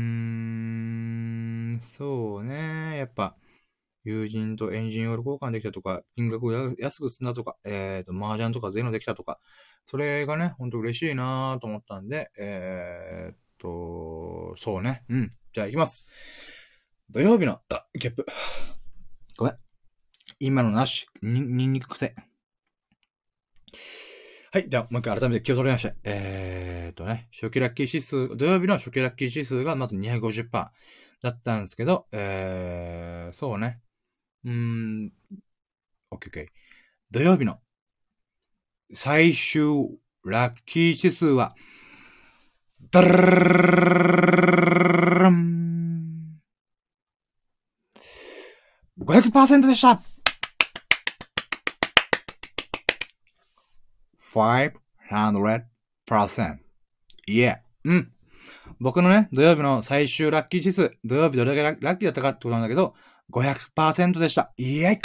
ん、そうね、やっぱ、友人とエンジンオイル交換できたとか、金額を安く済んだとか、えっ、ー、と、麻雀とかゼノできたとか、それがね、ほんと嬉しいなと思ったんで、えー、っと、そうね。うん。じゃあ行きます。土曜日の、あ、ゲップ。ごめん。今のなし。に、にんにく癖。はい。じゃあ、もう一回改めて気を取りまして。えーっとね、初期ラッキー指数、土曜日の初期ラッキー指数がまず にひゃくごじゅっパーセント だったんですけど、えー、そうね。うーん、オッケーオッケー。土曜日の最終ラッキー指数は、ダルン ごひゃくパーセント でした。ごひゃくパーセント。いえ。うん。僕のね、土曜日の最終ラッキー指数、土曜日どれだけラッキーだったかってことなんだけど、ごひゃくパーセント でした。イエイ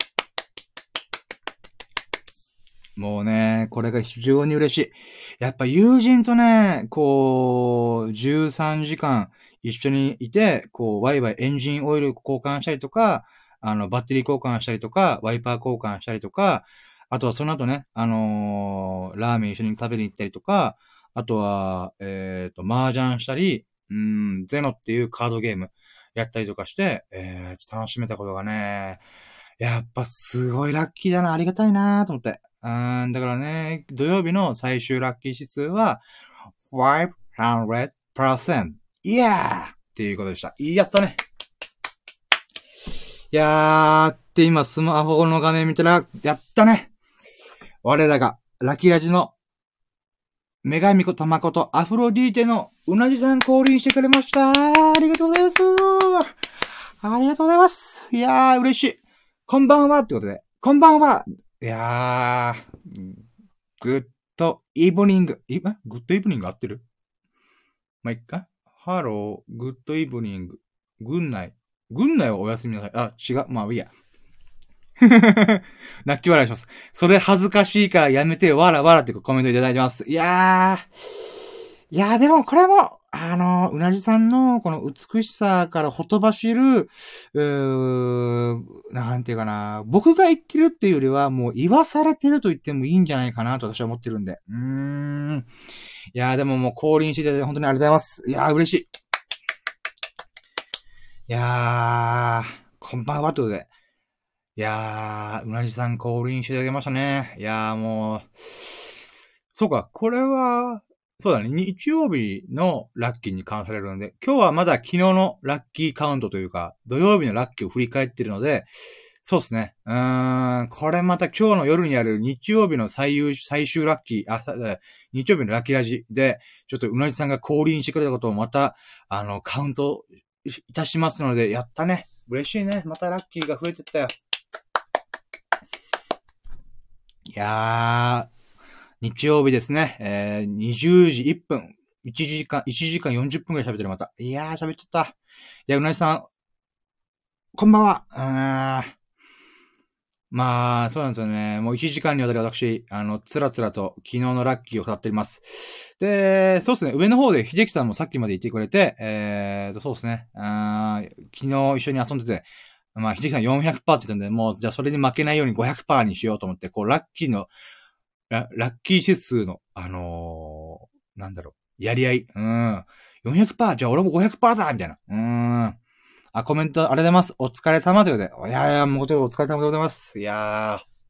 もうね、これが非常に嬉しい。やっぱ友人とね、こう、じゅうさんじかん一緒にいて、こう、ワイワイエンジンオイル交換したりとか、あの、バッテリー交換したりとか、ワイパー交換したりとか、あとはその後ね、あのー、ラーメン一緒に食べに行ったりとか、あとは、えっと、麻雀したり、うん、ゼノっていうカードゲームやったりとかして、えー、楽しめたことがね、やっぱすごいラッキーだな、ありがたいなと思って。うーん、だからね、土曜日の最終ラッキー指数は、ごひゃくパーセント。イヤーっていうことでした。やったね。いやーって今スマホの画面見たら、やったね。我らが、ラキラジの、女神子玉子とアフロディーテのうなじさん降臨してくれました。ありがとうございます。ありがとうございます。いやー、嬉しい。こんばんはってことで、こんばんは。いやー、グッドイブニング。い、グッドイブニング合ってる？まあ、いっか。ハロー、グッドイブニング。軍内。軍内はおやすみなさい。あ、違う。まあ、いいや。泣き笑いします。それ恥ずかしいからやめて、わらわらってコメントいただいてます。いやー。いやーでもこれも、あの、うなじさんのこの美しさからほとばしる、うー、なんていうかな、僕が言ってるっていうよりはもう言わされてると言ってもいいんじゃないかなと私は思ってるんで。うーん。 いやーでももう降臨していただいて本当にありがとうございます。いやー嬉しい。いやー、こんばんはということで。いやー、うなじさん降臨していただきましたね。いやーもう、そうか、これは、そうだね、日曜日のラッキーに関されるので、今日はまだ昨日のラッキーカウントというか、土曜日のラッキーを振り返っているので、そうですね。うーん、これまた今日の夜にある日曜日の最優、最終ラッキー、あ、日曜日のラッキーラジで、ちょっとうなじさんが降臨してくれたことをまた、あの、カウントいたしますので、やったね。嬉しいね。またラッキーが増えてったよ。いやー、日曜日ですね。えー、にじゅうじいっぷん。いちじかん、いちじかんよんじゅっぷんくらい喋ってるまた。いやー、喋っちゃった。いや、うなじさん、こんばんは。うーん。まあ、そうなんですよね。もういちじかんにわたり私、あの、つらつらと昨日のラッキーを語っております。で、そうですね。上の方で秀樹さんもさっきまで言ってくれて、えーと、そうですね。あ昨日一緒に遊んでて、まあ、秀樹さん よんひゃくパーセント って言ったんで、もう、じゃあそれに負けないように ごひゃくパーセント にしようと思って、こう、ラッキーの、ララッキー指数の、あのー、なんだろう、やり合い。うん。よんひゃくパーセント? じゃあ俺も ごひゃくパーセント だみたいな。うーん。あ、コメントありがとうございます。お疲れ様ということで。いやいや、もうちょっとお疲れ様でございます。いやー。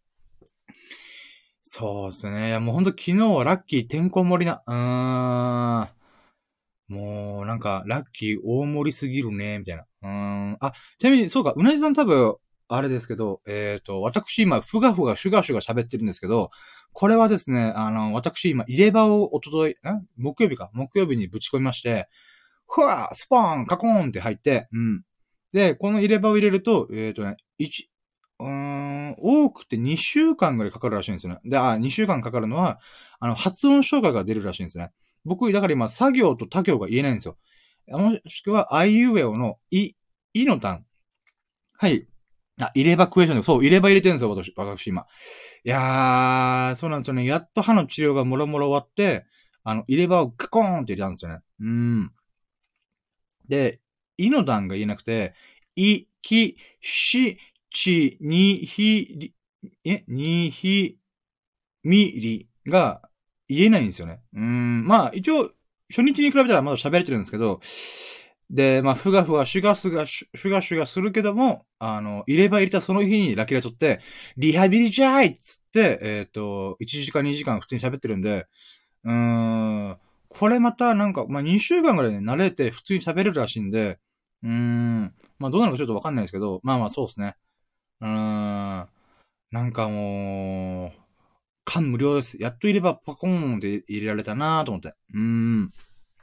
そうですね。いや、もうほんと昨日はラッキーてんこ盛りな。うーん。もう、なんか、ラッキー大盛りすぎるね、みたいな。うーん。あ、ちなみに、そうか、うなじさん多分、あれですけど、えっ、ー、と、私今、ふがふが、シュガシュガ喋ってるんですけど、これはですね、あの、私今、入れ歯をおととい、ん木曜日か、木曜日にぶち込みまして、ふわースポーンカコーンって入って、うん。で、この入れ歯を入れると、えっ、ー、とね、いち、うーん、多くてにしゅうかんぐらいかかるらしいんですよね。で、あ、にしゅうかんかかるのは、あの、発音障害が出るらしいんですね。僕、だから今、作業と他行が言えないんですよ。もしくは、あいうえおの、い、いの段。はい。あ、入れ歯クエスチョンで、そう、入れ歯入れてるんですよ、私、私今。いやー、そうなんですよね。やっと歯の治療がもろもろ終わって、あの、入れ歯をガコーンって入れたんですよね。うーん。で、いの段が言えなくて、い、き、し、ち、に、ひ、り、え、に、ひ、み、りが言えないんですよね。うーん、まあ、一応、初日に比べたらまだ喋れてるんですけど、で、まあ、ふがふが、シュガスが、シュガシュガするけども、あの、入れ歯入れたその日にラキラ取って、リハビリじゃーいっつって、えっ、ー、と、いちじかんにじかん普通に喋ってるんで、うーん、これまたなんか、まあ、にしゅうかんぐらいで慣れて普通に喋れるらしいんで、うーん、まあ、どうなのかちょっとわかんないですけど、まあまあそうですね。うーん、なんかもう、感無量です。やっといればパコーンって入れられたなーと思って。うーん。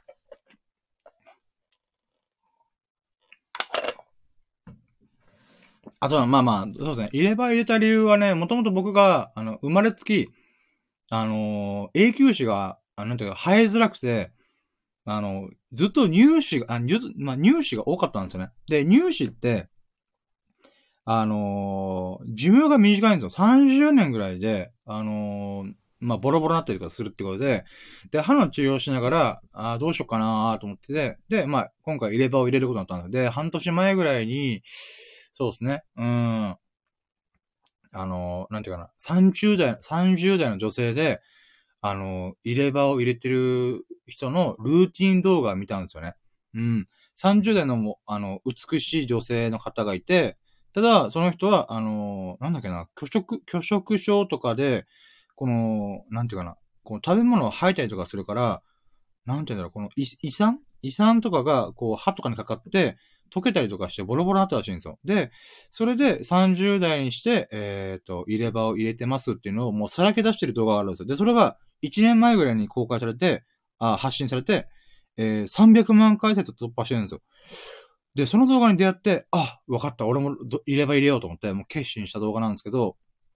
あ、そうだ、まあまあ、そうですね。入れ歯入れた理由はね、もともと僕が、あの、生まれつき、あのー、永久歯が、あなんていうか、生えづらくて、あの、ずっと乳歯が、あ、乳、まあ、乳歯が多かったんですよね。で、乳歯って、あのー、寿命が短いんですよ。さんじゅうねんぐらいで、あのー、まあ、ボロボロになったりとかするってことで、で、歯の治療をしながら、あどうしようかなーと思ってて、で、まあ、今回入れ歯を入れることになったんですよ。で、半年前ぐらいに、そうですね、うーん、あのー、なんていうかな、さんじゅう代、さんじゅう代の女性で、あのー、入れ歯を入れてる人のルーティン動画を見たんですよね。うん。さんじゅう代のも、あの、美しい女性の方がいて、ただ、その人は、あのー、なんだっけな、拒食、拒食症とかで、この、なんていうかな、この食べ物を吐いたりとかするから、なんていうんだろう、この胃、胃酸胃酸とかが、こう、歯とかにかかって、溶けたりとかしてボロボロになったらしいんですよ。で、それでさんじゅう代にして、えっ、と、入れ歯を入れてますっていうのをもうさらけ出してる動画があるんですよ。で、それがいちねんまえぐらいに公開されて、あ、発信されて、えー、さんびゃくまん回再生突破してるんですよ。で、その動画に出会って、あ、わかった、俺も入れ歯入れようと思って、もう決心した動画なんですけど、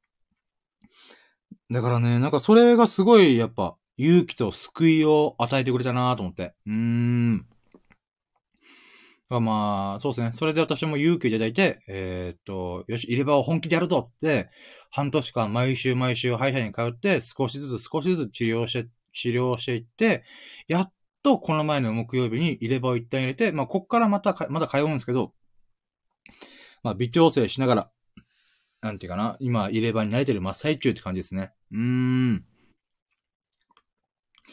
だからね、なんかそれがすごい、やっぱ、勇気と救いを与えてくれたなと思って。うーん。まあ、そうですね。それで私も勇気をいただいて、えー、っと、よし、入れ歯を本気でやるぞって、半年間毎週毎週歯医者に通って、少しずつ少しずつ治療して、治療していって、やっとこの前の木曜日に入れ歯を一旦入れて、まあ、こっからまたか、まだ通うんですけど、まあ、微調整しながら、なんていうかな、今、入れ歯に慣れてる真っ最中って感じですね。うーん。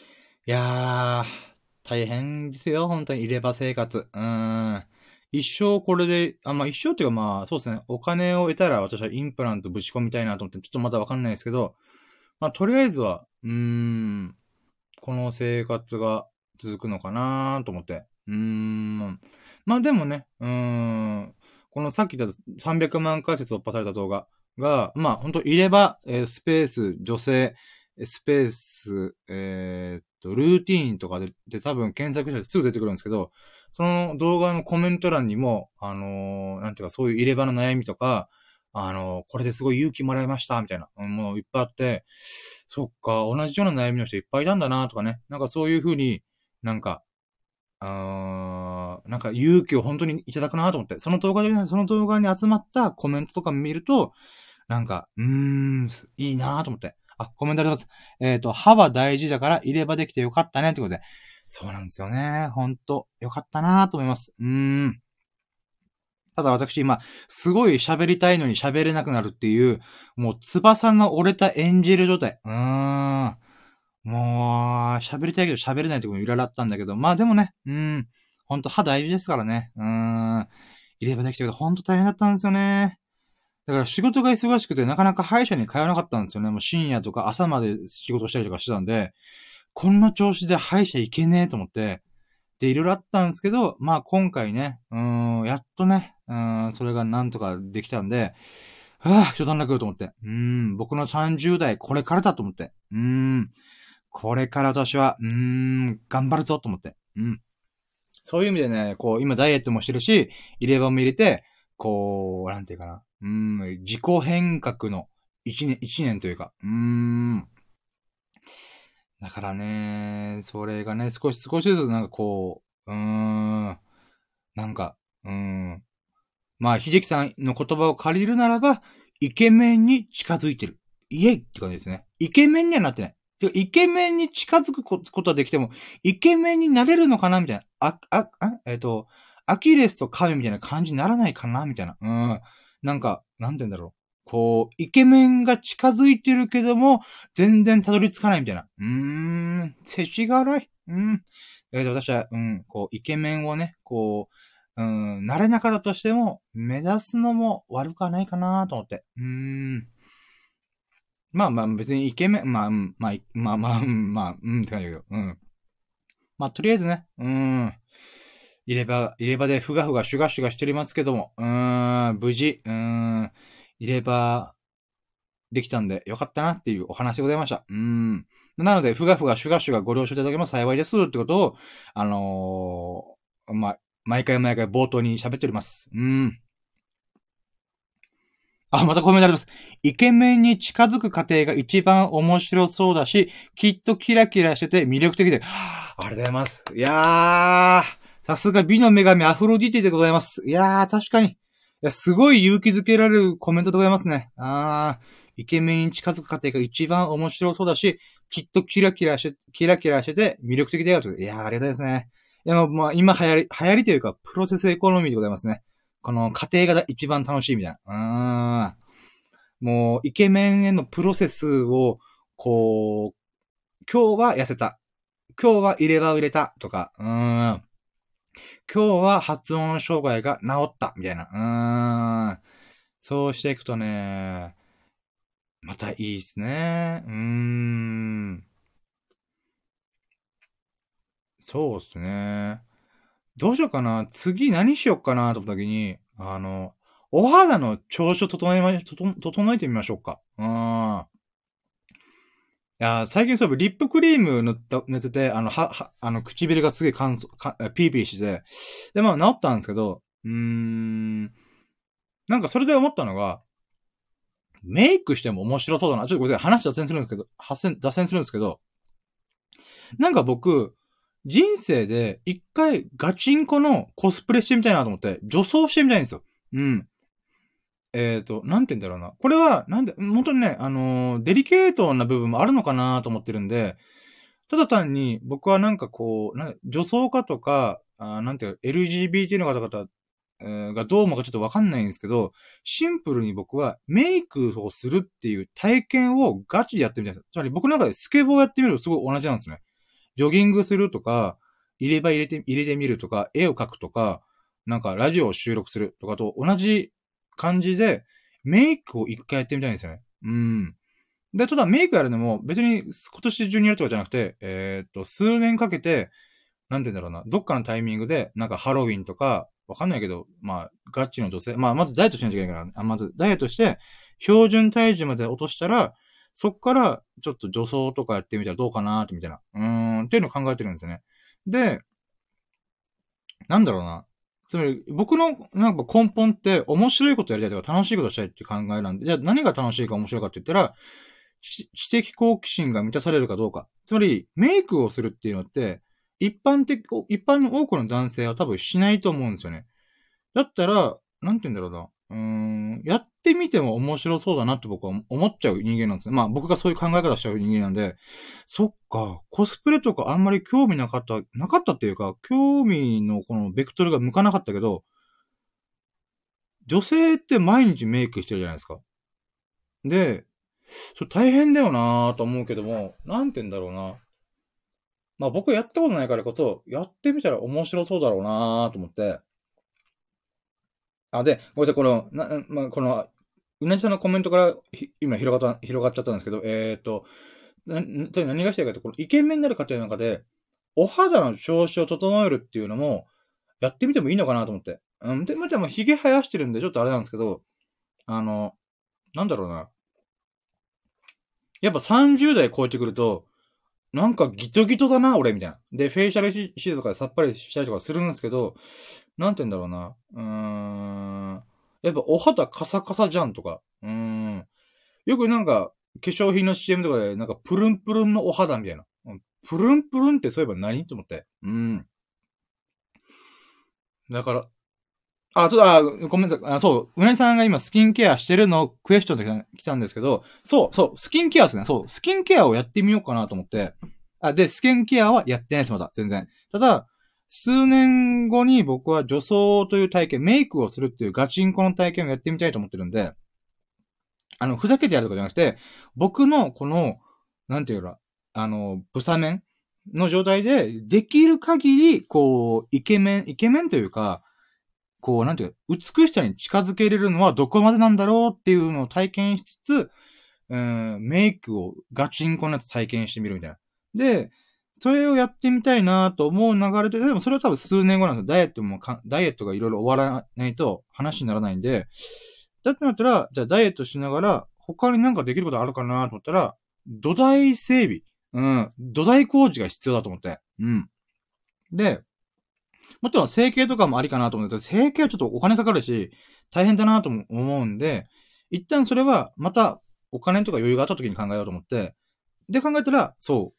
いやー、大変ですよ、本当に入れ歯生活。うーん。一生これで、あ、まあ、一生っていうかまあ、そうですね。お金を得たら私はインプラントぶち込みたいなと思って、ちょっとまだわかんないですけど、まあ、とりあえずは、うーん、この生活が続くのかなと思って。うーん。まあでもね、うーん。このさっき言ったさんびゃくまん回再生突破された動画が、まあ本当入れ歯、えースペース、女性、スペース、えーっと、ルーティーンとかで、で多分検索したらすぐ出てくるんですけど、その動画のコメント欄にも、あのーなんていうかそういう入れ歯の悩みとか、あのーこれですごい勇気もらいました、みたいな、もういっぱいあって、そっか、同じような悩みの人いっぱいいたんだな、とかね。なんかそういう風に、なんか、あーなんか勇気を本当にいただくなと思って、その動画で、その動画に集まったコメントとか見ると、なんか、うーん、いいなと思って。あ、コメントあります。えっと、歯は大事だから入れ歯できてよかったね、ってことで。そうなんですよね。ほんと、よかったなと思います。うーん。ただ私今、すごい喋りたいのに喋れなくなるっていう、もう翼の折れたエンジェル状態。うーん。もう、喋りたいけど喋れないところもいろいろあったんだけど、まあでもね、うん。ほんと歯大事ですからね。うーん。入れ歯できたけど、ほんと大変だったんですよね。だから仕事が忙しくてなかなか歯医者に通わなかったんですよね。もう深夜とか朝まで仕事したりとかしてたんで、こんな調子で歯医者行けねえと思って、で、いろいろあったんですけど、まあ今回ね、うーん、やっとね、うーん、それがなんとかできたんで、はぁ、一段落と思って。うーん、僕のさんじゅう代これからだと思って。うーん、これから私は、うーん、頑張るぞと思って。うん。そういう意味でね、こう、今ダイエットもしてるし、入れ歯も入れて、こう、なんていうかな。うーん、自己変革の一年、一年というか、うーん。だからね、それがね、少し少しずつなんかこう、うーん、なんか、うーん。まあ、秀樹さんの言葉を借りるならば、イケメンに近づいてる。イエイって感じですね。イケメンにはなってない。イケメンに近づくことはできても、イケメンになれるのかなみたいな。あ、あ、あ、えっ、と、アキレスとカメみたいな感じにならないかなみたいな。うん。なんか、なんて言うんだろう。こう、イケメンが近づいてるけども、全然たどり着かないみたいな。うーん、世知が荒い。うん。だけど私は、うん、こう、イケメンをね、こう、うん、慣れなかったとしても、目指すのも悪くはないかなと思って。うーん。まあまあ別にイケメン、まあ、うん、まあ、まあまあ、うん、まあ、うんって感じだけど、うん。まあとりあえずね、うん。入れ歯、入れ歯でふがふがシュガシュガしておりますけども、うーん、無事、うーん、入れ歯できたんでよかったなっていうお話でございました。うーん。なので、ふがふがシュガシュガご了承いただけます幸いですってことを、あのー、まあ、毎回毎回冒頭に喋っております。うん。あ、またコメントあります。イケメンに近づく過程が一番面白そうだし、きっとキラキラしてて魅力的で、はぁありがとうございます。いやー、さすが美の女神アフロディティでございます。いやー、確かに。いや、すごい勇気づけられるコメントでございますね。あー、イケメンに近づく過程が一番面白そうだし、きっとキラキラして、キラキラしてて魅力的だよと。いやー、ありがたいですね。いや、まあ、今流行り、流行りというか、プロセスエコノミーでございますね。この過程が一番楽しいみたいな。うーん。もう、イケメンへのプロセスを、こう、今日は痩せた。今日は入れ歯を入れた。とか、うーん。今日は発音障害が治った。みたいな。うーん。そうしていくとね、またいいですね。うーん。そうですね。どうしようかな。次何しようかなと思った時に、あの、お肌の調子を整えま、整えてみましょうか。うん。いやー、最近そういえばリップクリーム塗った、塗ってて、あの、は、は、あの、唇がすげえ乾燥、か、ピーピーして、で、まあ治ったんですけど、うーん、なんかそれで思ったのが、メイクしても面白そうだな。ちょっとごめんなさい、話脱線するんですけど、脱線、脱線するんですけど、なんか僕、人生で一回ガチンコのコスプレしてみたいなと思って、女装してみたいんですよ。うん。えっ、ー、と、なんて言うんだろうな。これは、なんで、本当にね、あのー、デリケートな部分もあるのかなと思ってるんで、ただ単に僕はなんかこう、なん女装家とか、あなんていうか、エルジービーティー の方々、えーがどう思うかちょっとわかんないんですけど、シンプルに僕はメイクをするっていう体験をガチでやってみたいんですよ。つまり僕の中でスケボーをやってみるとすごい同じなんですね。 ジョギングするとか、入れ歯入れて、入れてみるとか、絵を描くとか、なんかラジオを収録するとかと同じ感じで、メイクを一回やってみたいんですよね。うん。で、ただメイクやるのも別に今年中にやるとかじゃなくて、えー、っと、数年かけて、なんて言うんだろうな、どっかのタイミングで、なんかハロウィンとか、わかんないけど、まあ、ガチの女性、まあ、まずダイエットしないといけないから、あまずダイエットして、標準体重まで落としたら、そっから、ちょっと女装とかやってみたらどうかなーってみたいな。うーん、っていうのを考えてるんですよね。で、なんだろうな。つまり、僕のなんか根本って面白いことやりたいとか楽しいことしたいっていう考えなんで、じゃあ何が楽しいか面白いかって言ったら、知的好奇心が満たされるかどうか。つまり、メイクをするっていうのって、一般的、一般の多くの男性は多分しないと思うんですよね。だったら、なんて言うんだろうな。うーん、やってみても面白そうだなって僕は思っちゃう人間なんですね。まあ僕がそういう考え方しちゃう人間なんで、そっか、コスプレとかあんまり興味なかった、なかったっていうか、興味のこのベクトルが向かなかったけど、女性って毎日メイクしてるじゃないですか。で、それ大変だよなぁと思うけども、なんて言うんだろうな。まあ僕やったことないからこそ、やってみたら面白そうだろうなぁと思って。あ、で、ごめんなさい、この、な、まあ、この、うなじさんのコメントから今広がった、広がっちゃったんですけど、えっと、な、それ何がしたいかと、このイケメンになる過程の中で、お肌の調子を整えるっていうのも、やってみてもいいのかなと思って。うん、で、またも髭生やしてるんで、ちょっとあれなんですけど、あの、なんだろうな。やっぱさんじゅう代超えてくると、なんかギトギトだな、俺、みたいな。で、フェイシャルシートとかでさっぱりしたりとかするんですけど、なんて言うんだろうな。うーん。やっぱお肌カサカサじゃんとか。うーん。よくなんか、化粧品の シーエム とかで、なんかプルンプルンのお肌みたいな。プルンプルンってそういえば何と思って。うん。だから、あ、ちょっと、あ、ごめんなさい。あ、そう。うなぎさんが今スキンケアしてるのクエスチョンで来たんですけど、そう、そう、スキンケアですね。そう、スキンケアをやってみようかなと思って。あ、で、スキンケアはやってないです、まだ。全然。ただ、数年後に僕は女装という体験、メイクをするっていうガチンコの体験をやってみたいと思ってるんで、あの、ふざけてやるとかじゃなくて、僕のこの、なんていうか、あの、ブサメンの状態で、できる限り、こう、イケメン、イケメンというか、こう、なんていうか、美しさに近づけれるのはどこまでなんだろうっていうのを体験しつつ、うん、メイクをガチンコのやつ体験してみるみたいな。で、それをやってみたいなと思う流れで、でもそれは多分数年後なんですよ。ダイエットもか、ダイエットがいろいろ終わらないと話にならないんで、だってなったら、じゃあダイエットしながら、他になんかできることあるかなと思ったら、土台整備。うん。土台工事が必要だと思って。うん。で、もちろん整形とかもありかなと思うんですけど、整形はちょっとお金かかるし、大変だなとも思うんで、一旦それはまたお金とか余裕があった時に考えようと思って、で考えたら、そう、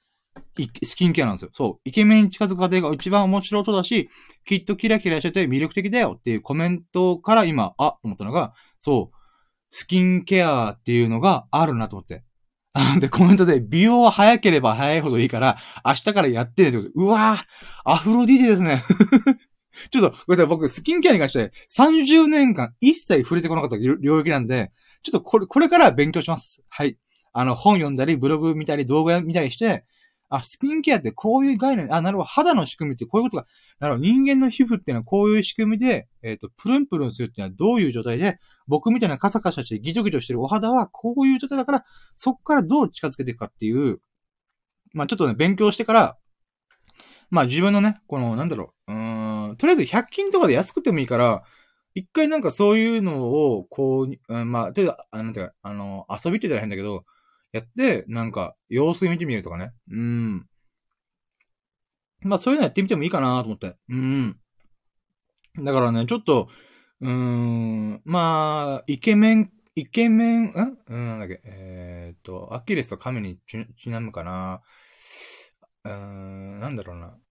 スキンケアなんですよ。そう、イケメンに近づく過程が一番面白そうだし、きっとキラキラしてて魅力的だよっていうコメントから今、あ、と思ったのが、そう、スキンケアっていうのがあるなと思って。で、コメントで、美容は早ければ早いほどいいから、明日からやってねってことで、うわぁ、アフロディージェですね。ちょっと、ごめんなさい、僕、スキンケアに関してさんじゅうねんかん一切触れてこなかった領域なんで、ちょっとこれ、これから勉強します。はい。あの、本読んだり、ブログ見たり、動画見たりして、あ、スキンケアってこういう概念、あ、なるほど、肌の仕組みってこういうことが、なるほど、人間の皮膚っていうのはこういう仕組みで、えっと、プルンプルンするっていうのはどういう状態で、僕みたいなカサカサしてギチョギチョしてるお肌はこういう状態だから、そこからどう近づけていくかっていう、まあちょっとね、勉強してから、まあ自分のね、この、なんだろう、うーん、とりあえずひゃく均とかで安くてもいいから、一回なんかそういうのを、こう、うん、まあ、とりあえず、あなんていうか、あの、遊びって言ったら変だけど、やって、なんか、様子見てみるとかね。うん。まあそういうのやってみてもいいかなと思って。うん。だからね、ちょっと、うーん、まあ、イケメン、イケメン、んうん、なんだっけ、えー、っと、アキレスと亀にち、ちなむかな。うーん、なんだろうな。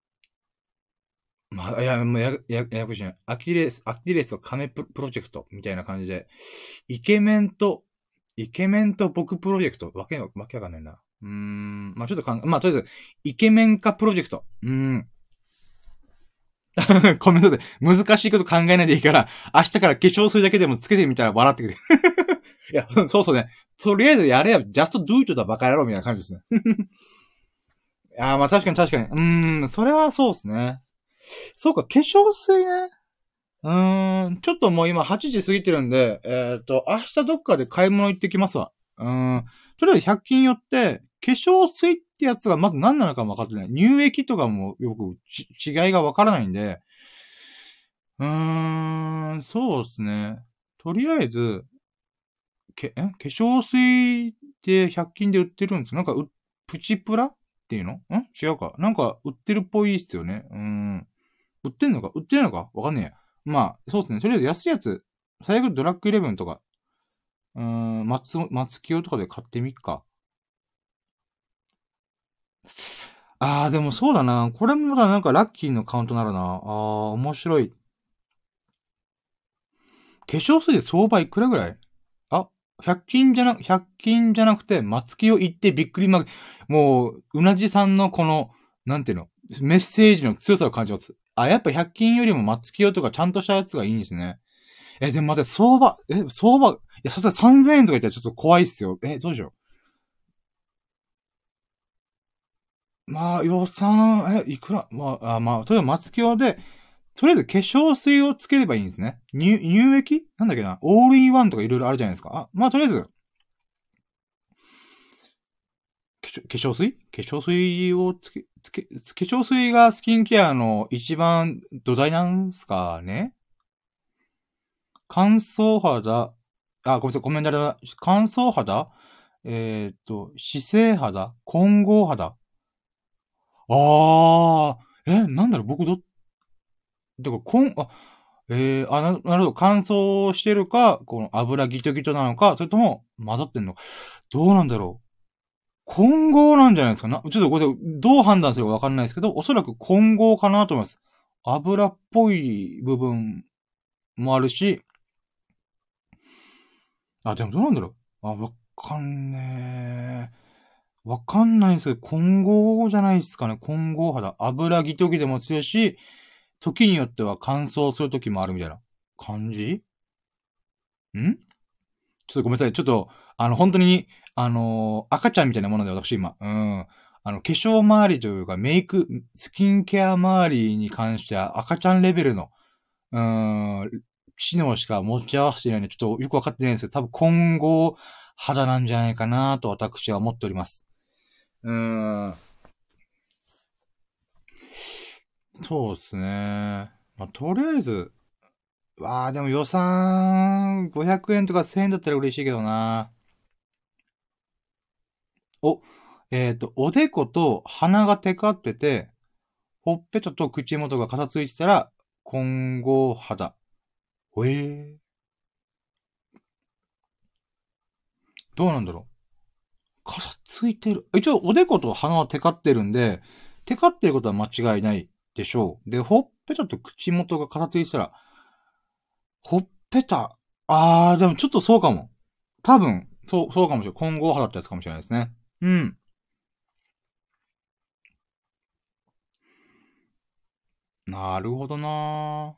まあ、いや、もうや、や、ややこしいな。アキレス、アキレスと亀ププロジェクトみたいな感じで、イケメンと、イケメンと僕プロジェクト、わけ、わけわかんないな。うーん、まあちょっとかん、まあとりあえず、イケメン化プロジェクト。うーん。コメントで、難しいこと考えないでいいから、明日から化粧水だけでもつけてみたら笑ってくれ。いや、そうそうね。とりあえずやれよ。just do it だバカ野郎みたいな感じですね。 ああ、まあ確かに確かに。うーん、それはそうですね。そうか、化粧水ね。うーん、ちょっともう今はちじ過ぎてるんで、えっと、明日どっかで買い物行ってきますわ。うーん。とりあえずひゃく均寄って、化粧水ってやつがまず何なのかも分かってない。乳液とかもよくち違いが分からないんで、うーん、そうですね。とりあえず、け、え化粧水ってひゃく均で売ってるんですよ。なんかう、プチプラっていうのん違うか。なんか売ってるっぽいっすよね。うーん。売ってんのか売ってないのかわかんねえや。まあ、そうですね。とりあえず安いやつ、最悪ドラッグイレブンとか、うーん、松、松清とかで買ってみっか。あー、でもそうだな。これもだ、なんかラッキーのカウントなるな。あー、面白い。化粧水で相場いくらぐらいあ、ひゃく均じゃな、ひゃく均じゃなくて、松清行ってびっくりま、もう、うなじさんのこの、なんていうの、メッセージの強さを感じます。あ、やっぱひゃく均よりも松清とかちゃんとしたやつがいいんですね。え、でも待って、相場、え、相場、いや、さすがさんぜんえんとか言ったらちょっと怖いっすよ。え、どうしよう。まあ、予算、え、いくら、まあ、あまあ、とりあえず松清で、とりあえず化粧水をつければいいんですね。乳、乳液なんだっけなオールインワンとかいろいろあるじゃないですか。あ、まあ、とりあえず、化粧化粧水化粧水をつけ、つけ、化粧水がスキンケアの一番土台なんすかね。乾燥肌、あ、ごめんなさい、コメントだ。乾燥肌えーっと、姿勢肌混合肌あー、え、なんだろう、僕ど、てか、こん、あ、えー、あ、な、なるほど、乾燥してるか、この油ギトギトなのか、それとも混ざってんのか。どうなんだろう。混合なんじゃないですかな。ちょっとごめんなさい、どう判断するかわかんないですけど、おそらく混合かなと思います。油っぽい部分もあるし、あ、でもどうなんだろう。あ、わかんねえ。わかんないんですけど、混合じゃないですかね。混合肌。油ギトギでも強いし、時によっては乾燥する時もあるみたいな感じんちょっとごめんなさい。ちょっと、あの、本当に、あのー赤ちゃんみたいなもので私今。うん。あの、化粧周りというか、メイク、スキンケア周りに関しては赤ちゃんレベルの、うーん、知能しか持ち合わせていないので、ちょっとよくわかってないんですけど、多分今後、肌なんじゃないかなと私は思っております。うーん。そうですね。まあ、とりあえず、わあ、でも予算ごひゃくえんとかせんえんだったら嬉しいけどな。お、えっと、おでこと鼻がテカってて、ほっぺたと口元がかさついてたら、混合肌。ええー、どうなんだろう。かさついてる。一応、おでこと鼻はテカってるんで、テカってることは間違いないでしょう。で、ほっぺたと口元がかさついてたら、ほっぺた。あー、でもちょっとそうかも。多分、そう、そうかもしれない。混合肌ってやつかもしれないですね。うん。なるほどな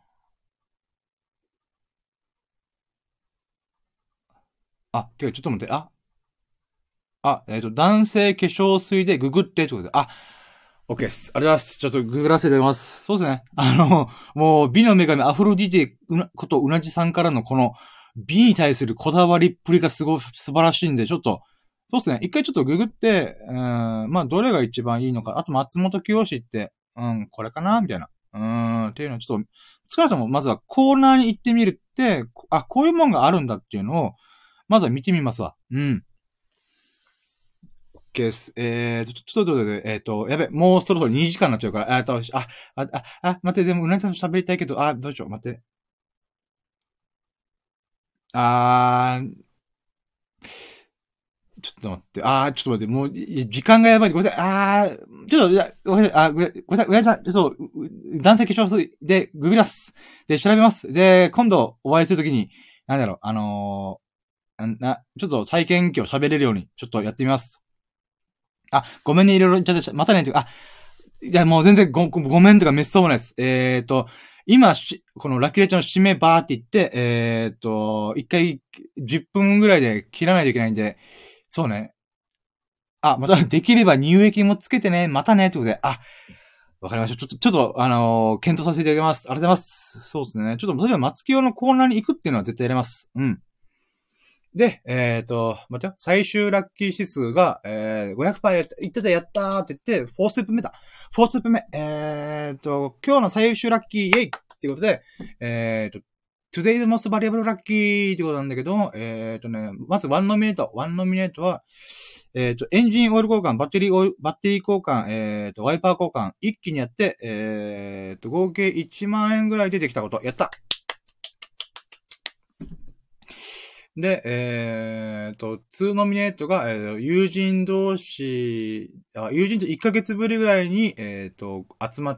ー。あ、てか、ちょっと待って。あ、あ、えっ、と、男性化粧水でググってってことで。あ、OK です。ありがとうございます。ちょっとググらせていただきます。そうですね。あの、もう美の女神アフロディテうなことうなじさんからのこの美に対するこだわりっぷりがすごい素晴らしいんで、ちょっと、そうですね。一回ちょっとググって、うん、まあ、どれが一番いいのか。あと、松本清って、うん、これかなみたいな。うん、っていうのをちょっと、少なくとも、まずはコーナーに行ってみるって、あ、こういうもんがあるんだっていうのを、まずは見てみますわ。うん。です。えーと、ちょ、ちょっと待って、えーと、やべ、もうそろそろにじかんになっちゃうから、えーと、あ、あ、あ、あ、待って、でも、うなぎさんと喋りたいけど、あ、どうしよう、待って。あー、ちょっと待って、あー、ちょっと待って、もう、い時間がやばい。ごめんなさい。あー、ちょっと、いやごめんなさい。あ、ごめんごめんなさい。ごめんなさい。そう、う男性化粧水でググります。で、調べます。で、今度お会いするときに、なんだろう、あのー、な、ちょっと体験今日喋れるように、ちょっとやってみます。あ、ごめんね、いろいろ、じゃじゃまたね、あ、いや、もう全然ご、ごごめんとかめっそうもないです。えっと、今し、このラキレチョの締めバーって言って、えっと、一回じゅっぷんぐらいで切らないといけないんで、そうね。 あ、また、できれば乳液もつけてね、またね、ってことで、あ、わかりました。ちょっと、ちょっと、あのー、検討させていただきます。ありがとうございます。そうですね。ちょっと、例えば、松清のコーナーに行くっていうのは絶対やれます。うん。で、えっ、ー、と、待ってよ。最終ラッキー指数が、えー、ごひゃくパーセント やった、言ってた、やったーって言って、よんステップ目だ。よんステップ目。えっ、ー、と、今日の最終ラッキー、イェイっていうことで、えっ、ー、と、Today's most valuable lucky ってことなんだけど、えっ、ー、とね、まずワンノミネート。ワンノミネートは、えっ、ー、と、エンジンオイル交換、バッテリーオイル、バッテリー交換、えっ、ー、と、ワイパー交換、一気にやって、えっ、ー、と、合計いちまん円ぐらい出てきたこと。やった。で、えっ、ー、と、にノミネートが、えー、友人同士あ、友人といっかげつぶりぐらいに、えっ、ー、と、集まって、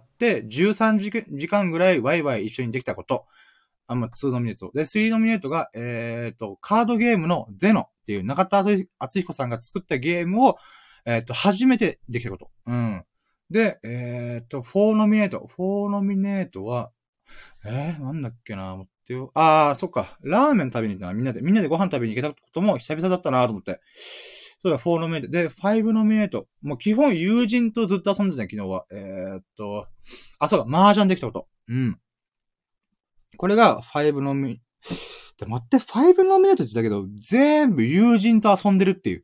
じゅうさんじかんぐらいワイワイ一緒にできたこと。あ、まあ、にノミネート。で、さんノミネートが、えっ、ー、と、カードゲームのゼノっていう中田敦彦さんが作ったゲームを、えっ、ー、と、初めてできたこと。うん。で、えっ、ー、と、よんノミネート。よんノミネートは、えー、なんだっけな、待ってよ。あー、そっか。ラーメン食べに行ったな。みんなで、みんなでご飯食べに行けたことも久々だったなと思って。そうだ、よんノミネート。で、ごノミネート。もう基本友人とずっと遊んでたね、昨日は。えー、っと、あ、そうか、麻雀できたこと。うん。これがごノミ、で、待って、ごノミネートって言ったけど、全部友人と遊んでるっていう。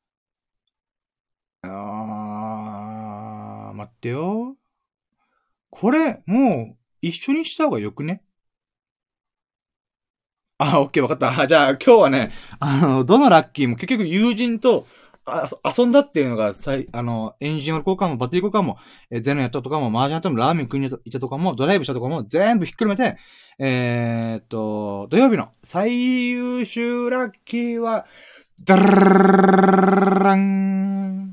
あー、待ってよ。これ、もう、一緒にした方がよくね？あ、オッケー、わかった。じゃあ、今日はね、あの、どのラッキーも結局友人と、あ、遊んだっていうのが、さい、あの、エンジンオイル交換もバッテリー交換も、えー、ゼノやったとかも、麻雀やったも、ラーメン食いに行ったとかも、ドライブしたとかも、全部ひっくるめて、えー、っと、土曜日の最優秀ラッキーは、ダラン。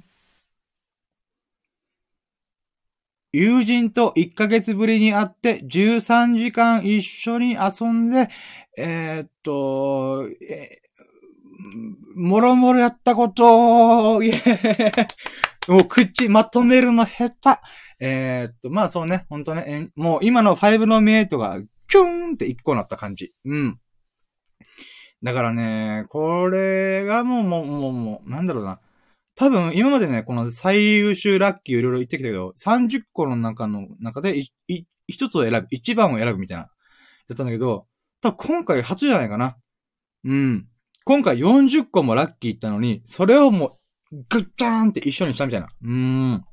友人といっかげつぶりに会って、じゅうさんじかん一緒に遊んで、えー、っと、えー、もろもろやったこと、イェーイ。もう口まとめるの下手。えー、っと、まあそうね、ほんとね、もう今のごノミネートがキューンっていっこになった感じ。うん。だからね、これがもう、もう、もう、もう、なんだろうな。多分、今までね、この最優秀ラッキーいろいろ言ってきたけど、さんじゅっこの中の中で、い、い、一つを選ぶ、一番を選ぶみたいな。だったんだけど、多分今回初じゃないかな。うん。今回よんじゅっこもラッキーいったのに、それをもう、ぐっちゃーんって一緒にしたみたいな。うーん。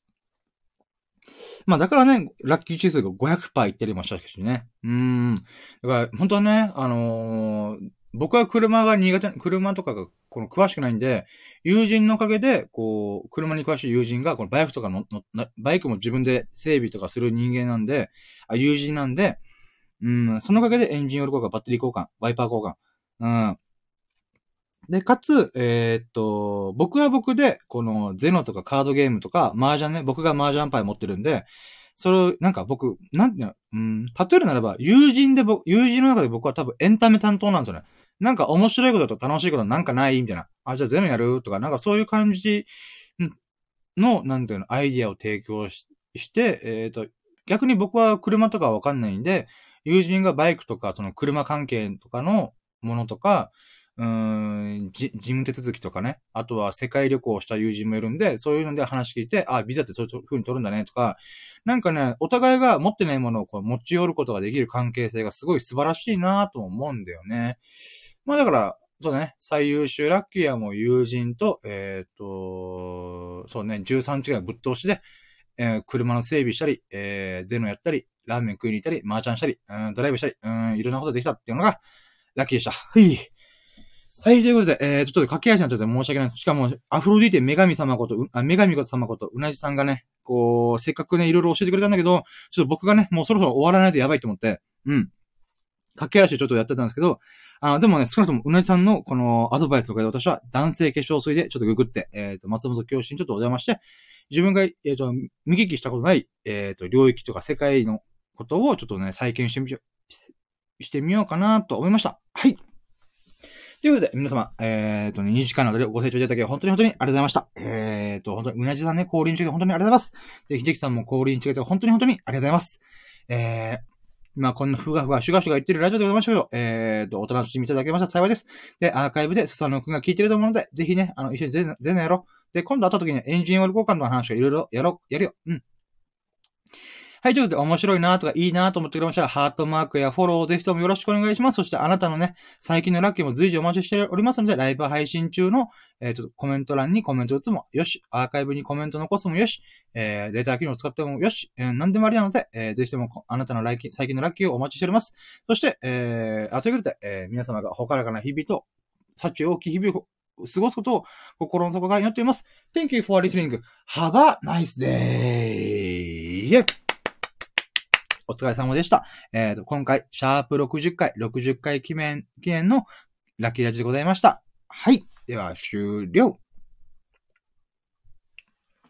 まあだからね、ラッキー指数が ごひゃくパーセント いってりもしたしね。うーん。だから、本当はね、あのー、僕は車が苦手、車とかが、この詳しくないんで、友人のおかげで、こう、車に詳しい友人が、このバイクとかの、のバイクも自分で整備とかする人間なんで、あ、友人なんで、うん、そのおかげでエンジンオイル交換、バッテリー交換、ワイパー交換。うん。で、かつ、えー、っと、僕は僕で、このゼノとかカードゲームとか、麻雀ね、僕が麻雀パイ持ってるんで、それを、なんか僕、なんていうの、うん、例えるならば、友人で僕、友人の中で僕は多分エンタメ担当なんですよね。なんか面白いことと楽しいことなんかないみたいな。あ、じゃあゼノやるとか、なんかそういう感じの、なんていうの、アイディアを提供しして、えー、っと、逆に僕は車とかわかんないんで、友人がバイクとか、その車関係とかのものとか、うーん、じ、事務手続きとかね。あとは世界旅行をした友人もいるんで、そういうので話聞いて、あ、ビザってそういう風に取るんだねとか、なんかね、お互いが持ってないものをこう持ち寄ることができる関係性がすごい素晴らしいなと思うんだよね。まあだから、そうだね、最優秀ラッキーはもう友人と、えっと、そうね、じゅうさんちがいぶっ通しで、えー、車の整備したり、えー、ゼノやったり、ラーメン食いに行ったり、麻雀したり、うん、ドライブしたり、うん、いろんなことできたっていうのが、ラッキーでした。はい。はい、ということで、えー、ちょっと駆け足になっちゃって申し訳ないです。しかも、アフロディーテ女神様こと、あ、女神様こと、うなじさんがね、こう、せっかくね、いろいろ教えてくれたんだけど、ちょっと僕がね、もうそろそろ終わらないとやばいと思って、うん。駆け足でちょっとやってたんですけど、あでもね、少なくともうなじさんのこのアドバイスとかで私は男性化粧水でちょっとググって、えっ、ー、と、松本教師にちょっとお邪魔して、自分が、えっ、ー、と、見聞きしたことない、えっ、ー、と、領域とか世界のことをちょっとね、体験してみよう、してみようかなと思いました。はい。ということで、皆様、えっ、ー、と、にじかんの間でご清聴いただき本当に本当にありがとうございました。えっ、ー、と、本当にうなじさんね、降臨中で本当にありがとうございます。で、ひじきさんも降臨中で本当に本当にありがとうございます。えー、まあ、こんなふがふが、シュガシュガ言ってるラジオでございましたけど、えっ、ー、と、お楽しみいただけました幸いです。で、アーカイブでスサノくんが聞いてると思うので、ぜひね、あの、一緒にゼネ、ゼネやろう。 で、今度会った時にエンジンオイル交換の話をいろいろやろう、やるよ。うん。はい、ということで、面白いなとかいいなと思ってくれましたら、ハートマークやフォローをぜひともよろしくお願いします。そしてあなたのね、最近のラッキーも随時お待ちしておりますので、ライブ配信中の、えー、ちょっとコメント欄にコメント打つもよし、アーカイブにコメント残すもよし、えー、レター機能を使ってもよし、えー、何でもありなので、えー、ぜひともあなたの来最近のラッキーをお待ちしております。そして、えー、あ、ということで、えー、皆様がほからかな日々と、幸大きい日々を過ごすことを心の底から祈っています。Thank you for listening. Have a nice day! Yeah. お疲れ様でした。えっと、今回、シャープろくじゅっかい、ろくじゅっかい記念、記念のラッキーラジでございました。はい。では、終了。